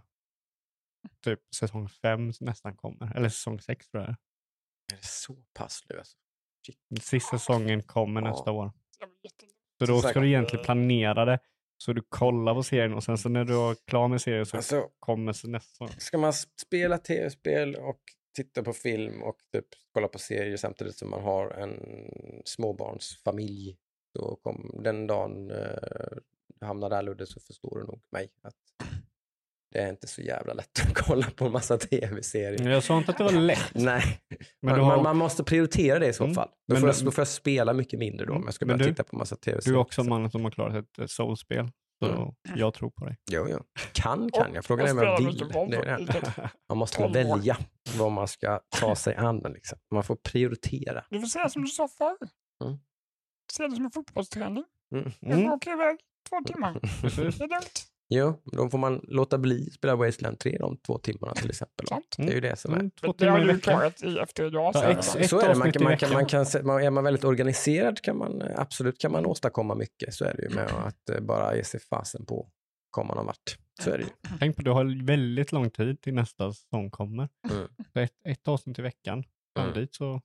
Speaker 3: typ säsong fem nästan kommer. Eller säsong sex tror jag.
Speaker 1: Är det så pass nu alltså?
Speaker 3: Sista säsongen kommer
Speaker 1: Ja.
Speaker 3: nästa år.
Speaker 2: Jag vet inte.
Speaker 3: Så då
Speaker 1: Så
Speaker 3: ska du egentligen planera det. Så du kollar på serien och sen så när du är klar med serien så
Speaker 1: Alltså,
Speaker 3: kommer så nästa säsong.
Speaker 1: ska man spela tv-spel och titta på film och typ kolla på serier samtidigt som man har en småbarnsfamilj, då kom den dagen eh, du hamnar där, Ludde, så förstår du nog mig att det är inte så jävla lätt att kolla på en massa tv-serier.
Speaker 3: Jag sa inte att det var lätt.
Speaker 1: Nej,
Speaker 3: Men
Speaker 1: man,
Speaker 3: du har,
Speaker 1: man, man måste prioritera det i så
Speaker 3: Mm.
Speaker 1: fall. Då
Speaker 3: Men
Speaker 1: får,
Speaker 3: du-
Speaker 1: jag, då får jag spela mycket mindre då om jag ska
Speaker 3: Men
Speaker 1: börja
Speaker 3: du-
Speaker 1: titta på en massa
Speaker 3: du
Speaker 1: tv-serier.
Speaker 3: är också mannen som har klarat ett eh, soulspel. Så
Speaker 1: Mm.
Speaker 3: jag tror på dig.
Speaker 1: Jo, jo. Kan, kan jag. Frågan är om
Speaker 2: spelar
Speaker 1: jag vill.
Speaker 2: mycket våld
Speaker 1: Det är
Speaker 2: i
Speaker 1: det.
Speaker 2: det.
Speaker 1: Man måste
Speaker 2: tolv år.
Speaker 1: välja vad man ska ta sig an. Liksom. Man får prioritera.
Speaker 2: Du får säga som du sa förr.
Speaker 1: Mm.
Speaker 2: Se det som en fotbollsträning.
Speaker 1: Mm.
Speaker 2: Du
Speaker 3: Mm.
Speaker 2: åker iväg två timmar.
Speaker 3: Precis.
Speaker 2: Det är lugnt.
Speaker 1: Jo, då får man låta bli spela Wasteland tre de två timmarna till exempel.
Speaker 2: Sant.
Speaker 1: Det är ju det som är.
Speaker 3: Mm, två
Speaker 2: Det har
Speaker 3: timmar i
Speaker 2: du
Speaker 3: veckan.
Speaker 2: klarat i efter idag.
Speaker 3: Ja,
Speaker 2: så-
Speaker 3: ex- ett
Speaker 1: Så är det. Man,
Speaker 3: avsnitt
Speaker 1: kan-
Speaker 3: i
Speaker 1: man, kan,
Speaker 3: veckan.
Speaker 1: man kan, se- man, är man väldigt organiserad kan man eh, absolut kan man åstadkomma mycket. Så är det ju med att eh, bara ge sig fasen på att komma någon vart. Så är det ju.
Speaker 3: Tänk på, du har väldigt lång tid till nästa säsong kommer.
Speaker 1: Mm.
Speaker 3: Så ett, ett avsnitt i veckan. Fram
Speaker 1: Mm.
Speaker 3: dit så, så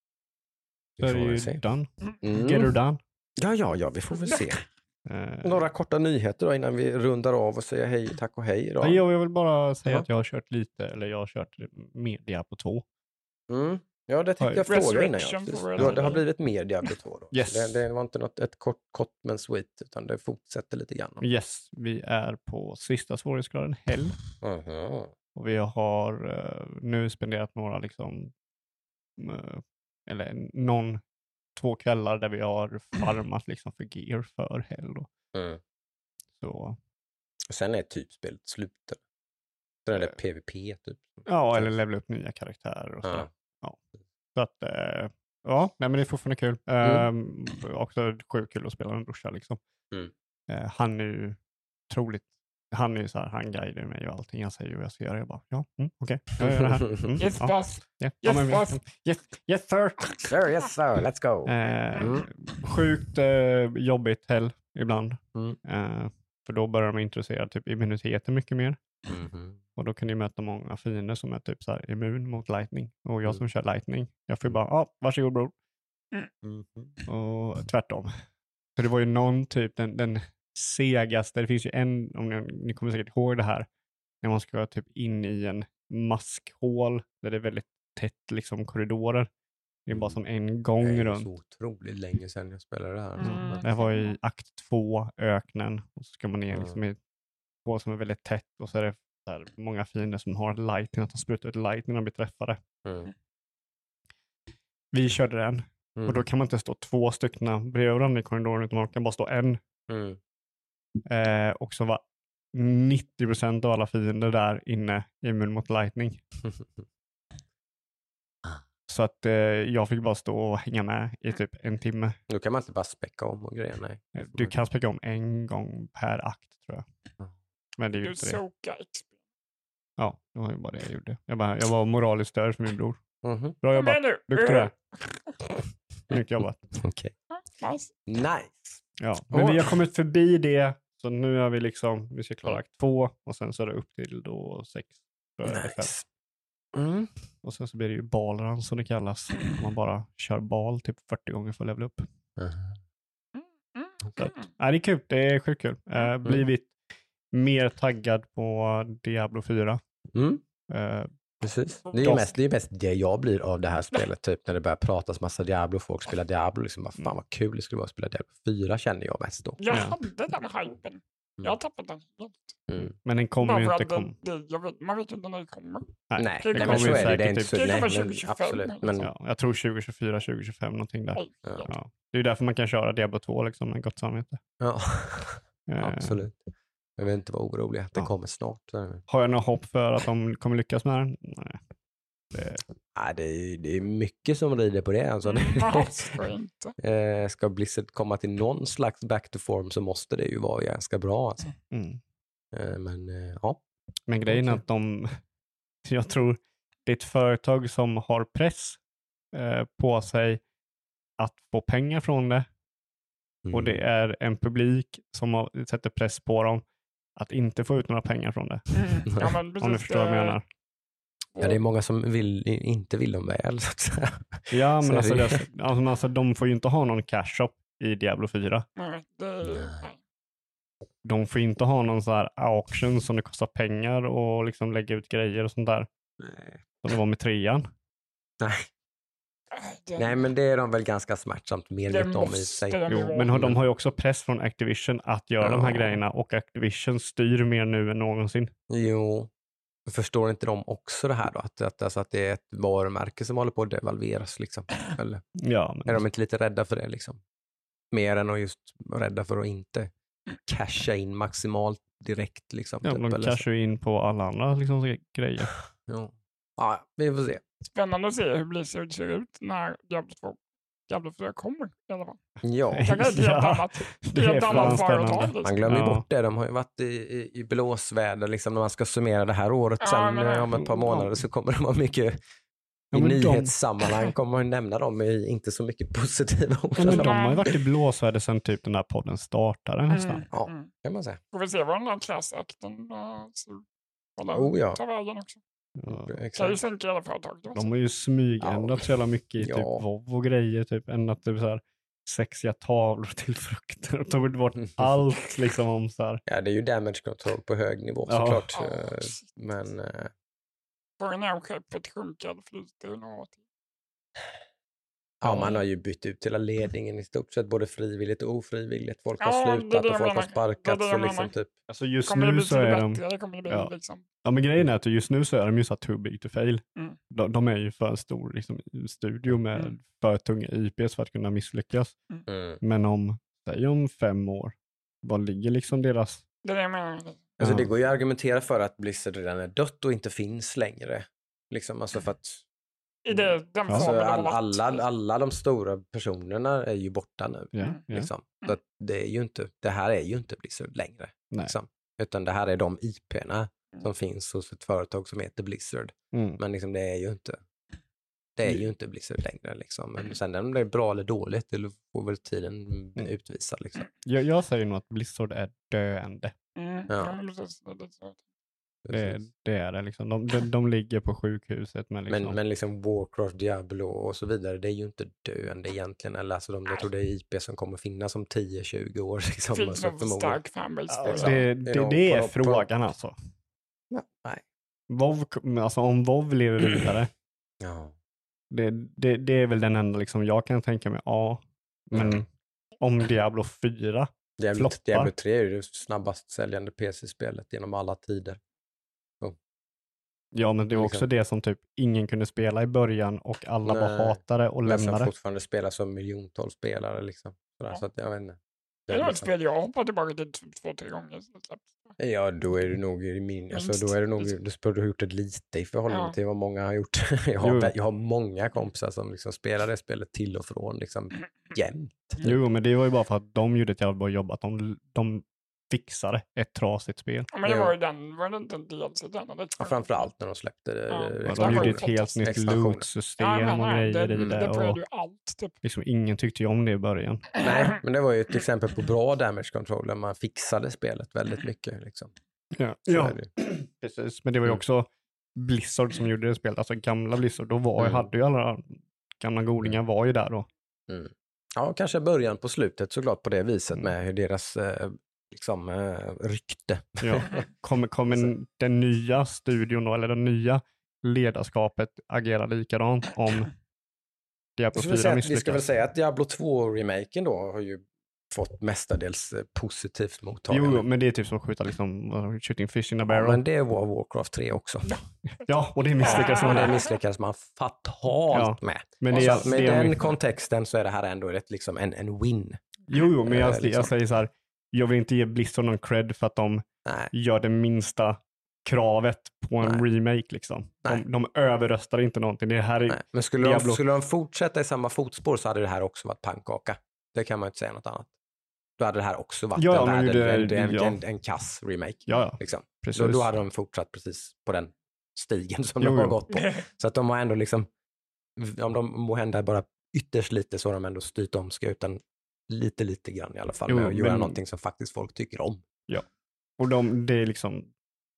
Speaker 1: Vi
Speaker 3: är
Speaker 1: får
Speaker 3: det
Speaker 1: väl
Speaker 3: ju
Speaker 1: se.
Speaker 3: done.
Speaker 1: Mm.
Speaker 3: Get her done.
Speaker 1: Ja, ja, ja, vi får väl se.
Speaker 3: Eh,
Speaker 1: Några korta nyheter då innan vi rundar av och säger hej, tack och hej. Då.
Speaker 3: ja, jag vill bara säga
Speaker 1: Ja.
Speaker 3: att jag har kört lite, eller jag har kört media på två.
Speaker 1: Mm. Ja, det tänkte
Speaker 3: Oj.
Speaker 1: jag fråga innan.
Speaker 2: Resurrection
Speaker 1: Ja. Precis.
Speaker 2: får jag
Speaker 1: Du har- Det har
Speaker 2: säga.
Speaker 1: blivit mer Diablo två då.
Speaker 3: Yes.
Speaker 1: Det, det var inte något, ett kort, kort men sweet, utan det fortsätter lite grann.
Speaker 3: Yes, vi är på sista svårighetsgraden Hell.
Speaker 1: Mhm.
Speaker 3: Och vi har eh, nu spenderat några liksom, eh, eller någon, två kvällar där vi har farmat liksom för gear för Hell. Då.
Speaker 1: Mm.
Speaker 3: Så,
Speaker 1: Och sen är typ spelet slut. eller? Sen är det
Speaker 3: Eh.
Speaker 1: PvP typ.
Speaker 3: ja, eller levla upp nya karaktärer och sådär.
Speaker 1: Ja.
Speaker 3: Ja. Så att, eh, ja, nej, men det är fortfarande kul.
Speaker 1: Mm.
Speaker 3: Eh, också sjukt kul att spela med brorsa liksom.
Speaker 1: Mm.
Speaker 3: Eh, han är ju otroligt han är ju så här, han guidar mig och allting. Jag säger ju jag ska göra. Jag bara, ja, mm, okej. Okay. Jag gör det här. Mm,
Speaker 2: Yes,
Speaker 3: ja,
Speaker 2: boss.
Speaker 3: ja,
Speaker 2: Yes,
Speaker 3: ja, men-
Speaker 2: boss.
Speaker 3: Yes, yes sir.
Speaker 1: Sir, yes sir, let's go.
Speaker 3: Eh,
Speaker 1: Mm.
Speaker 3: Sjukt eh, jobbigt hell ibland.
Speaker 1: Mm.
Speaker 3: Eh, för då börjar de intressera typ immuniteten mycket mer.
Speaker 1: Mhm.
Speaker 3: Och då kan ni möta många fiender som är typ så här immun mot lightning. Och jag
Speaker 1: Mm.
Speaker 3: som kör lightning, jag får ju bara, ja, varsågod bror.
Speaker 1: Mhm.
Speaker 3: Och tvärtom. Så det var ju någon typ, den, den segaste, det finns ju en, om ni, ni kommer säkert ihåg det här, när man ska typ in i en maskhål där det är väldigt tätt liksom korridorer. Det är bara
Speaker 1: Mm.
Speaker 3: som en gång
Speaker 1: Det är ju
Speaker 3: runt.
Speaker 1: så otroligt länge sedan jag spelade det här. alltså.
Speaker 2: Mm.
Speaker 1: Men-
Speaker 3: Det här var i akt två, öknen. Och så ska man ner
Speaker 1: Mm.
Speaker 3: liksom i ett hål som är väldigt tätt. Och så är det så här, många fiender som har lightning, att de sprutar ut light när de blir träffade.
Speaker 1: Mm.
Speaker 3: Vi körde den.
Speaker 1: Mm.
Speaker 3: Och då kan man inte stå två stycken bredvid varandra i korridoren, utan man kan bara stå en.
Speaker 1: Mm.
Speaker 3: Eh, och så var nittio procent av alla fiender där inne immun mot lightning. Så att eh, jag fick bara stå och hänga med i typ en timme.
Speaker 1: Då kan man inte bara späcka om och grejer, nej.
Speaker 3: Eh, Du kan spela om en gång per akt tror jag.
Speaker 1: Ja.
Speaker 3: Men det är ju
Speaker 2: Du
Speaker 3: inte det.
Speaker 2: soka X P.
Speaker 3: Ja, det var ju bara det jag gjorde. Jag, bara, jag var moraliskt störd för min bror.
Speaker 1: Mhm.
Speaker 3: Bra
Speaker 2: Kom
Speaker 3: jobbat.
Speaker 2: igen nu.
Speaker 3: Duktig du är. Snyggt jobbat.
Speaker 1: Okej.
Speaker 2: Nice.
Speaker 1: Nice.
Speaker 3: Ja, men
Speaker 1: Åh.
Speaker 3: vi har kommit förbi det. Så nu är vi liksom, vi ska klara akt två och sen så är det upp till då sex. tror jag det är fem.
Speaker 1: Nice. Mm.
Speaker 3: Och sen så blir det ju balrun som det kallas. Man bara kör bal typ fyrtio gånger för att levela upp.
Speaker 1: Mhm.
Speaker 2: Mm.
Speaker 3: Så att, nej, det är kul, det är sjukt kul. Uh, blivit mer taggad på Diablo fyra.
Speaker 1: Mm.
Speaker 3: Uh,
Speaker 1: Precis. Det är ju
Speaker 3: Dock-
Speaker 1: mest, det är mest det jag blir av det här spelet, typ när det börjar pratas massa Diablo, folk spelar Diablo, liksom bara, fan vad kul det skulle vara att spela Diablo fyra, känner jag mest då.
Speaker 2: Jag
Speaker 3: Ja.
Speaker 2: hade den hypen. Jag har tappat den helt.
Speaker 1: Mm.
Speaker 3: men den kommer ju
Speaker 2: Bara
Speaker 3: inte
Speaker 2: för att
Speaker 3: komma.
Speaker 2: det, det, jag vet, man vet inte när det kommer.
Speaker 1: Nej,
Speaker 2: Det
Speaker 1: nej
Speaker 2: kommer
Speaker 1: men så
Speaker 2: ju
Speaker 1: är det. Det är
Speaker 3: säkert
Speaker 1: inte
Speaker 3: typ-
Speaker 1: så,
Speaker 2: Det
Speaker 1: nej,
Speaker 2: kommer
Speaker 1: men
Speaker 2: tjugo tjugofem,
Speaker 1: absolut. Men,
Speaker 3: Ja, jag tror tjugo tjugofyra, tjugo tjugofem någonting där.
Speaker 2: Oj,
Speaker 1: Ja.
Speaker 2: ja.
Speaker 3: Ja. Det är ju därför man kan köra Diablo två liksom med gott samvete.
Speaker 1: ja,
Speaker 3: Eh,
Speaker 1: absolut. Jag vill inte vara orolig att det
Speaker 3: Ja.
Speaker 1: kommer snart. Så.
Speaker 3: Har jag något hopp för att de kommer lyckas med den? Nej. Det,
Speaker 1: Nej, det, är, det är mycket som rider på det. Alltså.
Speaker 2: Nej, ska inte.
Speaker 1: Eh, ska Blizzard komma till någon slags back to form så måste det ju vara ganska bra. Alltså.
Speaker 3: mm.
Speaker 1: Eh, men eh, ja.
Speaker 3: Men grejen är
Speaker 1: Okej.
Speaker 3: att de, jag tror det är ett företag som har press eh, på sig att få pengar från det.
Speaker 1: Mm.
Speaker 3: Och det är en publik som har, sätter press på dem att inte få ut några pengar från det.
Speaker 2: Mm. Ja, men
Speaker 3: Om du
Speaker 2: precis,
Speaker 3: förstår vad jag
Speaker 2: eh,
Speaker 3: menar.
Speaker 1: Ja, det är många som vill, inte vill dem väl. Så att säga.
Speaker 3: Ja,
Speaker 1: så
Speaker 3: men
Speaker 1: är
Speaker 3: alltså,
Speaker 1: det.
Speaker 3: det, alltså, alltså de får ju inte ha någon cash shop i Diablo fyra.
Speaker 2: Nej, det, nej.
Speaker 3: De får inte ha någon så här auction som det kostar pengar och liksom lägga ut grejer och sånt där.
Speaker 1: Nej.
Speaker 3: Som det var med trean.
Speaker 1: Nej.
Speaker 2: Det,
Speaker 1: Nej, men det är de väl ganska smärtsamt
Speaker 2: det
Speaker 1: medvetna om i
Speaker 2: måste
Speaker 1: sig.
Speaker 2: de
Speaker 3: Jo,
Speaker 2: ju
Speaker 3: men
Speaker 2: vara.
Speaker 3: har, de har ju också press från Activision att göra de här
Speaker 1: Ja.
Speaker 3: grejerna och Activision styr mer nu än någonsin.
Speaker 1: Jo, förstår inte de också det här då? Att, att, alltså att det är ett varumärke som håller på att devalveras liksom? Eller
Speaker 3: Ja, men
Speaker 1: är de inte lite rädda för det liksom? Mer än att just vara rädda för att inte casha in maximalt direkt liksom?
Speaker 3: ja,
Speaker 1: typ,
Speaker 3: de
Speaker 1: eller så.
Speaker 3: cashar ju in på alla andra liksom, grejer.
Speaker 1: Jo. Ja, vi får se.
Speaker 2: Spännande att se hur Blizzard ser ut när Diablo två, Diablo fyra kommer i alla fall.
Speaker 1: Ja,
Speaker 2: Det är ett helt
Speaker 3: Ja,
Speaker 2: annat,
Speaker 3: det är
Speaker 2: helt
Speaker 3: fan
Speaker 2: annat
Speaker 3: spännande.
Speaker 2: företag. Liksom.
Speaker 1: man glömmer ju
Speaker 3: Ja.
Speaker 1: bort det. De har ju varit i, i, i blåsväder liksom, när man ska summera det här året.
Speaker 2: Ja,
Speaker 1: Sen
Speaker 2: men-
Speaker 1: eh, om ett par månader så kommer det vara mycket
Speaker 3: Ja,
Speaker 1: i
Speaker 3: men de-
Speaker 1: nyhetssammanhang kommer man ju nämna dem i inte så mycket positiva ord.
Speaker 3: Ja, men
Speaker 1: så
Speaker 3: de har ju varit i blåsväder sedan typ den här podden startade nästan.
Speaker 2: Mm,
Speaker 1: Ja.
Speaker 2: mm.
Speaker 1: kan man säga.
Speaker 2: Får vi se vad den här klassakten uh, ser ut. Vad den
Speaker 1: Oh, ja.
Speaker 2: tar vägen också.
Speaker 3: Ja.
Speaker 2: Kan ju
Speaker 1: Exakt.
Speaker 2: sänka hela företaget.
Speaker 3: De har ju smygändrat så jävla mycket i typ
Speaker 1: Ja.
Speaker 3: WoW och grejer. Typ ändrat typ så här sexiga tavlor till frukter och tagit bort allt liksom om så här.
Speaker 1: Ja, det är ju damage control på hög nivå
Speaker 3: Ja.
Speaker 1: såklart.
Speaker 2: Ja,
Speaker 1: Eh,
Speaker 2: shit.
Speaker 1: Men eh,
Speaker 2: Frågan är om skeppet sjunker eller flyter eller något.
Speaker 1: ja, man har ju bytt ut hela ledningen i stort sett, både frivilligt och ofrivilligt. Folk har
Speaker 2: Ja, det är
Speaker 1: slutat
Speaker 2: det
Speaker 1: och
Speaker 2: jag
Speaker 1: folk har
Speaker 2: menar.
Speaker 1: sparkats.
Speaker 2: Det är det jag
Speaker 1: Så liksom
Speaker 2: menar.
Speaker 1: typ,
Speaker 3: Alltså just
Speaker 2: Kommer det
Speaker 3: nu
Speaker 2: bli
Speaker 3: så
Speaker 2: till
Speaker 3: är
Speaker 2: det
Speaker 3: de...
Speaker 2: bättre? Det kommer det bli
Speaker 3: Ja.
Speaker 2: liksom.
Speaker 3: Ja, men grejen är att just nu så är de ju så här too big to fail.
Speaker 2: Mm.
Speaker 3: De, de är ju för en stor liksom, studio med
Speaker 2: Mm.
Speaker 3: för tunga I Ps för att kunna misslyckas.
Speaker 1: mm.
Speaker 3: Men om, säg om fem år, vad ligger liksom deras...
Speaker 2: Det är det jag menar.
Speaker 1: Alltså
Speaker 3: Ja.
Speaker 1: det går ju att argumentera för att Blizzard redan är dött och inte finns längre. Liksom, alltså för att
Speaker 2: I det, den
Speaker 1: alltså,
Speaker 2: formen
Speaker 1: all,
Speaker 2: av att-
Speaker 1: alla, alla de stora personerna är ju borta nu.
Speaker 3: Ja,
Speaker 2: Mm.
Speaker 3: ja.
Speaker 1: Liksom. Så att det, är ju inte, det här är ju inte Blizzard längre.
Speaker 3: Nej.
Speaker 1: Liksom. Utan det här är de I P-erna som finns hos ett företag som heter Blizzard.
Speaker 3: Mm.
Speaker 1: Men liksom det är ju inte det är ju inte Blizzard längre. Liksom. Men sen om det är bra eller dåligt, det får väl tiden
Speaker 3: Mm.
Speaker 1: utvisa. Liksom.
Speaker 3: Jag, jag säger nog att Blizzard är döende.
Speaker 2: Mm.
Speaker 1: Ja.
Speaker 2: Ja, precis. Det är lite så.
Speaker 3: Det, det är det liksom. De, de, de ligger på sjukhuset. Men liksom,
Speaker 1: Men, men liksom Warcraft, Diablo och så vidare, det är ju inte döende egentligen. Eller alltså de, jag tror det är I P som kommer finnas om tio tjugo år. Liksom,
Speaker 2: Finns
Speaker 1: alltså,
Speaker 2: någon
Speaker 1: förmodligen.
Speaker 2: stark fanbase
Speaker 3: ja,
Speaker 2: på
Speaker 1: liksom.
Speaker 2: det.
Speaker 3: det,
Speaker 1: You
Speaker 3: det,
Speaker 1: know,
Speaker 3: det är
Speaker 1: på- på-
Speaker 3: frågan alltså.
Speaker 1: Ja, nej.
Speaker 3: WoW, alltså om WoW lever vidare,
Speaker 1: Ja.
Speaker 3: det, det, det är väl den enda liksom jag kan tänka mig, ja. Men
Speaker 1: Mm.
Speaker 3: om Diablo fyra,
Speaker 1: Diablo,
Speaker 3: Floppar.
Speaker 1: Diablo tre är ju det snabbast säljande P C-spelet genom alla tider.
Speaker 3: ja men det var
Speaker 1: Liksom.
Speaker 3: också det som typ ingen kunde spela i början och alla bara
Speaker 1: Nej.
Speaker 3: hatade och
Speaker 1: Men som
Speaker 3: lämnade.
Speaker 1: fortfarande spelas av miljontals spelare. Liksom. Sådär,
Speaker 2: Ja.
Speaker 1: så att jag vet inte.
Speaker 2: Det är
Speaker 1: är
Speaker 2: nog ett
Speaker 1: liksom-
Speaker 2: spel jag hoppar tillbaka till typ två, tre gånger. Så det släpps.
Speaker 1: Ja, då är du nog i min, alltså,
Speaker 2: Minst.
Speaker 1: då är du nog, du skulle ha gjort det lite i förhållande
Speaker 2: Ja.
Speaker 1: till vad många har gjort. jag, har,
Speaker 3: Jo.
Speaker 1: vä- jag har många kompisar som liksom spelar det spelet till och från liksom jämt.
Speaker 3: Jo, men det var ju bara för att de gjorde ett jävla bra jobb, att de, de fixade ett trasigt spel.
Speaker 2: Ja, men det
Speaker 1: Jo.
Speaker 2: var ju den, var det inte en D L C den? Eller?
Speaker 1: Ja, framförallt när de släppte det.
Speaker 2: Ja.
Speaker 1: eh,
Speaker 2: Ja,
Speaker 3: Ja, de
Speaker 2: expansioner.
Speaker 3: gjorde
Speaker 1: expansioner.
Speaker 3: ett helt nytt
Speaker 1: Expansioner.
Speaker 3: loot-system
Speaker 2: Ja, men,
Speaker 3: och
Speaker 2: nej,
Speaker 3: grejer
Speaker 2: det,
Speaker 3: i
Speaker 2: det
Speaker 3: det.
Speaker 2: präglade
Speaker 3: Och
Speaker 2: ju allt. Typ.
Speaker 3: liksom, ingen tyckte ju om det i början.
Speaker 1: Nej, men det var ju ett exempel på bra damage control där man fixade spelet väldigt mycket. Liksom.
Speaker 3: Ja,
Speaker 1: Så
Speaker 3: ja.
Speaker 1: är det ju.
Speaker 3: Precis. Men det var ju
Speaker 1: Mm.
Speaker 3: också Blizzard som gjorde det spelet, alltså gamla Blizzard. Då var,
Speaker 1: Mm.
Speaker 3: hade ju alla gamla godingar var ju där då.
Speaker 1: Mm. Ja, kanske början på slutet såklart på det viset
Speaker 3: Mm.
Speaker 1: med hur deras eh, liksom, eh, rykte.
Speaker 3: Ja. Kommer kommer
Speaker 1: Så.
Speaker 3: den nya studion då, eller det nya ledarskapet agera likadant om Diablo
Speaker 1: Vi ska, väl
Speaker 3: fyra
Speaker 1: säga, att- vi ska väl
Speaker 3: misslyckas?
Speaker 1: säga att Diablo två-remaken då har ju fått mestadels eh, positivt mottagande.
Speaker 3: Jo, jo, men det är typ som att skjuta liksom, uh, shooting fish in a
Speaker 1: Ja,
Speaker 3: barrel.
Speaker 1: men det var Warcraft tre också.
Speaker 3: Ja, och det misslyckas
Speaker 1: Och
Speaker 3: som
Speaker 1: det
Speaker 3: det.
Speaker 1: misslyckades man fatalt med.
Speaker 3: Men
Speaker 1: Och
Speaker 3: det
Speaker 1: så
Speaker 3: är,
Speaker 1: att med
Speaker 3: det är
Speaker 1: den kontexten så är det här ändå ett, liksom en, en win.
Speaker 3: Jo, jo, men jag,
Speaker 1: eh, liksom.
Speaker 3: jag säger så här, jag vill inte ge Blizzard någon cred för att de
Speaker 1: Nej,
Speaker 3: gör det minsta kravet på en
Speaker 1: Nej.
Speaker 3: remake liksom.
Speaker 1: Nej.
Speaker 3: De, de överröstar inte någonting. Det här är,
Speaker 1: nej. Men skulle de,
Speaker 3: Diablo.
Speaker 1: skulle de fortsätta i samma fotspår så hade det här också varit pannkaka. Det kan man inte säga något annat. Då hade det här också varit
Speaker 3: Ja,
Speaker 1: en,
Speaker 3: men
Speaker 1: värld,
Speaker 3: det-
Speaker 1: en, en,
Speaker 3: ja.
Speaker 1: en, en kass remake.
Speaker 3: ja, ja,
Speaker 1: Liksom.
Speaker 3: precis.
Speaker 1: Då, då hade de fortsatt precis på den stigen som
Speaker 3: Jo,
Speaker 1: de har
Speaker 3: jo.
Speaker 1: gått på. Så att de har ändå liksom, om de må hända bara ytterst lite så har de ändå styrt om skutan lite, lite grann i alla fall
Speaker 3: Jo,
Speaker 1: med att göra
Speaker 3: men-
Speaker 1: någonting som faktiskt folk tycker om.
Speaker 3: Och de, det är liksom,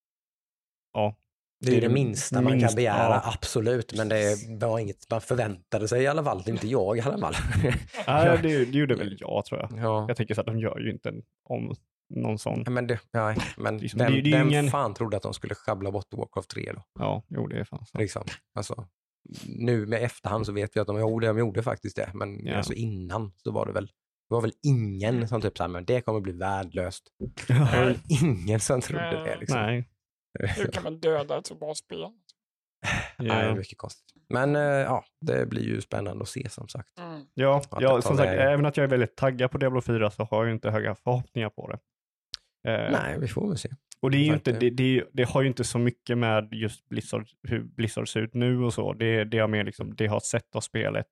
Speaker 3: ja.
Speaker 1: Det är ju det minsta man
Speaker 3: minst-
Speaker 1: kan begära,
Speaker 3: ja.
Speaker 1: absolut, men det var inget man förväntade sig i alla fall, inte jag i alla fall.
Speaker 3: Nej, det, det gjorde väl jag tror jag.
Speaker 1: Ja.
Speaker 3: Jag tänker så att de gör ju inte en, om någon sån.
Speaker 1: Ja, men det, ja, men
Speaker 3: Liksom,
Speaker 1: vem,
Speaker 3: det- det är ju
Speaker 1: vem
Speaker 3: ingen-
Speaker 1: fan trodde att de skulle schabbla bort Warcraft tre då?
Speaker 3: Ja, jo det är fan så.
Speaker 1: Liksom. Alltså, nu med efterhand så vet vi att de gjorde, de gjorde faktiskt det, men
Speaker 3: Ja.
Speaker 1: alltså innan så var det väl det var väl ingen som typ så här, men det kommer bli värdelöst. Det var
Speaker 3: Ja.
Speaker 1: väl ingen som trodde
Speaker 2: Nej.
Speaker 1: det. Liksom.
Speaker 3: Nej.
Speaker 2: Hur kan man döda ett så bra spel?
Speaker 1: Nej, det är
Speaker 3: Ja,
Speaker 1: mycket konstigt. Men eh, ja, det blir ju spännande att se som sagt.
Speaker 2: Mm.
Speaker 3: ja,
Speaker 1: Att
Speaker 3: ja
Speaker 1: det
Speaker 3: som
Speaker 1: tar
Speaker 3: sagt,
Speaker 1: vägen.
Speaker 3: även att jag är väldigt taggad på Diablo fyra så har jag ju inte höga förhoppningar på det. Eh,
Speaker 1: Nej, vi får väl se.
Speaker 3: Och det är ju inte,
Speaker 1: Verkligen.
Speaker 3: det, det, det har ju inte så mycket med just Blizzard, hur Blizzard ser ut nu och så. Det, det har mer liksom, det har sett av spelet.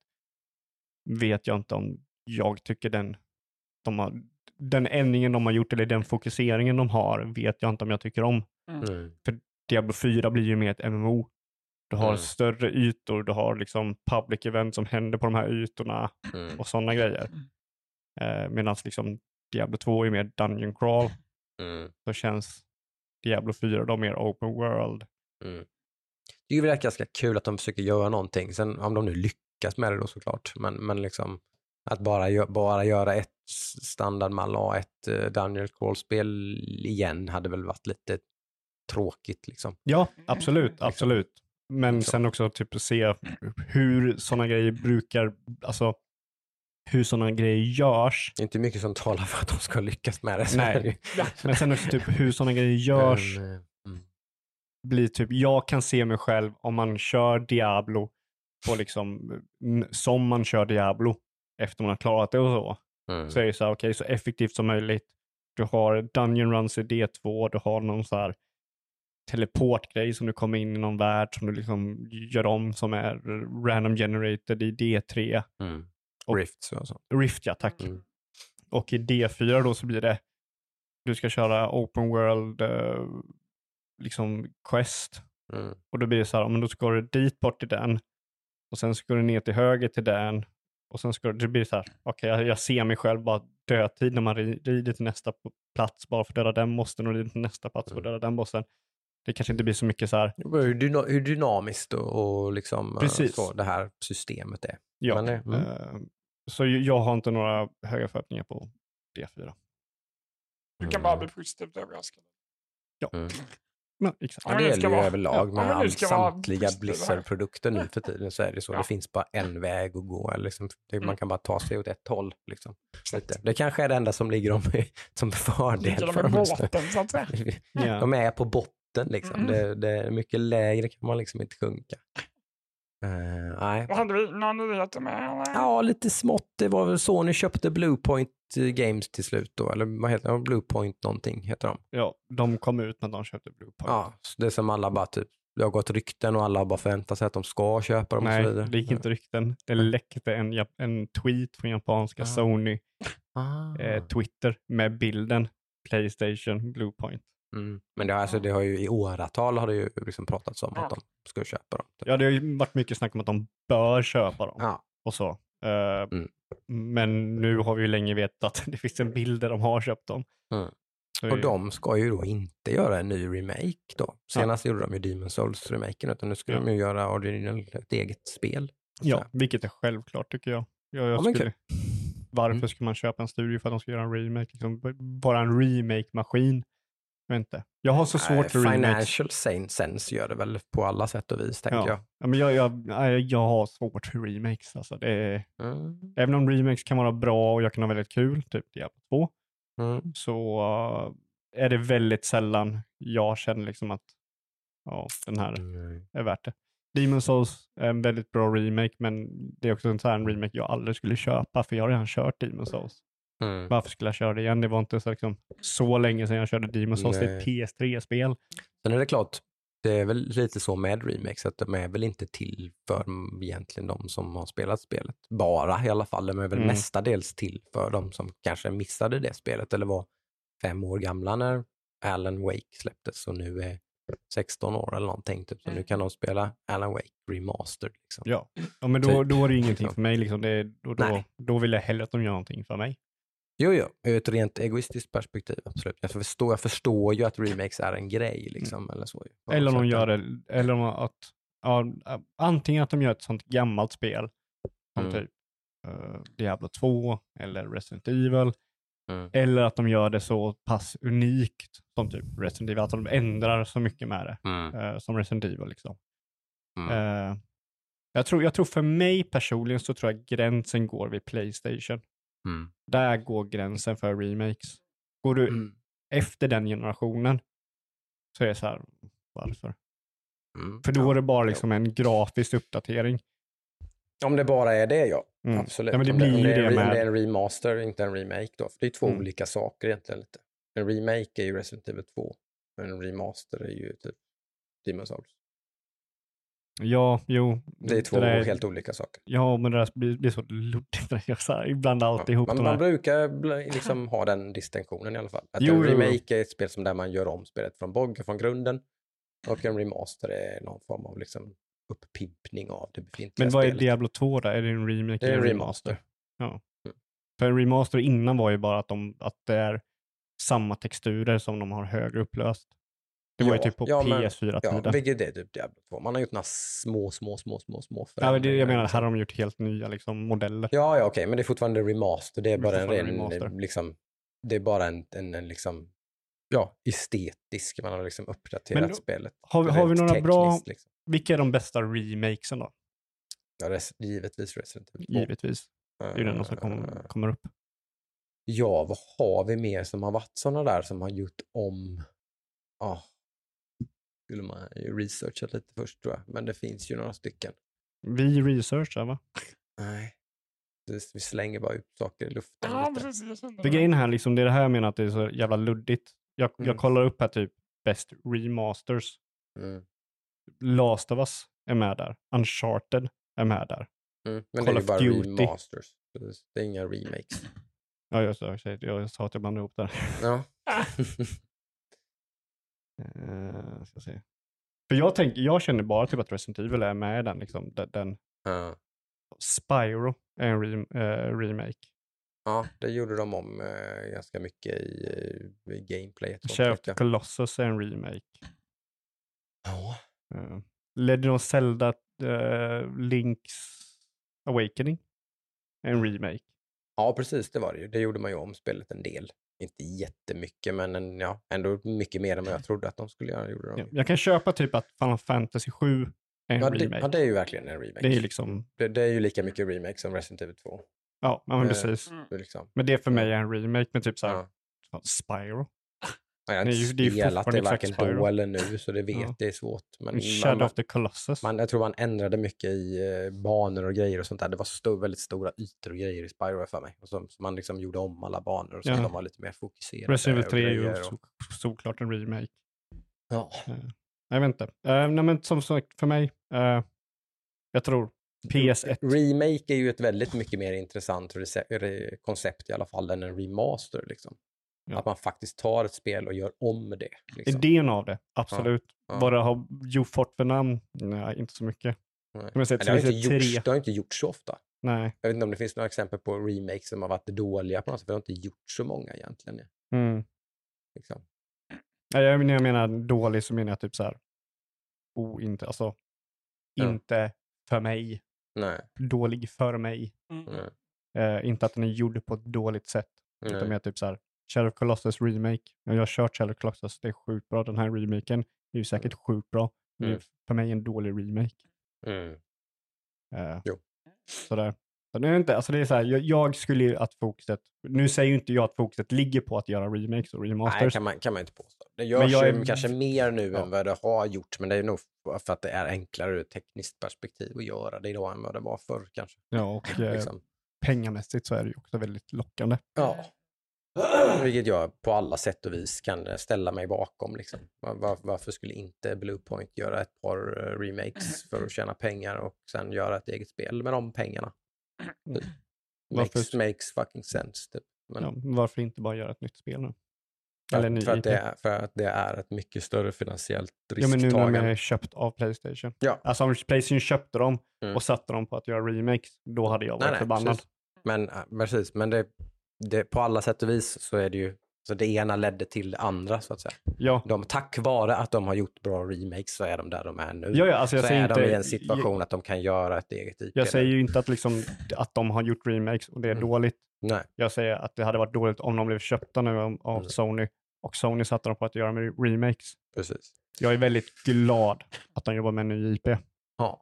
Speaker 3: Vet jag inte om jag tycker den, de har, den ändringen de har gjort eller den fokuseringen de har vet jag inte om jag tycker om.
Speaker 1: Mm.
Speaker 3: Diablo fyra blir ju mer ett M M O. Du har
Speaker 1: Mm.
Speaker 3: större ytor, du har liksom public event som händer på de här ytorna
Speaker 1: Mm.
Speaker 3: och sådana grejer. Eh, Medan liksom Diablo två är mer dungeon crawl,
Speaker 1: Mm.
Speaker 3: så känns Diablo fyra då mer open world.
Speaker 1: Mm. Det är ju ganska kul att de försöker göra någonting. Sen om de nu lyckas med det då såklart. Men, men liksom att bara, gö- bara göra ett standardmall A ett uh, Dungeon Crawl-spel igen hade väl varit lite tråkigt liksom.
Speaker 3: Ja, absolut, absolut. Men
Speaker 1: Så.
Speaker 3: sen också typ se hur sådana grejer brukar, alltså hur sådana grejer görs.
Speaker 1: Det är inte mycket som talar för att de ska lyckas med det. Så
Speaker 3: Nej.
Speaker 1: är det ju.
Speaker 3: Men sen också typ hur sådana grejer görs
Speaker 1: Men, eh, mm.
Speaker 3: blir typ, jag kan se mig själv om man kör Diablo på liksom, n- som man kör Diablo efter man har klarat det och så.
Speaker 1: Mm.
Speaker 3: Så är det så här, okej, så effektivt som möjligt. Du har Dungeon Runs i D två, du har någon så här teleportgrej som du kommer in i någon värld som du liksom gör om som är random generated i D tre.
Speaker 1: Mm.
Speaker 3: Och-
Speaker 1: Rift så. så.
Speaker 3: Rift, ja tack.
Speaker 1: Mm.
Speaker 3: Och i D fyra då så blir det du ska köra open world uh, liksom quest.
Speaker 1: Mm.
Speaker 3: Och då blir det så här, men då ska du dit bort till den. Och sen ska du ner till höger till den. Och sen ska du, det blir så här, okej, okay, jag, jag ser mig själv bara dödtid när man rider till nästa plats bara för att döda den bossen och rider till nästa plats för att döda den bossen. Det kanske inte blir så mycket så här.
Speaker 1: Hur, dyna, hur dynamiskt och, och liksom
Speaker 3: Precis.
Speaker 1: Så det här systemet är.
Speaker 3: Ja,
Speaker 1: Men, mm.
Speaker 3: uh, så jag har inte några höga förväntningar på D fyra.
Speaker 2: Du kan bara bli positivt överraskad.
Speaker 3: Ja.
Speaker 1: Mm.
Speaker 3: Ja, exakt.
Speaker 1: Ja, det gäller ju överlag med
Speaker 2: ja,
Speaker 1: all,
Speaker 2: vara
Speaker 1: samtliga Blizzard-produkter nu för tiden, så är det så.
Speaker 2: Ja.
Speaker 1: Det finns bara en väg att gå. Liksom, det,
Speaker 2: Mm.
Speaker 1: Man kan bara ta sig åt ett håll. Liksom. Lite. Det kanske är det enda som ligger om som fördel
Speaker 2: Ligger
Speaker 1: för
Speaker 2: de i
Speaker 1: dem.
Speaker 2: båten, så att säga.
Speaker 3: Ja.
Speaker 1: De är på botten. Liksom.
Speaker 2: Mm.
Speaker 1: Det, det är mycket lägre kan man liksom inte sjunka. Uh, nej.
Speaker 2: Vad hade vi? Någon nyheter med? Eller?
Speaker 1: Ja, lite smått. Det var väl Sony köpte Bluepoint Games till slut då. Eller vad heter det? Bluepoint någonting heter de.
Speaker 3: Ja, de kom ut när de köpte Bluepoint.
Speaker 1: Ja, så det är som alla bara typ, det har gått rykten och alla bara förväntar sig att de ska köpa dem.
Speaker 3: Nej,
Speaker 1: och så vidare.
Speaker 3: det gick inte rykten. Det läckte en, jap- en tweet från japanska
Speaker 1: Ah.
Speaker 3: Sony
Speaker 1: Ah.
Speaker 3: eh, Twitter med bilden PlayStation Bluepoint.
Speaker 1: Mm. Men det har, alltså, det har ju i åratal har det ju liksom pratats om att de ska köpa dem.
Speaker 3: Ja, det har ju varit mycket snack om att de bör köpa dem
Speaker 1: Ja.
Speaker 3: och så. Eh,
Speaker 1: Mm.
Speaker 3: Men nu har vi ju länge vetat att det finns en bild där de har köpt dem.
Speaker 1: Mm.
Speaker 3: Så
Speaker 1: Och
Speaker 3: ju-
Speaker 1: de ska ju då inte göra en ny remake då. Senast gjorde de ju Demon's Souls-remaken, utan nu ska
Speaker 3: Ja.
Speaker 1: de ju göra original, ett eget spel.
Speaker 3: Ja,
Speaker 1: Så.
Speaker 3: vilket är självklart tycker jag. jag, jag
Speaker 1: Ja, men
Speaker 3: skulle, varför
Speaker 1: Mm.
Speaker 3: ska man köpa en studio för att de ska göra en remake? Liksom, bara en remake-maskin. Jag vet inte. Jag har så svårt
Speaker 1: Nej,
Speaker 3: för remakes.
Speaker 1: Financial sen- sense gör det väl på alla sätt och vis, tänker
Speaker 3: Ja.
Speaker 1: jag.
Speaker 3: Ja, men jag, jag, jag, jag har svårt för remakes. Alltså det är,
Speaker 1: Mm.
Speaker 3: även om remakes kan vara bra och jag kan ha väldigt kul, typ Diablo två,
Speaker 1: Mm.
Speaker 3: så uh, är det väldigt sällan jag känner liksom att ja, den här
Speaker 1: Mm.
Speaker 3: är värt det. Demon's Souls är en väldigt bra remake, men det är också en sån här remake jag aldrig skulle köpa, för jag har redan kört Demon's Souls.
Speaker 1: Mm.
Speaker 3: Varför skulle jag köra det igen? Det var inte så, liksom, så länge sedan jag körde Demon's Souls. Det är ett P S tre-spel.
Speaker 1: Sen är det klart, det är väl lite så med remakes att de är väl inte till för egentligen de som har spelat spelet. Bara i alla fall, de är väl
Speaker 3: Mm.
Speaker 1: mestadels till för de som kanske missade det spelet eller var fem år gamla när Alan Wake släpptes och nu är sexton år eller någonting. Typ. Så nu kan de spela Alan Wake remastered. Liksom.
Speaker 3: Ja, ja men då,
Speaker 1: Typ,
Speaker 3: då är det ingenting
Speaker 1: liksom.
Speaker 3: för mig. Liksom. Det är, då, då,
Speaker 1: Nej.
Speaker 3: då vill jag hellre att de gör någonting för mig.
Speaker 1: Jo, jo, ur ett rent egoistiskt perspektiv, absolut. Jag förstår, jag förstår ju att remakes är en grej, liksom, eller så. På
Speaker 3: Eller om
Speaker 1: något
Speaker 3: de
Speaker 1: sätt.
Speaker 3: gör det, eller om att, ja, antingen att de gör ett sånt gammalt spel, som
Speaker 1: Mm.
Speaker 3: typ uh, Diablo två eller Resident Evil,
Speaker 1: Mm.
Speaker 3: eller att de gör det så pass unikt som typ Resident Evil, att de ändrar så mycket med det,
Speaker 1: Mm.
Speaker 3: uh, som Resident Evil liksom.
Speaker 1: Mm.
Speaker 3: Uh, jag, tror, jag tror för mig personligen så tror jag gränsen går vid PlayStation.
Speaker 1: Mm.
Speaker 3: Där går gränsen för remakes. Går du
Speaker 1: Mm.
Speaker 3: efter den generationen så är det så här, varför?
Speaker 1: Mm.
Speaker 3: För då
Speaker 1: Ja.
Speaker 3: är det bara liksom en grafisk uppdatering.
Speaker 1: Om det bara är det, ja.
Speaker 3: Mm.
Speaker 1: Absolut.
Speaker 3: Ja, men det
Speaker 1: om,
Speaker 3: blir
Speaker 1: det, om,
Speaker 3: ju
Speaker 1: det är,
Speaker 3: det
Speaker 1: en re- om
Speaker 3: med-
Speaker 1: det är en remaster, inte en remake då. För det är två
Speaker 3: Mm.
Speaker 1: olika saker egentligen lite. En remake är ju Resident Evil två. Men en remaster är ju typ Demon's Souls.
Speaker 3: Ja, jo.
Speaker 1: Det är två
Speaker 3: där-
Speaker 1: helt olika saker.
Speaker 3: Ja, men det där blir, blir så luddigt när jag så här, ibland allt ihop
Speaker 1: man,
Speaker 3: de
Speaker 1: man
Speaker 3: här.
Speaker 1: brukar bl- liksom ha den distinktionen i alla fall. Att
Speaker 3: Jo,
Speaker 1: en
Speaker 3: jo, jo.
Speaker 1: remake är ett spel som där man gör om spelet från bogg, från grunden. Och en remaster är någon form av liksom uppimpning av det befintliga
Speaker 3: Men vad är
Speaker 1: spelet.
Speaker 3: Diablo två då? Är det en remake
Speaker 1: Det är
Speaker 3: eller
Speaker 1: en
Speaker 3: en
Speaker 1: remaster.
Speaker 3: remaster? Ja.
Speaker 1: Mm.
Speaker 3: För en remaster innan var ju bara att, de, att det är samma texturer som de har högre upplöst. Det var ju
Speaker 1: Ja,
Speaker 3: typ på
Speaker 1: ja, men-
Speaker 3: P S fyra-tiden.
Speaker 1: Ja, vilket är typ Diablo två. Man har gjort några små, små, små, små, små
Speaker 3: Ja, men det, jag menar,
Speaker 1: liksom.
Speaker 3: här har de gjort helt nya liksom, modeller.
Speaker 1: Ja, ja, okej, men det är fortfarande remaster. Det är
Speaker 3: Det är
Speaker 1: bara en
Speaker 3: fortfarande
Speaker 1: ren,
Speaker 3: remaster.
Speaker 1: liksom, det är bara en, en, en liksom, ja, estetisk, man har liksom uppdaterat
Speaker 3: Men då-
Speaker 1: spelet.
Speaker 3: Har vi, har vi
Speaker 1: Rent
Speaker 3: några bra,
Speaker 1: tekniskt, liksom.
Speaker 3: vilka är de bästa remakesen då?
Speaker 1: Ja, res, givetvis Resident Evil två.
Speaker 3: Givetvis. Det är ju den som kom,
Speaker 1: Eh,
Speaker 3: kommer upp.
Speaker 1: Ja, vad har vi mer som har varit sådana där som har gjort om? Ja, skulle man ju researcha lite först tror jag, men det finns ju några stycken.
Speaker 3: Vi researchar va?
Speaker 1: Nej, det, vi slänger bara ut saker i luften
Speaker 2: Ja,
Speaker 1: lite.
Speaker 2: precis. Jag kände
Speaker 3: För
Speaker 2: det.
Speaker 3: grejen här, liksom, det är det här jag menar att det är så jävla luddigt. Jag,
Speaker 1: Mm.
Speaker 3: jag kollar upp här typ Best Remasters.
Speaker 1: Mm.
Speaker 3: Last of Us är med där. Uncharted är med där.
Speaker 1: Mm. Men
Speaker 3: Call
Speaker 1: det är
Speaker 3: of
Speaker 1: ju bara
Speaker 3: Duty.
Speaker 1: remasters. Så det- Det är inga remakes.
Speaker 3: Ja, jag sa, jag sa att jag blandade ihop där.
Speaker 1: Ja.
Speaker 3: uh, ska se. För jag, tänk, jag känner bara typ att Resident Evil är med i den. Liksom, den, den.
Speaker 1: Ja.
Speaker 3: Spyro är en rem, uh, remake.
Speaker 1: Ja, det gjorde de om uh, ganska mycket i, i gameplay.
Speaker 3: Shadow of the Colossus är en remake.
Speaker 1: Ja.
Speaker 3: Uh, Legend of Zelda uh, Link's Awakening är en remake.
Speaker 1: Ja, precis, det var det ju. Det gjorde man ju om spelet en del. Inte jättemycket, men en, ja, ändå mycket mer än vad jag trodde att de skulle göra. Gjorde de.
Speaker 3: Ja, jag kan köpa typ att Final Fantasy sju är en
Speaker 1: ja,
Speaker 3: remake.
Speaker 1: Det, ja, det är ju verkligen en remake.
Speaker 3: Det är, liksom...
Speaker 1: det, det är ju lika mycket remake som Resident Evil två.
Speaker 3: Ja, men
Speaker 1: eh,
Speaker 3: precis.
Speaker 1: det liksom.
Speaker 3: Men det för mig är en remake med typ så här
Speaker 1: ja.
Speaker 3: Spyro.
Speaker 1: Ja, jag har inte
Speaker 3: det är,
Speaker 1: spelat det varken
Speaker 3: Spyro.
Speaker 1: Då eller nu, så det vet
Speaker 3: ja.
Speaker 1: det är svårt. Men
Speaker 3: Shadow
Speaker 1: man,
Speaker 3: of the Colossus.
Speaker 1: Man, jag tror man ändrade mycket i eh, banor och grejer och sånt där. Det var stor, väldigt stora ytor och grejer i Spyro för mig. Och så, så man liksom gjorde om alla banor och så
Speaker 3: ja.
Speaker 1: de var lite mer fokuserade.
Speaker 3: Resident Evil tre är ju
Speaker 1: och...
Speaker 3: såklart en remake.
Speaker 1: Ja.
Speaker 3: Uh, jag vet inte. Uh, nej, men som sagt, för mig, uh, jag tror P S ett.
Speaker 1: Remake är ju ett väldigt mycket mer intressant koncept i alla fall än en remaster. Liksom. Ja. Att man faktiskt tar ett spel och gör om det. Liksom.
Speaker 3: Idén av det, absolut.
Speaker 1: Ja. Ja.
Speaker 3: Vad det har gjort fått för namn? Nej, inte så mycket.
Speaker 1: Nej.
Speaker 3: Men säga,
Speaker 1: det, har inte
Speaker 3: tre.
Speaker 1: gjorts, det har inte gjorts så ofta.
Speaker 3: Nej.
Speaker 1: Jag vet inte om det finns några exempel på remakes som har varit dåliga på något sätt. För det har inte gjort så många egentligen.
Speaker 3: Mm.
Speaker 1: Liksom.
Speaker 3: Ja, jag, när jag menar dålig så menar jag typ så här. Oh, inte, alltså.
Speaker 1: Ja.
Speaker 3: Inte för mig.
Speaker 1: Nej.
Speaker 3: Dålig för mig.
Speaker 2: Mm.
Speaker 3: Uh, inte att den är gjord på ett dåligt sätt.
Speaker 1: Nej.
Speaker 3: Utan mer typ så här. Shadow of Colossus remake. Jag har kört Shadow of Colossus. Det är sjukt bra. Den här remaken är ju säkert mm. sjukt bra. Men
Speaker 1: mm.
Speaker 3: för mig en dålig remake.
Speaker 1: Mm.
Speaker 3: Uh,
Speaker 1: jo.
Speaker 3: Sådär. Så det är inte, alltså det är så här, jag, jag skulle ju att fokuset, nu säger ju inte jag att fokuset ligger på att göra remakes och remasters.
Speaker 1: Nej, kan man, kan man inte påstå. Det görs
Speaker 3: jag
Speaker 1: är... kanske mer nu
Speaker 3: ja.
Speaker 1: än vad det har gjort, men det är nog för att det är enklare ur ett tekniskt perspektiv att göra det idag än vad det var förr kanske.
Speaker 3: Ja, och liksom. eh, pengamässigt så är det ju också väldigt lockande.
Speaker 1: Ja. Vilket jag på alla sätt och vis kan ställa mig bakom. Liksom. Var, varför skulle inte Bluepoint göra ett par remakes för att tjäna pengar och sen göra ett eget spel med de pengarna?
Speaker 3: Mm.
Speaker 1: Makes, makes fucking sense. Typ. Men,
Speaker 3: ja, varför inte bara göra ett nytt spel nu?
Speaker 1: För,
Speaker 3: Eller ny
Speaker 1: för, att
Speaker 3: I P.
Speaker 1: det är, för att det är ett mycket större finansiellt risktagande.
Speaker 3: Ja, men nu när de är köpt av PlayStation.
Speaker 1: Ja.
Speaker 3: Alltså om PlayStation köpte dem
Speaker 1: mm.
Speaker 3: och satte dem på att göra remakes, då hade jag varit
Speaker 1: nej, nej,
Speaker 3: förbannad.
Speaker 1: Precis. Men, precis, men det, det, på alla sätt och vis så är det ju, så det ena ledde till det andra så att säga.
Speaker 3: Ja.
Speaker 1: De, tack vare att de har gjort bra remakes så är de där de är nu.
Speaker 3: Ja, ja, alltså jag
Speaker 1: så
Speaker 3: säger
Speaker 1: är
Speaker 3: inte,
Speaker 1: de i en situation
Speaker 3: jag,
Speaker 1: att de kan göra ett eget I P.
Speaker 3: Jag säger ju inte att, liksom, att de har gjort remakes och det är mm. dåligt.
Speaker 1: Nej.
Speaker 3: Jag säger att det hade varit dåligt om de blev köpta nu av, av mm. Sony och Sony satte dem på att göra med remakes.
Speaker 1: Precis.
Speaker 3: Jag är väldigt glad att de jobbar med en ny I P.
Speaker 1: Ja.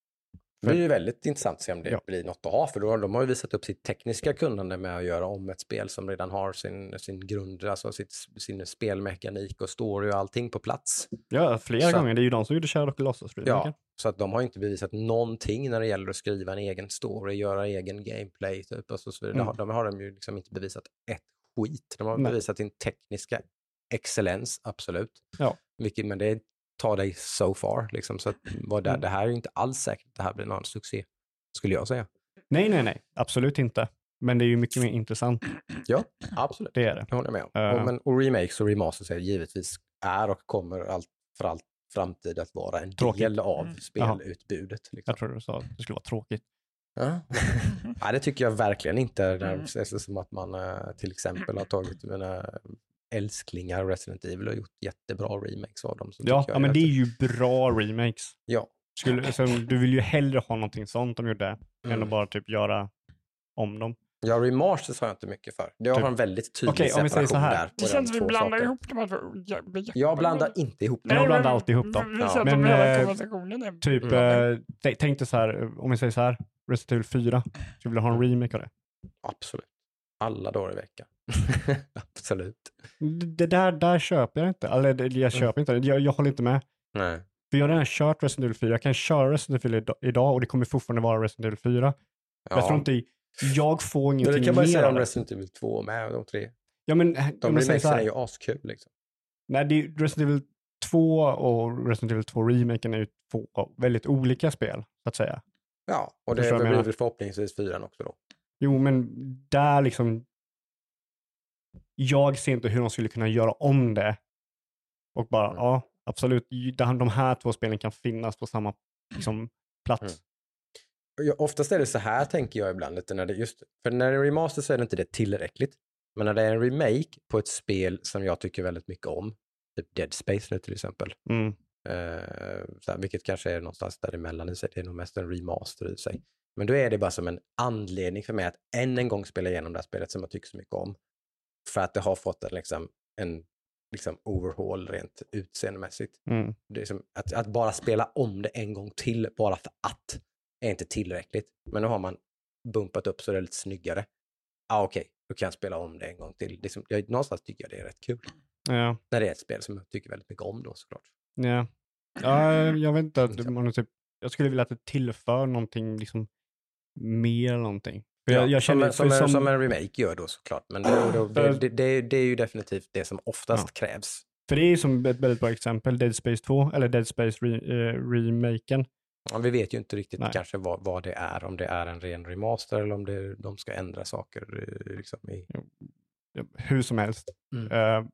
Speaker 1: Det är ju väldigt intressant att se om det
Speaker 3: ja.
Speaker 1: blir något att ha, för då, de har ju visat upp sitt tekniska kunnande med att göra om ett spel som redan har sin, sin grund, alltså sitt, sin spelmekanik och story och allting på plats.
Speaker 3: Ja, flera
Speaker 1: så,
Speaker 3: gånger. Det är ju de som gjorde Shadow of the Colossus.
Speaker 1: Ja, så att de har inte bevisat någonting när det gäller att skriva en egen story, göra egen gameplay typ, och så, så vidare. Mm. De har de ju liksom inte bevisat ett skit. De har Nej. bevisat sin tekniska excellens, absolut.
Speaker 3: Ja.
Speaker 1: Vilket, men det tar dig so far, liksom, så att vad det,
Speaker 3: mm.
Speaker 1: det här är ju inte alls säkert att det här blir någon succé, skulle jag säga.
Speaker 3: Nej, nej, nej. Absolut inte. Men det är ju mycket mer intressant.
Speaker 1: Ja, absolut.
Speaker 3: Det är det.
Speaker 1: Jag håller med om.
Speaker 3: Uh.
Speaker 1: Och, men, och remakes och remasters är givetvis är och kommer allt för allt framtid att vara en
Speaker 3: tråkigt.
Speaker 1: del av
Speaker 2: Mm.
Speaker 1: spelutbudet. Liksom.
Speaker 3: Jag tror du sa att det skulle vara tråkigt.
Speaker 1: Ja. Nej, det tycker jag verkligen inte. Det
Speaker 2: Mm.
Speaker 1: är som att man uh, till exempel har tagit mina älsklingar Resident Evil och gjort jättebra remakes av dem. Så
Speaker 3: ja, ja men det är
Speaker 1: inte...
Speaker 3: ju bra remakes.
Speaker 1: Ja.
Speaker 3: Skulle, alltså, du vill ju hellre ha någonting sånt de gjorde
Speaker 1: mm.
Speaker 3: än att bara typ göra om dem.
Speaker 1: Ja, remasters har jag inte mycket för. Det har typ. En väldigt tydlig
Speaker 3: okay,
Speaker 1: separation
Speaker 3: så här.
Speaker 1: där.
Speaker 2: Det känns som vi blandar
Speaker 1: saker.
Speaker 2: ihop dem. Jag,
Speaker 1: jag blandar inte ihop dem.
Speaker 3: Jag blandar alltid ihop dem.
Speaker 2: Ja.
Speaker 3: Men
Speaker 2: äh,
Speaker 3: typ, mm. äh, tänk dig så här, om vi säger så här, Resident Evil fyra, skulle vilja ha en remake av det?
Speaker 1: Absolut. Alla dagar i veckan. Absolut.
Speaker 3: Det där, där köper jag inte. Eller jag köper mm. inte. Jag, jag håller inte med.
Speaker 1: Nej.
Speaker 3: För jag har redan kört Resident Evil fyra. Jag kan köra Resident Evil idag och det kommer fortfarande vara Resident Evil fyra. Ja. Jag tror inte, jag får ingenting mer.
Speaker 1: Det kan man säga om Resident Evil två med de tre.
Speaker 3: Ja, men
Speaker 1: de remakesen är ju askul liksom.
Speaker 3: Nej, det är Resident Evil två och Resident Evil två remaken är ju två väldigt olika spel, så att säga.
Speaker 1: Ja, och det blir väl förhoppningsvis fyran också då.
Speaker 3: Jo, men där liksom jag ser inte hur de skulle kunna göra om det. Och bara,
Speaker 1: Mm.
Speaker 3: ja, absolut. De här två spelen kan finnas på samma liksom, plats.
Speaker 1: Mm. Jag, oftast är det så här, tänker jag ibland. Lite när det just, för när det är remaster så är det inte det tillräckligt. Men när det är en remake på ett spel som jag tycker väldigt mycket om, typ Dead Space nu till exempel,
Speaker 3: Mm.
Speaker 1: eh, så här, vilket kanske är någonstans däremellan i sig, det är nog mest en remaster i sig. Men då är det bara som en anledning för mig att än en gång spela igenom det här spelet som jag tycker så mycket om. För att det har fått en, liksom, en liksom overhaul rent utseendemässigt.
Speaker 3: Mm.
Speaker 1: Det är som att, att bara spela om det en gång till bara för att är inte tillräckligt. Men nu har man bumpat upp så det är lite snyggare. Ja ah, okej, okay. Då kan jag spela om det en gång till. Det är som, jag, någonstans tycker jag det är rätt kul.
Speaker 3: Ja.
Speaker 1: När det är ett spel som jag tycker väldigt mycket om då såklart.
Speaker 3: Ja, ja jag vet inte. Att man typ, jag skulle vilja att det tillför någonting liksom mer eller någonting. För
Speaker 1: Ja,
Speaker 3: jag, jag känner,
Speaker 1: som, som,
Speaker 3: som,
Speaker 1: en, som en remake gör då såklart. Men det, det, det, det, det, det är ju definitivt det som oftast ja. krävs.
Speaker 3: För det är som ett väldigt bra exempel, Dead Space två eller Dead Space re, uh, remaken.
Speaker 1: Ja, vi vet ju inte riktigt
Speaker 3: Nej.
Speaker 1: kanske vad, vad det är, om det är en ren remaster eller om det, de ska ändra saker. Liksom i...
Speaker 3: ja, hur som helst.
Speaker 1: Mm.
Speaker 3: Uh,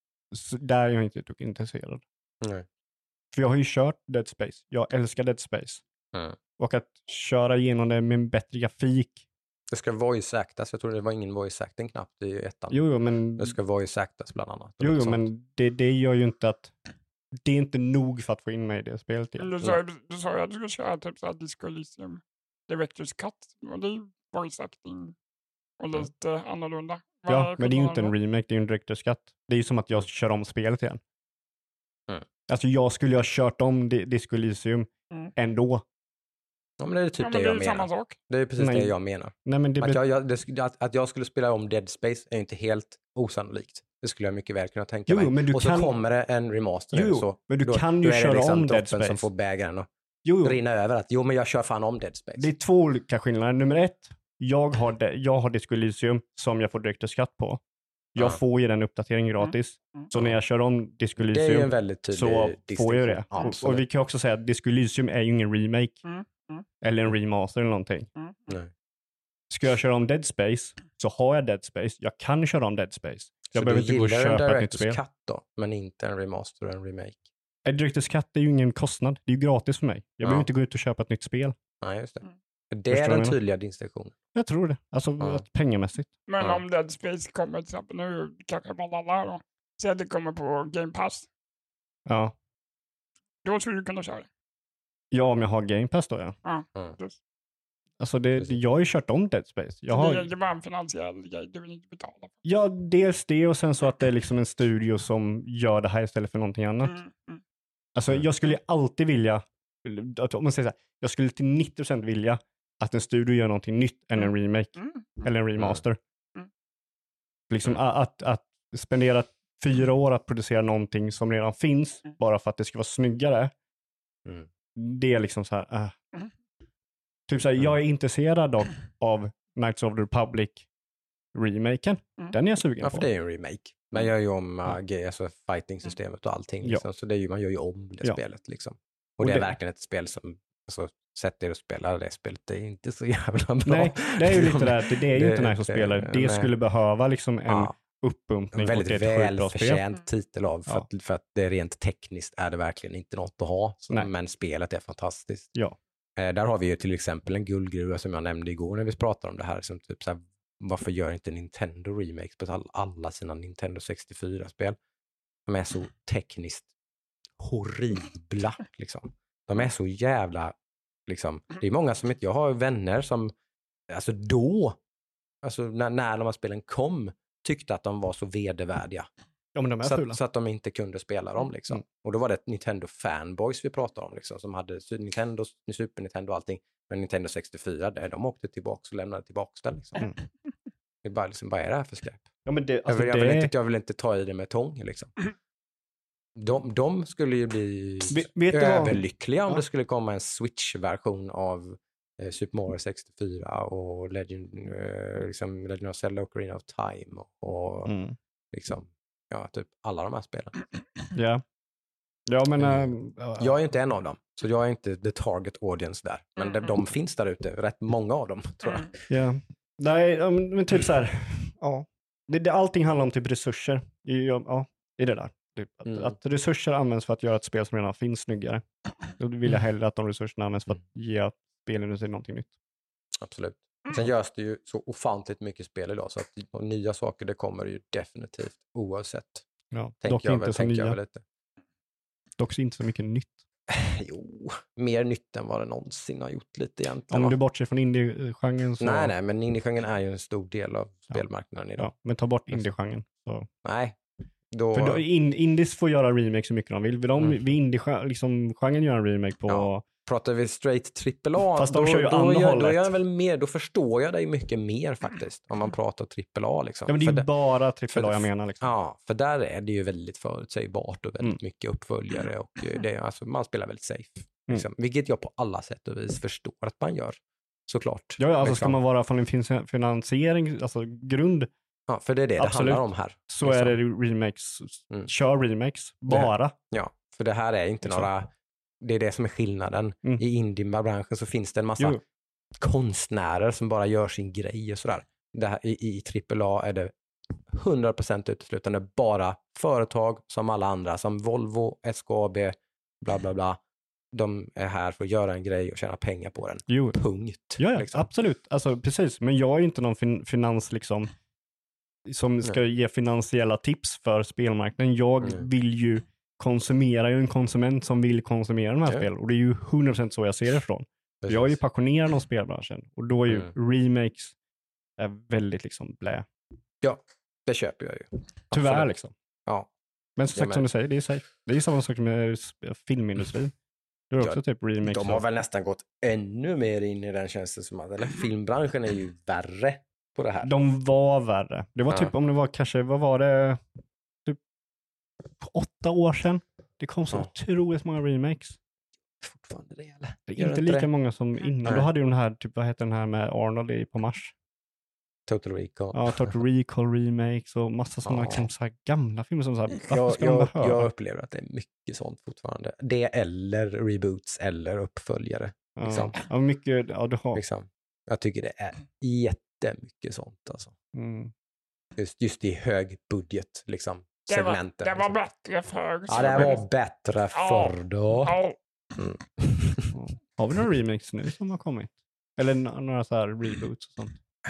Speaker 3: så där är jag inte typ intresserad.
Speaker 1: Nej.
Speaker 3: För jag har ju kört Dead Space. Jag älskar Dead Space.
Speaker 1: Mm.
Speaker 3: Och att köra igenom det med en bättre grafik.
Speaker 1: Det ska voice actas. Jag tror det var ingen voice acting knappt i ettan.
Speaker 3: Jo, jo, men...
Speaker 1: Det ska voice actas bland annat.
Speaker 3: Jo, jo men det, det gör ju inte att... Det är inte nog för att få in mig i det spelet.
Speaker 2: Men du sa, du sa ju att du skulle köra typ såhär Disco Elysium Director's Cut. Och det är ju voice acting. Och lite mm. annorlunda. Vad
Speaker 3: ja, men det är ju inte en remake. Det är ju en Director's Cut. Det är ju som att jag kör om spelet igen.
Speaker 1: Mm.
Speaker 3: Alltså jag skulle ha kört om Disco Elysium mm. ändå.
Speaker 1: Ja, men det är typ
Speaker 2: ja,
Speaker 1: det
Speaker 2: det
Speaker 1: jag
Speaker 2: är
Speaker 1: menar.
Speaker 2: Samma sak.
Speaker 1: Det är precis
Speaker 3: Nej.
Speaker 1: det jag menar.
Speaker 3: Nej, men det
Speaker 1: att, jag, jag, det, att, att jag skulle spela om Dead Space är inte helt osannolikt. Det skulle jag mycket väl kunna tänka
Speaker 3: jo,
Speaker 1: mig.
Speaker 3: Men du
Speaker 1: och så
Speaker 3: kan...
Speaker 1: kommer det en remaster.
Speaker 3: Jo,
Speaker 1: så,
Speaker 3: men du
Speaker 1: då,
Speaker 3: kan
Speaker 1: då
Speaker 3: ju
Speaker 1: är
Speaker 3: köra
Speaker 1: det liksom
Speaker 3: om Dead Space.
Speaker 1: som får bägaren att
Speaker 3: jo, jo.
Speaker 1: rinna över. Att, jo, men jag kör fan om Dead Space.
Speaker 3: Det är två olika skillnader. Nummer ett, jag har, de, jag har Disco Elysium som jag får direkt skatt på. Jag ja. får ju den uppdateringen gratis. Mm. Mm. Så när jag kör om Disco Elysium
Speaker 1: det är ju en väldigt tydlig
Speaker 3: så får jag det.
Speaker 1: Ja,
Speaker 3: och, och vi kan också säga att Disco Elysium är ju ingen remake.
Speaker 2: Mm. Mm.
Speaker 3: Eller en remaster eller någonting.
Speaker 2: Mm.
Speaker 1: Nej.
Speaker 3: Ska jag köra om Dead Space så har jag Dead Space. Jag kan köra om Dead Space. Jag
Speaker 1: så
Speaker 3: behöver inte gå och köpa ett nytt spel.
Speaker 1: Director's Cut då, men inte en remaster och en remake?
Speaker 3: Ett Director's Cut är ju ingen kostnad. Det är ju gratis för mig. Jag ja. behöver inte gå ut och köpa ett nytt spel.
Speaker 1: Nej, just det. För det Förstår är den tydliga distinktionen.
Speaker 3: Jag tror det. Alltså ja. pengamässigt.
Speaker 2: Men
Speaker 1: ja.
Speaker 2: om Dead Space kommer till exempel nu, kanske bara alla då. Så att det kommer på Game Pass.
Speaker 3: Ja.
Speaker 2: Då skulle du kunna köra det.
Speaker 3: Ja, om jag har Game Pass då, ja.
Speaker 2: Ja,
Speaker 1: mm.
Speaker 2: just.
Speaker 3: Alltså, det, det, jag har ju kört om Dead Space. Jag har...
Speaker 2: det, det var en finansiell grej, du vill inte betala.
Speaker 3: Ja, dels det och sen så att det är liksom en studio som gör det här istället för någonting annat.
Speaker 2: Mm, mm.
Speaker 3: Alltså, jag skulle alltid vilja, om man säger så här, jag skulle till nittio procent vilja att en studio gör någonting nytt än en remake.
Speaker 2: Mm, mm.
Speaker 3: Eller en remaster.
Speaker 2: Mm.
Speaker 3: Liksom mm. att, att spendera fyra år att producera någonting som redan finns,
Speaker 2: mm.
Speaker 3: bara för att det ska vara snyggare.
Speaker 1: Mm.
Speaker 3: Det är liksom så här, äh.
Speaker 2: mm.
Speaker 3: Typ så här, jag är intresserad av, av Knights of the Republic remaken.
Speaker 2: Mm.
Speaker 3: Den är jag sugen
Speaker 1: ja,
Speaker 3: på.
Speaker 1: för det är ju en remake. Man gör ju om uh, alltså fighting-systemet och allting. Liksom.
Speaker 3: Ja.
Speaker 1: Så det är ju, man gör ju om det
Speaker 3: ja.
Speaker 1: spelet. Liksom. Och,
Speaker 3: och
Speaker 1: det är
Speaker 3: det...
Speaker 1: verkligen ett spel som, alltså, sätt er och spela det spelet, det är inte så jävla bra.
Speaker 3: Nej, det är ju lite där, det, det är ju inte nice att spela. Det
Speaker 1: nej.
Speaker 3: skulle behöva liksom en
Speaker 1: ja.
Speaker 3: uppumpning.
Speaker 1: En väldigt välförtjänt
Speaker 2: spel.
Speaker 1: titel av, för,
Speaker 3: ja.
Speaker 1: att, för att det rent tekniskt är det verkligen inte något att ha. Så, men spelet är fantastiskt.
Speaker 3: Ja.
Speaker 1: Eh, där har vi ju till exempel en guldgruva som jag nämnde igår när vi pratade om det här. Som typ så här, varför gör inte Nintendo remakes på all, alla sina Nintendo sextiofyra-spel? De är så tekniskt horribla. Liksom. De är så jävla... Liksom, det är många som inte... Jag har vänner som... Alltså då, alltså när, när de här spelen kom, tyckte att de var så vedervärdiga.
Speaker 3: Ja, men de är
Speaker 1: så,
Speaker 3: fula.
Speaker 1: Att, så att de inte kunde spela dem. Liksom. Mm. Och då var det ett Nintendo fanboys vi pratade om. Liksom, som hade Nintendo, Super Nintendo och allting. Men Nintendo sextiofyra, där de åkte tillbaka och lämnade tillbaka den. Liksom. Mm. Det är bara, liksom, vad är det här för skräp?
Speaker 3: Ja, men det, alltså
Speaker 1: jag, vill,
Speaker 3: det...
Speaker 1: jag, vill inte, jag vill inte ta i det med tång. Liksom. De, de skulle ju bli
Speaker 3: vet
Speaker 1: överlyckliga om
Speaker 3: ja.
Speaker 1: det skulle komma en Switch-version av eh, Super Mario sextiofyra och Legend, eh, liksom Legend of Zelda och Ocarina of Time och mm. liksom, ja, typ alla de här spelen.
Speaker 3: Ja. Ja, men...
Speaker 1: Mm.
Speaker 3: Uh,
Speaker 1: jag är inte en av dem, så jag är inte the target audience där. Men de, de finns där ute, rätt många av dem, tror jag.
Speaker 3: Ja. Nej, men typ så här, ja. det, det, allting handlar om typ resurser. I, ja, i det där. Typ, att,
Speaker 1: Mm.
Speaker 3: att resurser används för att göra ett spel som redan finns snyggare. Då vill jag hellre att de resurserna används för att ge spelindustrin någonting nytt.
Speaker 1: Absolut. Sen görs det ju så ofantligt mycket spel idag så att nya saker det kommer ju definitivt oavsett.
Speaker 3: Ja,
Speaker 1: Tänker
Speaker 3: dock
Speaker 1: jag
Speaker 3: inte
Speaker 1: väl,
Speaker 3: så
Speaker 1: tänker jag
Speaker 3: nya.
Speaker 1: väl lite.
Speaker 3: Dock inte så mycket nytt.
Speaker 1: Jo, mer nytt än vad det någonsin har gjort lite egentligen.
Speaker 3: Om
Speaker 1: va?
Speaker 3: du bortser från indie-genren så...
Speaker 1: Nej, nej, men indie-genren är ju en stor del av spelmarknaden idag.
Speaker 3: Ja, men ta bort indie-genren. Så.
Speaker 1: Nej, då...
Speaker 3: För då, in, indies får göra remake så mycket de vill. Vill de
Speaker 1: Mm.
Speaker 3: vid indie-genren liksom, genren göra en remake på...
Speaker 1: Ja. Pratar vi straight trippel A,
Speaker 3: Fast de
Speaker 1: då,
Speaker 3: kör ju
Speaker 1: då,
Speaker 3: andra
Speaker 1: gör, då,
Speaker 3: hållet.
Speaker 1: är jag väl mer, då förstår jag dig mycket mer faktiskt. Om man pratar trippel A liksom.
Speaker 3: Ja, men det är
Speaker 1: För
Speaker 3: ju
Speaker 1: det-
Speaker 3: bara trippel A
Speaker 1: för-
Speaker 3: jag menar. Liksom.
Speaker 1: Ja, för där är det ju väldigt förutsägbart och väldigt
Speaker 3: Mm.
Speaker 1: mycket uppföljare och eh, det, är- alltså, man spelar väldigt safe.
Speaker 3: Mm.
Speaker 1: Liksom. Vilket jag på alla sätt och vis förstår att man gör. Såklart.
Speaker 3: Ja, alltså ska
Speaker 1: Liksom.
Speaker 3: man vara från en fin- finansiering, alltså grund,
Speaker 1: Ja, för det är det
Speaker 3: Absolut.
Speaker 1: det handlar om här.
Speaker 3: så
Speaker 1: Liksom.
Speaker 3: är det remakes.
Speaker 1: Mm.
Speaker 3: Kör remakes, bara.
Speaker 1: Ja, för det här är inte
Speaker 3: Liksom.
Speaker 1: några... Det är det som är skillnaden.
Speaker 3: Mm.
Speaker 1: I indie-branschen så finns det en massa
Speaker 3: Jo.
Speaker 1: konstnärer som bara gör sin grej och sådär. Det här, i, I trippel A är det hundra procent uteslutande bara företag som alla andra, som Volvo, S K A B, bla bla bla. De är här för att göra en grej och tjäna pengar på den.
Speaker 3: Jo.
Speaker 1: Punkt.
Speaker 3: Ja, ja
Speaker 1: liksom.
Speaker 3: absolut. Alltså, precis. Men jag är ju inte någon fin- finans liksom som ska ge finansiella tips för spelmarknaden. Jag
Speaker 1: Mm.
Speaker 3: vill ju konsumera, jag är en konsument som vill konsumera de här
Speaker 1: Ja.
Speaker 3: spelen. Och det är ju hundra procent så jag ser det ifrån.
Speaker 1: Precis.
Speaker 3: Jag är ju passionerad om spelbranschen. Och då är ju
Speaker 1: Mm.
Speaker 3: remakes är väldigt liksom blä.
Speaker 1: Ja, det köper jag ju.
Speaker 3: Tyvärr
Speaker 1: Absolut.
Speaker 3: liksom.
Speaker 1: Ja.
Speaker 3: Men som
Speaker 1: Ja,
Speaker 3: sagt,
Speaker 1: men-
Speaker 3: som du säger, det är safe. Det är ju samma sak med sp- filmindustrin. Det är också
Speaker 1: Ja,
Speaker 3: typ remakes.
Speaker 1: De har
Speaker 3: av-
Speaker 1: väl nästan gått ännu mer in i den tjänsten som att, eller filmbranschen är ju värre på det här.
Speaker 3: De var värre. Det var
Speaker 1: Ja.
Speaker 3: typ, om det var kanske, vad var det, typ åtta år sedan. Det kom så
Speaker 1: Ja.
Speaker 3: otroligt många remakes.
Speaker 1: Fortfarande det, eller?
Speaker 3: Det är
Speaker 1: Gör
Speaker 3: inte
Speaker 1: inte
Speaker 3: lika
Speaker 1: det?
Speaker 3: många som innan.
Speaker 1: Nej.
Speaker 3: Då hade ju den här, typ, vad heter den här med Arnold i på Mars?
Speaker 1: Total Recall.
Speaker 3: Ja, Total Recall remakes och massa sådana
Speaker 1: Ja.
Speaker 3: liksom, så här gamla filmer som så här, varför
Speaker 1: Jag,
Speaker 3: ska de
Speaker 1: jag,
Speaker 3: behöva?
Speaker 1: jag upplever att det är mycket sånt fortfarande. Det eller reboots eller uppföljare.
Speaker 3: ja.
Speaker 1: liksom.
Speaker 3: Ja, mycket, ja du har.
Speaker 1: Liksom. Jag tycker det är jättemycket sånt. Alltså.
Speaker 3: Mm.
Speaker 1: Just, just i hög budget liksom,
Speaker 2: Det var,
Speaker 1: segmenten.
Speaker 2: det var
Speaker 1: liksom.
Speaker 2: bättre förr.
Speaker 1: Ja, det var bättre
Speaker 2: Ja.
Speaker 1: förr då.
Speaker 2: Ja,
Speaker 1: Mm.
Speaker 3: Ja. Har vi några remakes nu som har kommit? Eller n- några så här reboots och sånt?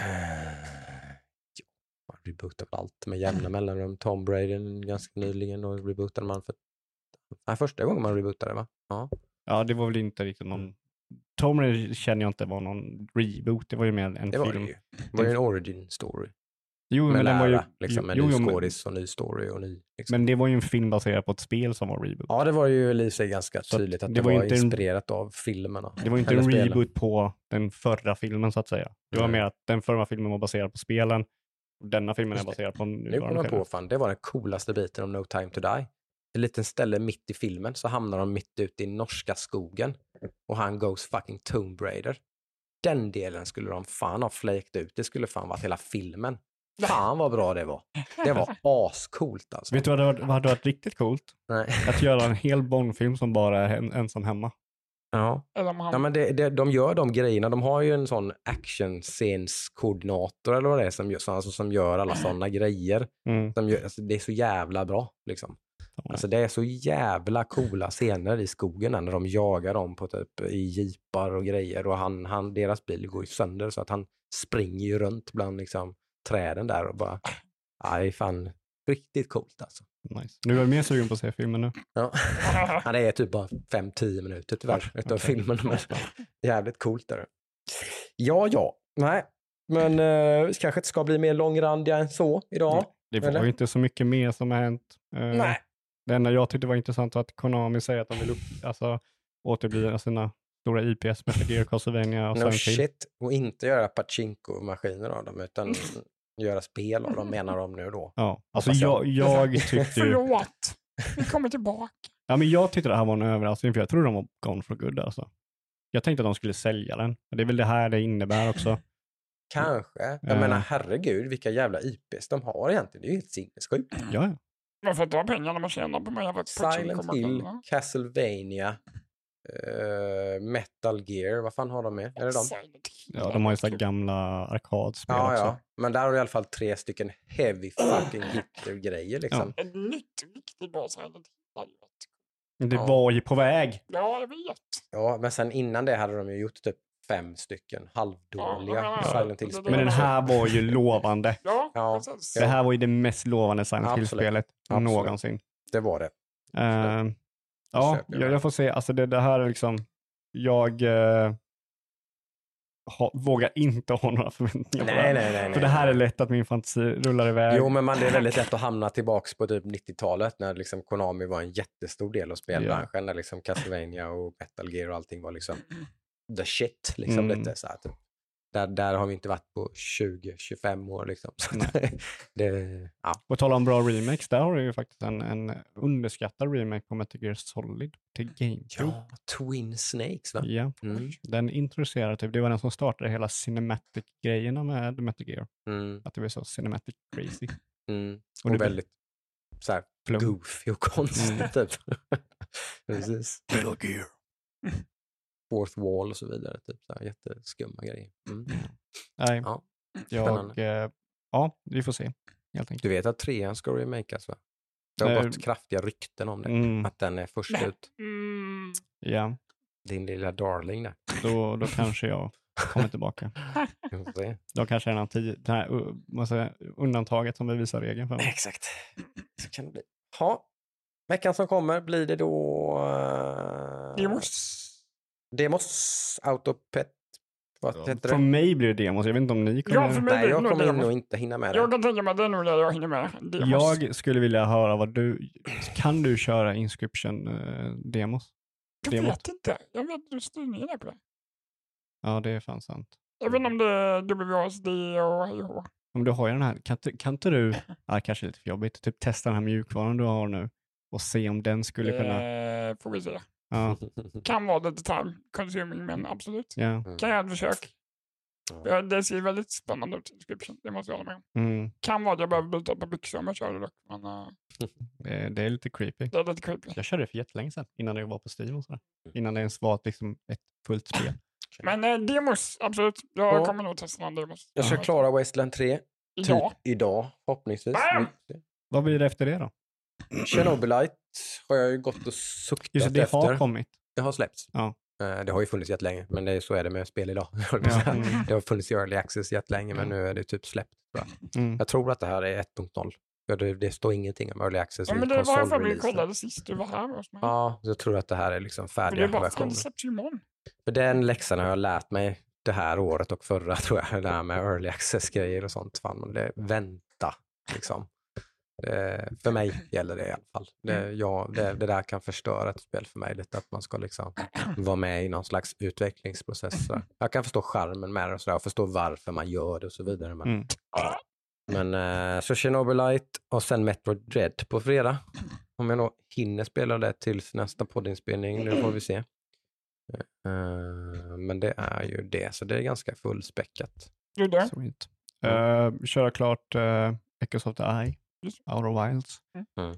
Speaker 1: Ja, man rebootar väl allt med jämna mellanrum. Tom Brady ganska nyligen och rebootade man för nej, första gången man rebootade, va? Ja.
Speaker 3: Ja, det var väl inte riktigt någon... Tomb Raider känner jag inte var någon reboot. Det var ju mer en
Speaker 1: Det var det
Speaker 3: film.
Speaker 1: ju. Det var ju en origin story.
Speaker 3: Jo,
Speaker 1: Med
Speaker 3: men den var ju...
Speaker 1: lära, liksom, med
Speaker 3: jo,
Speaker 1: ny
Speaker 3: jo, men,
Speaker 1: skådis och ny story och ny... Liksom.
Speaker 3: men det var ju en film baserad på ett spel som var reboot.
Speaker 1: Ja, det var ju i sig ganska
Speaker 3: Så
Speaker 1: tydligt att
Speaker 3: det
Speaker 1: det
Speaker 3: var
Speaker 1: var,
Speaker 3: inte en-
Speaker 1: inspirerat av filmerna.
Speaker 3: Det var ju inte
Speaker 1: Eller
Speaker 3: en
Speaker 1: spelen.
Speaker 3: reboot på den förra filmen så att säga. Det var
Speaker 1: Nej.
Speaker 3: mer att den förra filmen var baserad på spelen. Och denna filmen är
Speaker 1: Just det.
Speaker 3: baserad på
Speaker 1: Nu kom
Speaker 3: nuvarande
Speaker 1: jag på,
Speaker 3: filmen.
Speaker 1: fan, det var den coolaste biten om No Time To Die. En liten ställe mitt i filmen så hamnar de mitt ute i norska skogen och han goes fucking Tomb Raider. Den delen skulle de fan ha fläkt ut. Det skulle fan varit hela filmen. Fan vad bra det var. Det var ascoolt alltså.
Speaker 3: Vet du vad det, var, vad hade varit riktigt coolt?
Speaker 1: Nej.
Speaker 3: Att göra en hel Bond-film som bara är en, ensam hemma.
Speaker 1: Ja.
Speaker 2: eller om han...
Speaker 1: Ja, men det, det, de gör de grejerna. De har ju en sån action-scenes-koordinator eller vad det är som gör, alltså, som gör alla sådana grejer.
Speaker 3: Mm.
Speaker 1: Som gör, alltså, det är så jävla bra liksom. Alltså det är så jävla coola scener i skogen när de jagar dem på typ i jeepar och grejer och han, han, deras bil går ju sönder så att han springer ju runt bland liksom träden där och bara, aj fan, riktigt coolt alltså.
Speaker 3: Nice. Nu är jag mer sugen på att se filmen nu.
Speaker 1: Ja. Ja, det är typ bara fem till tio minuter tyvärr utav
Speaker 3: Okej.
Speaker 1: filmen, men jävligt coolt där. Ja, ja, nej, men eh, vi kanske inte ska bli mer långrandiga än så idag.
Speaker 3: Det var
Speaker 1: Eller?
Speaker 3: ju inte så mycket mer som har hänt. Eh,
Speaker 1: Nej.
Speaker 3: Det enda jag tyckte var intressant var att Konami säger att de vill upp, alltså, återbliva sina stora I P S med Gear Castlevania och
Speaker 1: No
Speaker 3: sen till.
Speaker 1: shit, och inte göra pachinko-maskiner av dem utan göra spel av dem menar de nu då.
Speaker 3: Ja, alltså
Speaker 1: Hoppas
Speaker 3: jag,
Speaker 1: jag.
Speaker 3: jag tyckte ju,
Speaker 2: Förlåt. Vi kommer tillbaka.
Speaker 3: ja, men jag tyckte det här var en överraskning för jag trodde de var gone for good alltså. Jag tänkte att de skulle sälja den. Och det är väl det här det innebär också.
Speaker 1: Kanske. Jag
Speaker 3: Ja.
Speaker 1: menar herregud vilka jävla I Ps de har egentligen. Det är ju helt sinnessjukt.
Speaker 3: Ja, ja.
Speaker 2: Varför att du har pengarna man tjänar på mig?
Speaker 1: Silent Hill, Castlevania, Uh, Metal Gear, vad fan har de med? Är det de?
Speaker 3: Ja, de har ju så här gamla arkadspel
Speaker 1: Ja,
Speaker 3: också.
Speaker 1: ja. Men där har du i alla fall tre stycken heavy fucking hit-grejer liksom.
Speaker 2: En nytt riktigt bra Silent Hill.
Speaker 3: Det
Speaker 1: Ja.
Speaker 3: var ju på väg.
Speaker 2: Ja, jag vet.
Speaker 1: Ja, men sen innan det hade de ju gjort typ fem stycken halvdåliga
Speaker 2: Ja, ja, ja.
Speaker 1: Silent Hill-spel.
Speaker 3: Men den här var ju lovande.
Speaker 2: Ja,
Speaker 1: Ja.
Speaker 2: precis.
Speaker 3: Det här var ju det mest lovande Silent
Speaker 1: Absolut.
Speaker 3: Hill-spelet
Speaker 1: Absolut.
Speaker 3: någonsin.
Speaker 1: Det var det.
Speaker 3: Uh, ja,
Speaker 1: köper jag
Speaker 3: jag,
Speaker 1: med.
Speaker 3: jag får se. Alltså det, det här är liksom... Jag uh, ha, vågar inte ha några förväntningar på det
Speaker 1: Nej,
Speaker 3: här.
Speaker 1: nej, nej.
Speaker 3: För
Speaker 1: nej.
Speaker 3: det här är lätt att min fantasi rullar iväg.
Speaker 1: Jo, men man, det är väldigt lätt att hamna tillbaks på typ nittiotalet när liksom Konami var en jättestor del av spelbranschen. När liksom Castlevania och Metal Gear och allting var liksom the shit. Liksom
Speaker 3: Mm.
Speaker 1: lite så här, typ. Där, där har vi inte varit på tjugo till tjugofem år. Liksom. Så
Speaker 3: Nej.
Speaker 1: det, ja.
Speaker 3: På tal om bra remakes, där har du ju faktiskt en, en underskattad remake på Metal Gear Solid till GameCube.
Speaker 1: ja, Twin Snakes va?
Speaker 3: Ja.
Speaker 1: Mm.
Speaker 3: Den introducerade typ, det var den som startade hela cinematic-grejerna med Metal Gear.
Speaker 1: Mm.
Speaker 3: Att det var så cinematic crazy.
Speaker 1: Mm.
Speaker 3: Och
Speaker 1: Och,
Speaker 3: det-
Speaker 1: väldigt så här,
Speaker 3: Plum.
Speaker 1: goofy och konstigt
Speaker 3: Mm.
Speaker 1: typ. Precis.
Speaker 3: Metal Gear.
Speaker 1: Fourth wall och så vidare. Typ så här, jätteskumma grejer. Mm.
Speaker 3: Nej,
Speaker 1: Ja,
Speaker 3: jag...
Speaker 1: spännande.
Speaker 3: Eh, ja, vi får se. Helt enkelt.
Speaker 1: Du vet att trean ska remakas va? Det har
Speaker 3: Eh,
Speaker 1: gått kraftiga rykten om det.
Speaker 3: Mm,
Speaker 1: Att den är först ut.
Speaker 2: Mm.
Speaker 3: ja,
Speaker 1: Din lilla darling där.
Speaker 3: då, då kanske jag kommer tillbaka.
Speaker 1: Vi får se.
Speaker 3: Då kanske är den här, tio, den här uh, vad säger jag, undantaget som bevisar regeln för mig.
Speaker 1: Exakt. Så kan det bli. Ha. Veckan som kommer blir det då... Uh,
Speaker 2: Demos.
Speaker 1: Demos. Autopet. Vad heter det?
Speaker 3: Från mig blir det demos. Jag vet inte om ni kommer...
Speaker 2: Ja, för mig
Speaker 1: Nej,
Speaker 2: blir det
Speaker 1: jag
Speaker 2: nog
Speaker 1: kommer
Speaker 2: demos.
Speaker 1: nog inte hinna med det.
Speaker 2: Jag kan tänka mig att det är nog det jag hinner med. Demos.
Speaker 3: Jag skulle vilja höra vad du... Kan du köra Inscription-demos?
Speaker 2: jag
Speaker 3: demot.
Speaker 2: vet inte. Jag vet inte hur styrningen är på det.
Speaker 3: Ja, det är fan sant.
Speaker 2: Jag vet inte om det är W A S D och hej och hå.
Speaker 3: Om du har ju den här, kan, inte- kan inte du, ja, kanske lite för jobbigt, typ testa den här mjukvaran du har nu och se om den skulle kunna...
Speaker 2: Eh, får vi se.
Speaker 3: Ja,
Speaker 2: Kan vara lite time consuming, men absolut.
Speaker 3: ja.
Speaker 1: Mm.
Speaker 2: Kan jag ett försök.
Speaker 1: Ja.
Speaker 2: Ja, det ser väldigt spännande ut. Inscription. Det måste jag hålla med om.
Speaker 3: Mm.
Speaker 2: Kan vara att jag behöver byta på byxor om jag kör det dock. Men uh,
Speaker 3: Det, det är lite creepy.
Speaker 2: det är lite creepy.
Speaker 3: Jag körde det för jättelänge sedan, innan det var på Steam och sådär. Innan det ens var liksom ett fullt spel.
Speaker 2: Men eh, demos, absolut. Jag
Speaker 1: Ja.
Speaker 2: kommer nog testa någon demos.
Speaker 1: Jag ska klara Wasteland tre. Typ
Speaker 2: Ja.
Speaker 1: idag, förhoppningsvis.
Speaker 2: Bam!
Speaker 3: Vad blir det efter det då?
Speaker 1: Chernobylite har jag ju gått och suktat
Speaker 3: Just det, det
Speaker 1: efter.
Speaker 3: har kommit.
Speaker 1: Det har släppts.
Speaker 3: Ja.
Speaker 1: Eh, Det har ju funnits jättelänge, men det är, så är det med spel idag.
Speaker 3: Ja, mm.
Speaker 1: Det har funnits i early access jättelänge, men nu är det typ släppt. tror jag.
Speaker 3: Mm.
Speaker 1: Jag tror att det här är ett punkt noll. Ja, det, det står ingenting om early access
Speaker 2: Ja,
Speaker 1: i
Speaker 2: men det var jag för mig
Speaker 1: konsolreleasen.
Speaker 2: kollade sist du var här hos mig.
Speaker 1: Ja, jag tror att det här är liksom
Speaker 2: För det
Speaker 1: färdiga
Speaker 2: är bara, fan,
Speaker 1: versioner.
Speaker 2: det släpps ju imorgon.
Speaker 1: För den läxan har jag lärt mig det här året och förra, tror jag. Det här med early access-grejer och sånt. Fan, men det, vänta, liksom. Det, för mig gäller det i alla fall. Det, ja, det, det där kan förstöra ett spel för mig lite, att man ska liksom vara med i någon slags utvecklingsprocess. Så jag kan förstå charmen med det och, så där, och förstå varför man gör det och så vidare. Men,
Speaker 3: Mm.
Speaker 1: men eh, så Chernobylite och sen Metroid Dread på fredag. Om jag nog hinner spela det tills nästa poddinspelning, nu får vi se. Eh, men det är ju det, så det är ganska fullspäckat.
Speaker 2: Du där.
Speaker 3: Sweet. Uh, köra klart uh, Echoes of the Eye,
Speaker 2: Just.
Speaker 3: Outer Wilds.
Speaker 1: Mm.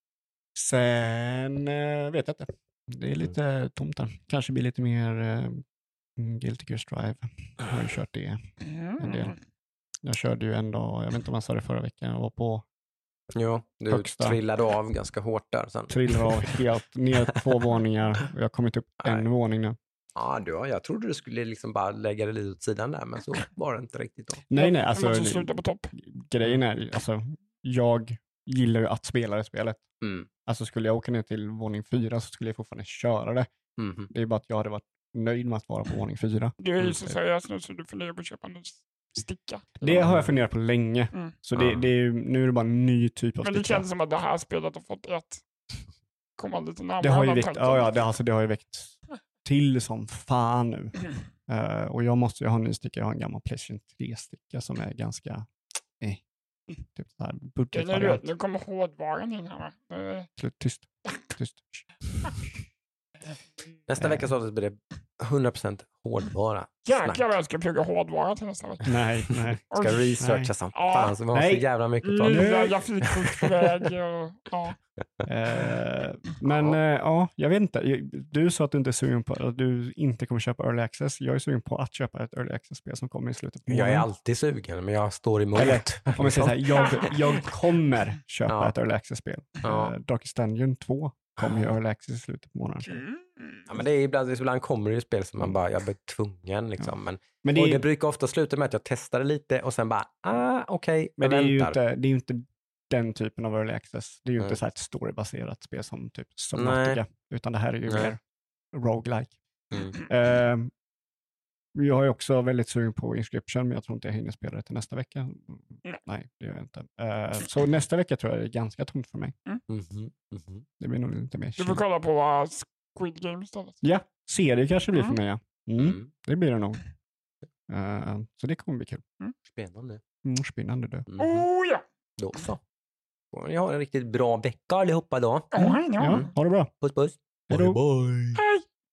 Speaker 3: Sen uh, vet jag inte. Det är lite tomt där. Kanske blir lite mer uh, Guilty Gear Strive. Jag har ju kört det en del.
Speaker 2: Mm.
Speaker 3: Jag körde ju ändå, jag vet inte om jag sa det förra veckan, jag var på
Speaker 1: Jo, du
Speaker 3: Högsta.
Speaker 1: trillade av ganska hårt där sen.
Speaker 3: trillar av helt ner två våningar och jag har kommit upp en
Speaker 1: Nej.
Speaker 3: våning nu.
Speaker 1: Ja, du, jag trodde du skulle liksom bara lägga det lite åt sidan där, men så var det inte riktigt då.
Speaker 3: Nej, nej,
Speaker 2: Jag
Speaker 3: alltså
Speaker 2: måste sluta på topp.
Speaker 3: grejen är ju, alltså jag gillar ju att spela det spelet.
Speaker 1: Mm.
Speaker 3: Alltså skulle jag åka ner till våning fyra så skulle jag fortfarande köra det.
Speaker 1: Mhm.
Speaker 3: Det är bara att jag hade varit nöjd med att vara på våning fyra.
Speaker 2: Du är ju
Speaker 1: Mm.
Speaker 2: så seriös nu så du funderar på att köpa en ny sticka.
Speaker 3: Det har jag funderat på länge.
Speaker 2: Mm.
Speaker 3: Så det,
Speaker 1: Ja.
Speaker 3: det är, ju- nu är det bara en ny typ av
Speaker 2: Men det
Speaker 3: sticka.
Speaker 2: känns som att det här spelet har fått ett komma lite närmare.
Speaker 3: Det har ju
Speaker 2: än
Speaker 3: väckt,
Speaker 2: tanken.
Speaker 3: ja, ja, det, alltså, det har ju väckt till som fan nu. Eh, och jag måste ju ha en ny sticka. Jag har en gammal PlayStation tre-sticka som är ganska eh, typ så här
Speaker 2: Det är när du,
Speaker 3: budgetvariant.
Speaker 2: nu kommer hårdvaran in här. va? Nu-
Speaker 3: Slut, tyst. Tyst.
Speaker 1: Nästa
Speaker 3: Eh.
Speaker 1: vecka så blir det hundra procent hårdvara.
Speaker 2: Jäklar
Speaker 1: Snack.
Speaker 2: vad jag ska plugga hårdvara till nästa vecka.
Speaker 3: Nej, nej.
Speaker 1: Ska
Speaker 2: Oj.
Speaker 1: researcha
Speaker 3: Nej.
Speaker 1: som
Speaker 2: Ja.
Speaker 1: fan så vi har så
Speaker 3: Nej.
Speaker 1: jävla mycket att prata om.
Speaker 2: Nya grafikkort på väg. Och, ja.
Speaker 3: Eh, men eh, ja, jag vet inte. Du sa att du inte är sugen på att du inte kommer köpa Early Access. Jag är sugen på att köpa ett Early Access-spel som kommer i slutet på
Speaker 1: Jag är
Speaker 3: månaden.
Speaker 1: alltid sugen, men jag står emot.
Speaker 3: Eller, Om jag säger så här, jag, jag kommer köpa
Speaker 1: Ja.
Speaker 3: ett Early Access-spel.
Speaker 1: Ja.
Speaker 3: Uh, Darkest Dungeon två kommer ju Early Access i slutet på månaden.
Speaker 1: Ja, men det är ibland, ibland kommer det ju spel som man bara, jag blir tvungen liksom. Men,
Speaker 3: Men det
Speaker 1: och
Speaker 3: är,
Speaker 1: det brukar ofta sluta med att jag testar det lite och sen bara, ah, okej, okay,
Speaker 3: men det
Speaker 1: jag
Speaker 3: är, ju
Speaker 1: väntar.
Speaker 3: inte, det är ju inte den typen av Early Access. Det är ju
Speaker 1: Nej.
Speaker 3: inte så här ett storybaserat spel som typ Subnautica. Utan det här är ju
Speaker 1: Nej.
Speaker 3: mer roguelike.
Speaker 1: Mm.
Speaker 3: Uh, jag är också väldigt sugen på Inscription, men jag tror inte jag hinner spela det till nästa vecka.
Speaker 2: Nej.
Speaker 3: Nej, det gör jag inte. Uh, så nästa vecka tror jag det är ganska tomt för mig.
Speaker 1: Mhm, mhm.
Speaker 3: Det blir nog inte mer
Speaker 2: Du
Speaker 3: chill.
Speaker 2: får kolla på uh, Squid Game istället.
Speaker 3: Ja, serie kanske blir
Speaker 2: Mm.
Speaker 3: för mig, ja. Mm,
Speaker 1: Mm.
Speaker 3: det blir det nog. Uh, så det kommer bli kul.
Speaker 1: Spännande.
Speaker 3: Mm, spännande du.
Speaker 1: Mhm.
Speaker 2: Oh ja!
Speaker 1: Då så. Får ni ha en riktigt bra vecka allihopa då.
Speaker 2: Oh, ja.
Speaker 3: Ja, ha det bra.
Speaker 1: Puss puss.
Speaker 3: Hej då.
Speaker 1: Bye bye.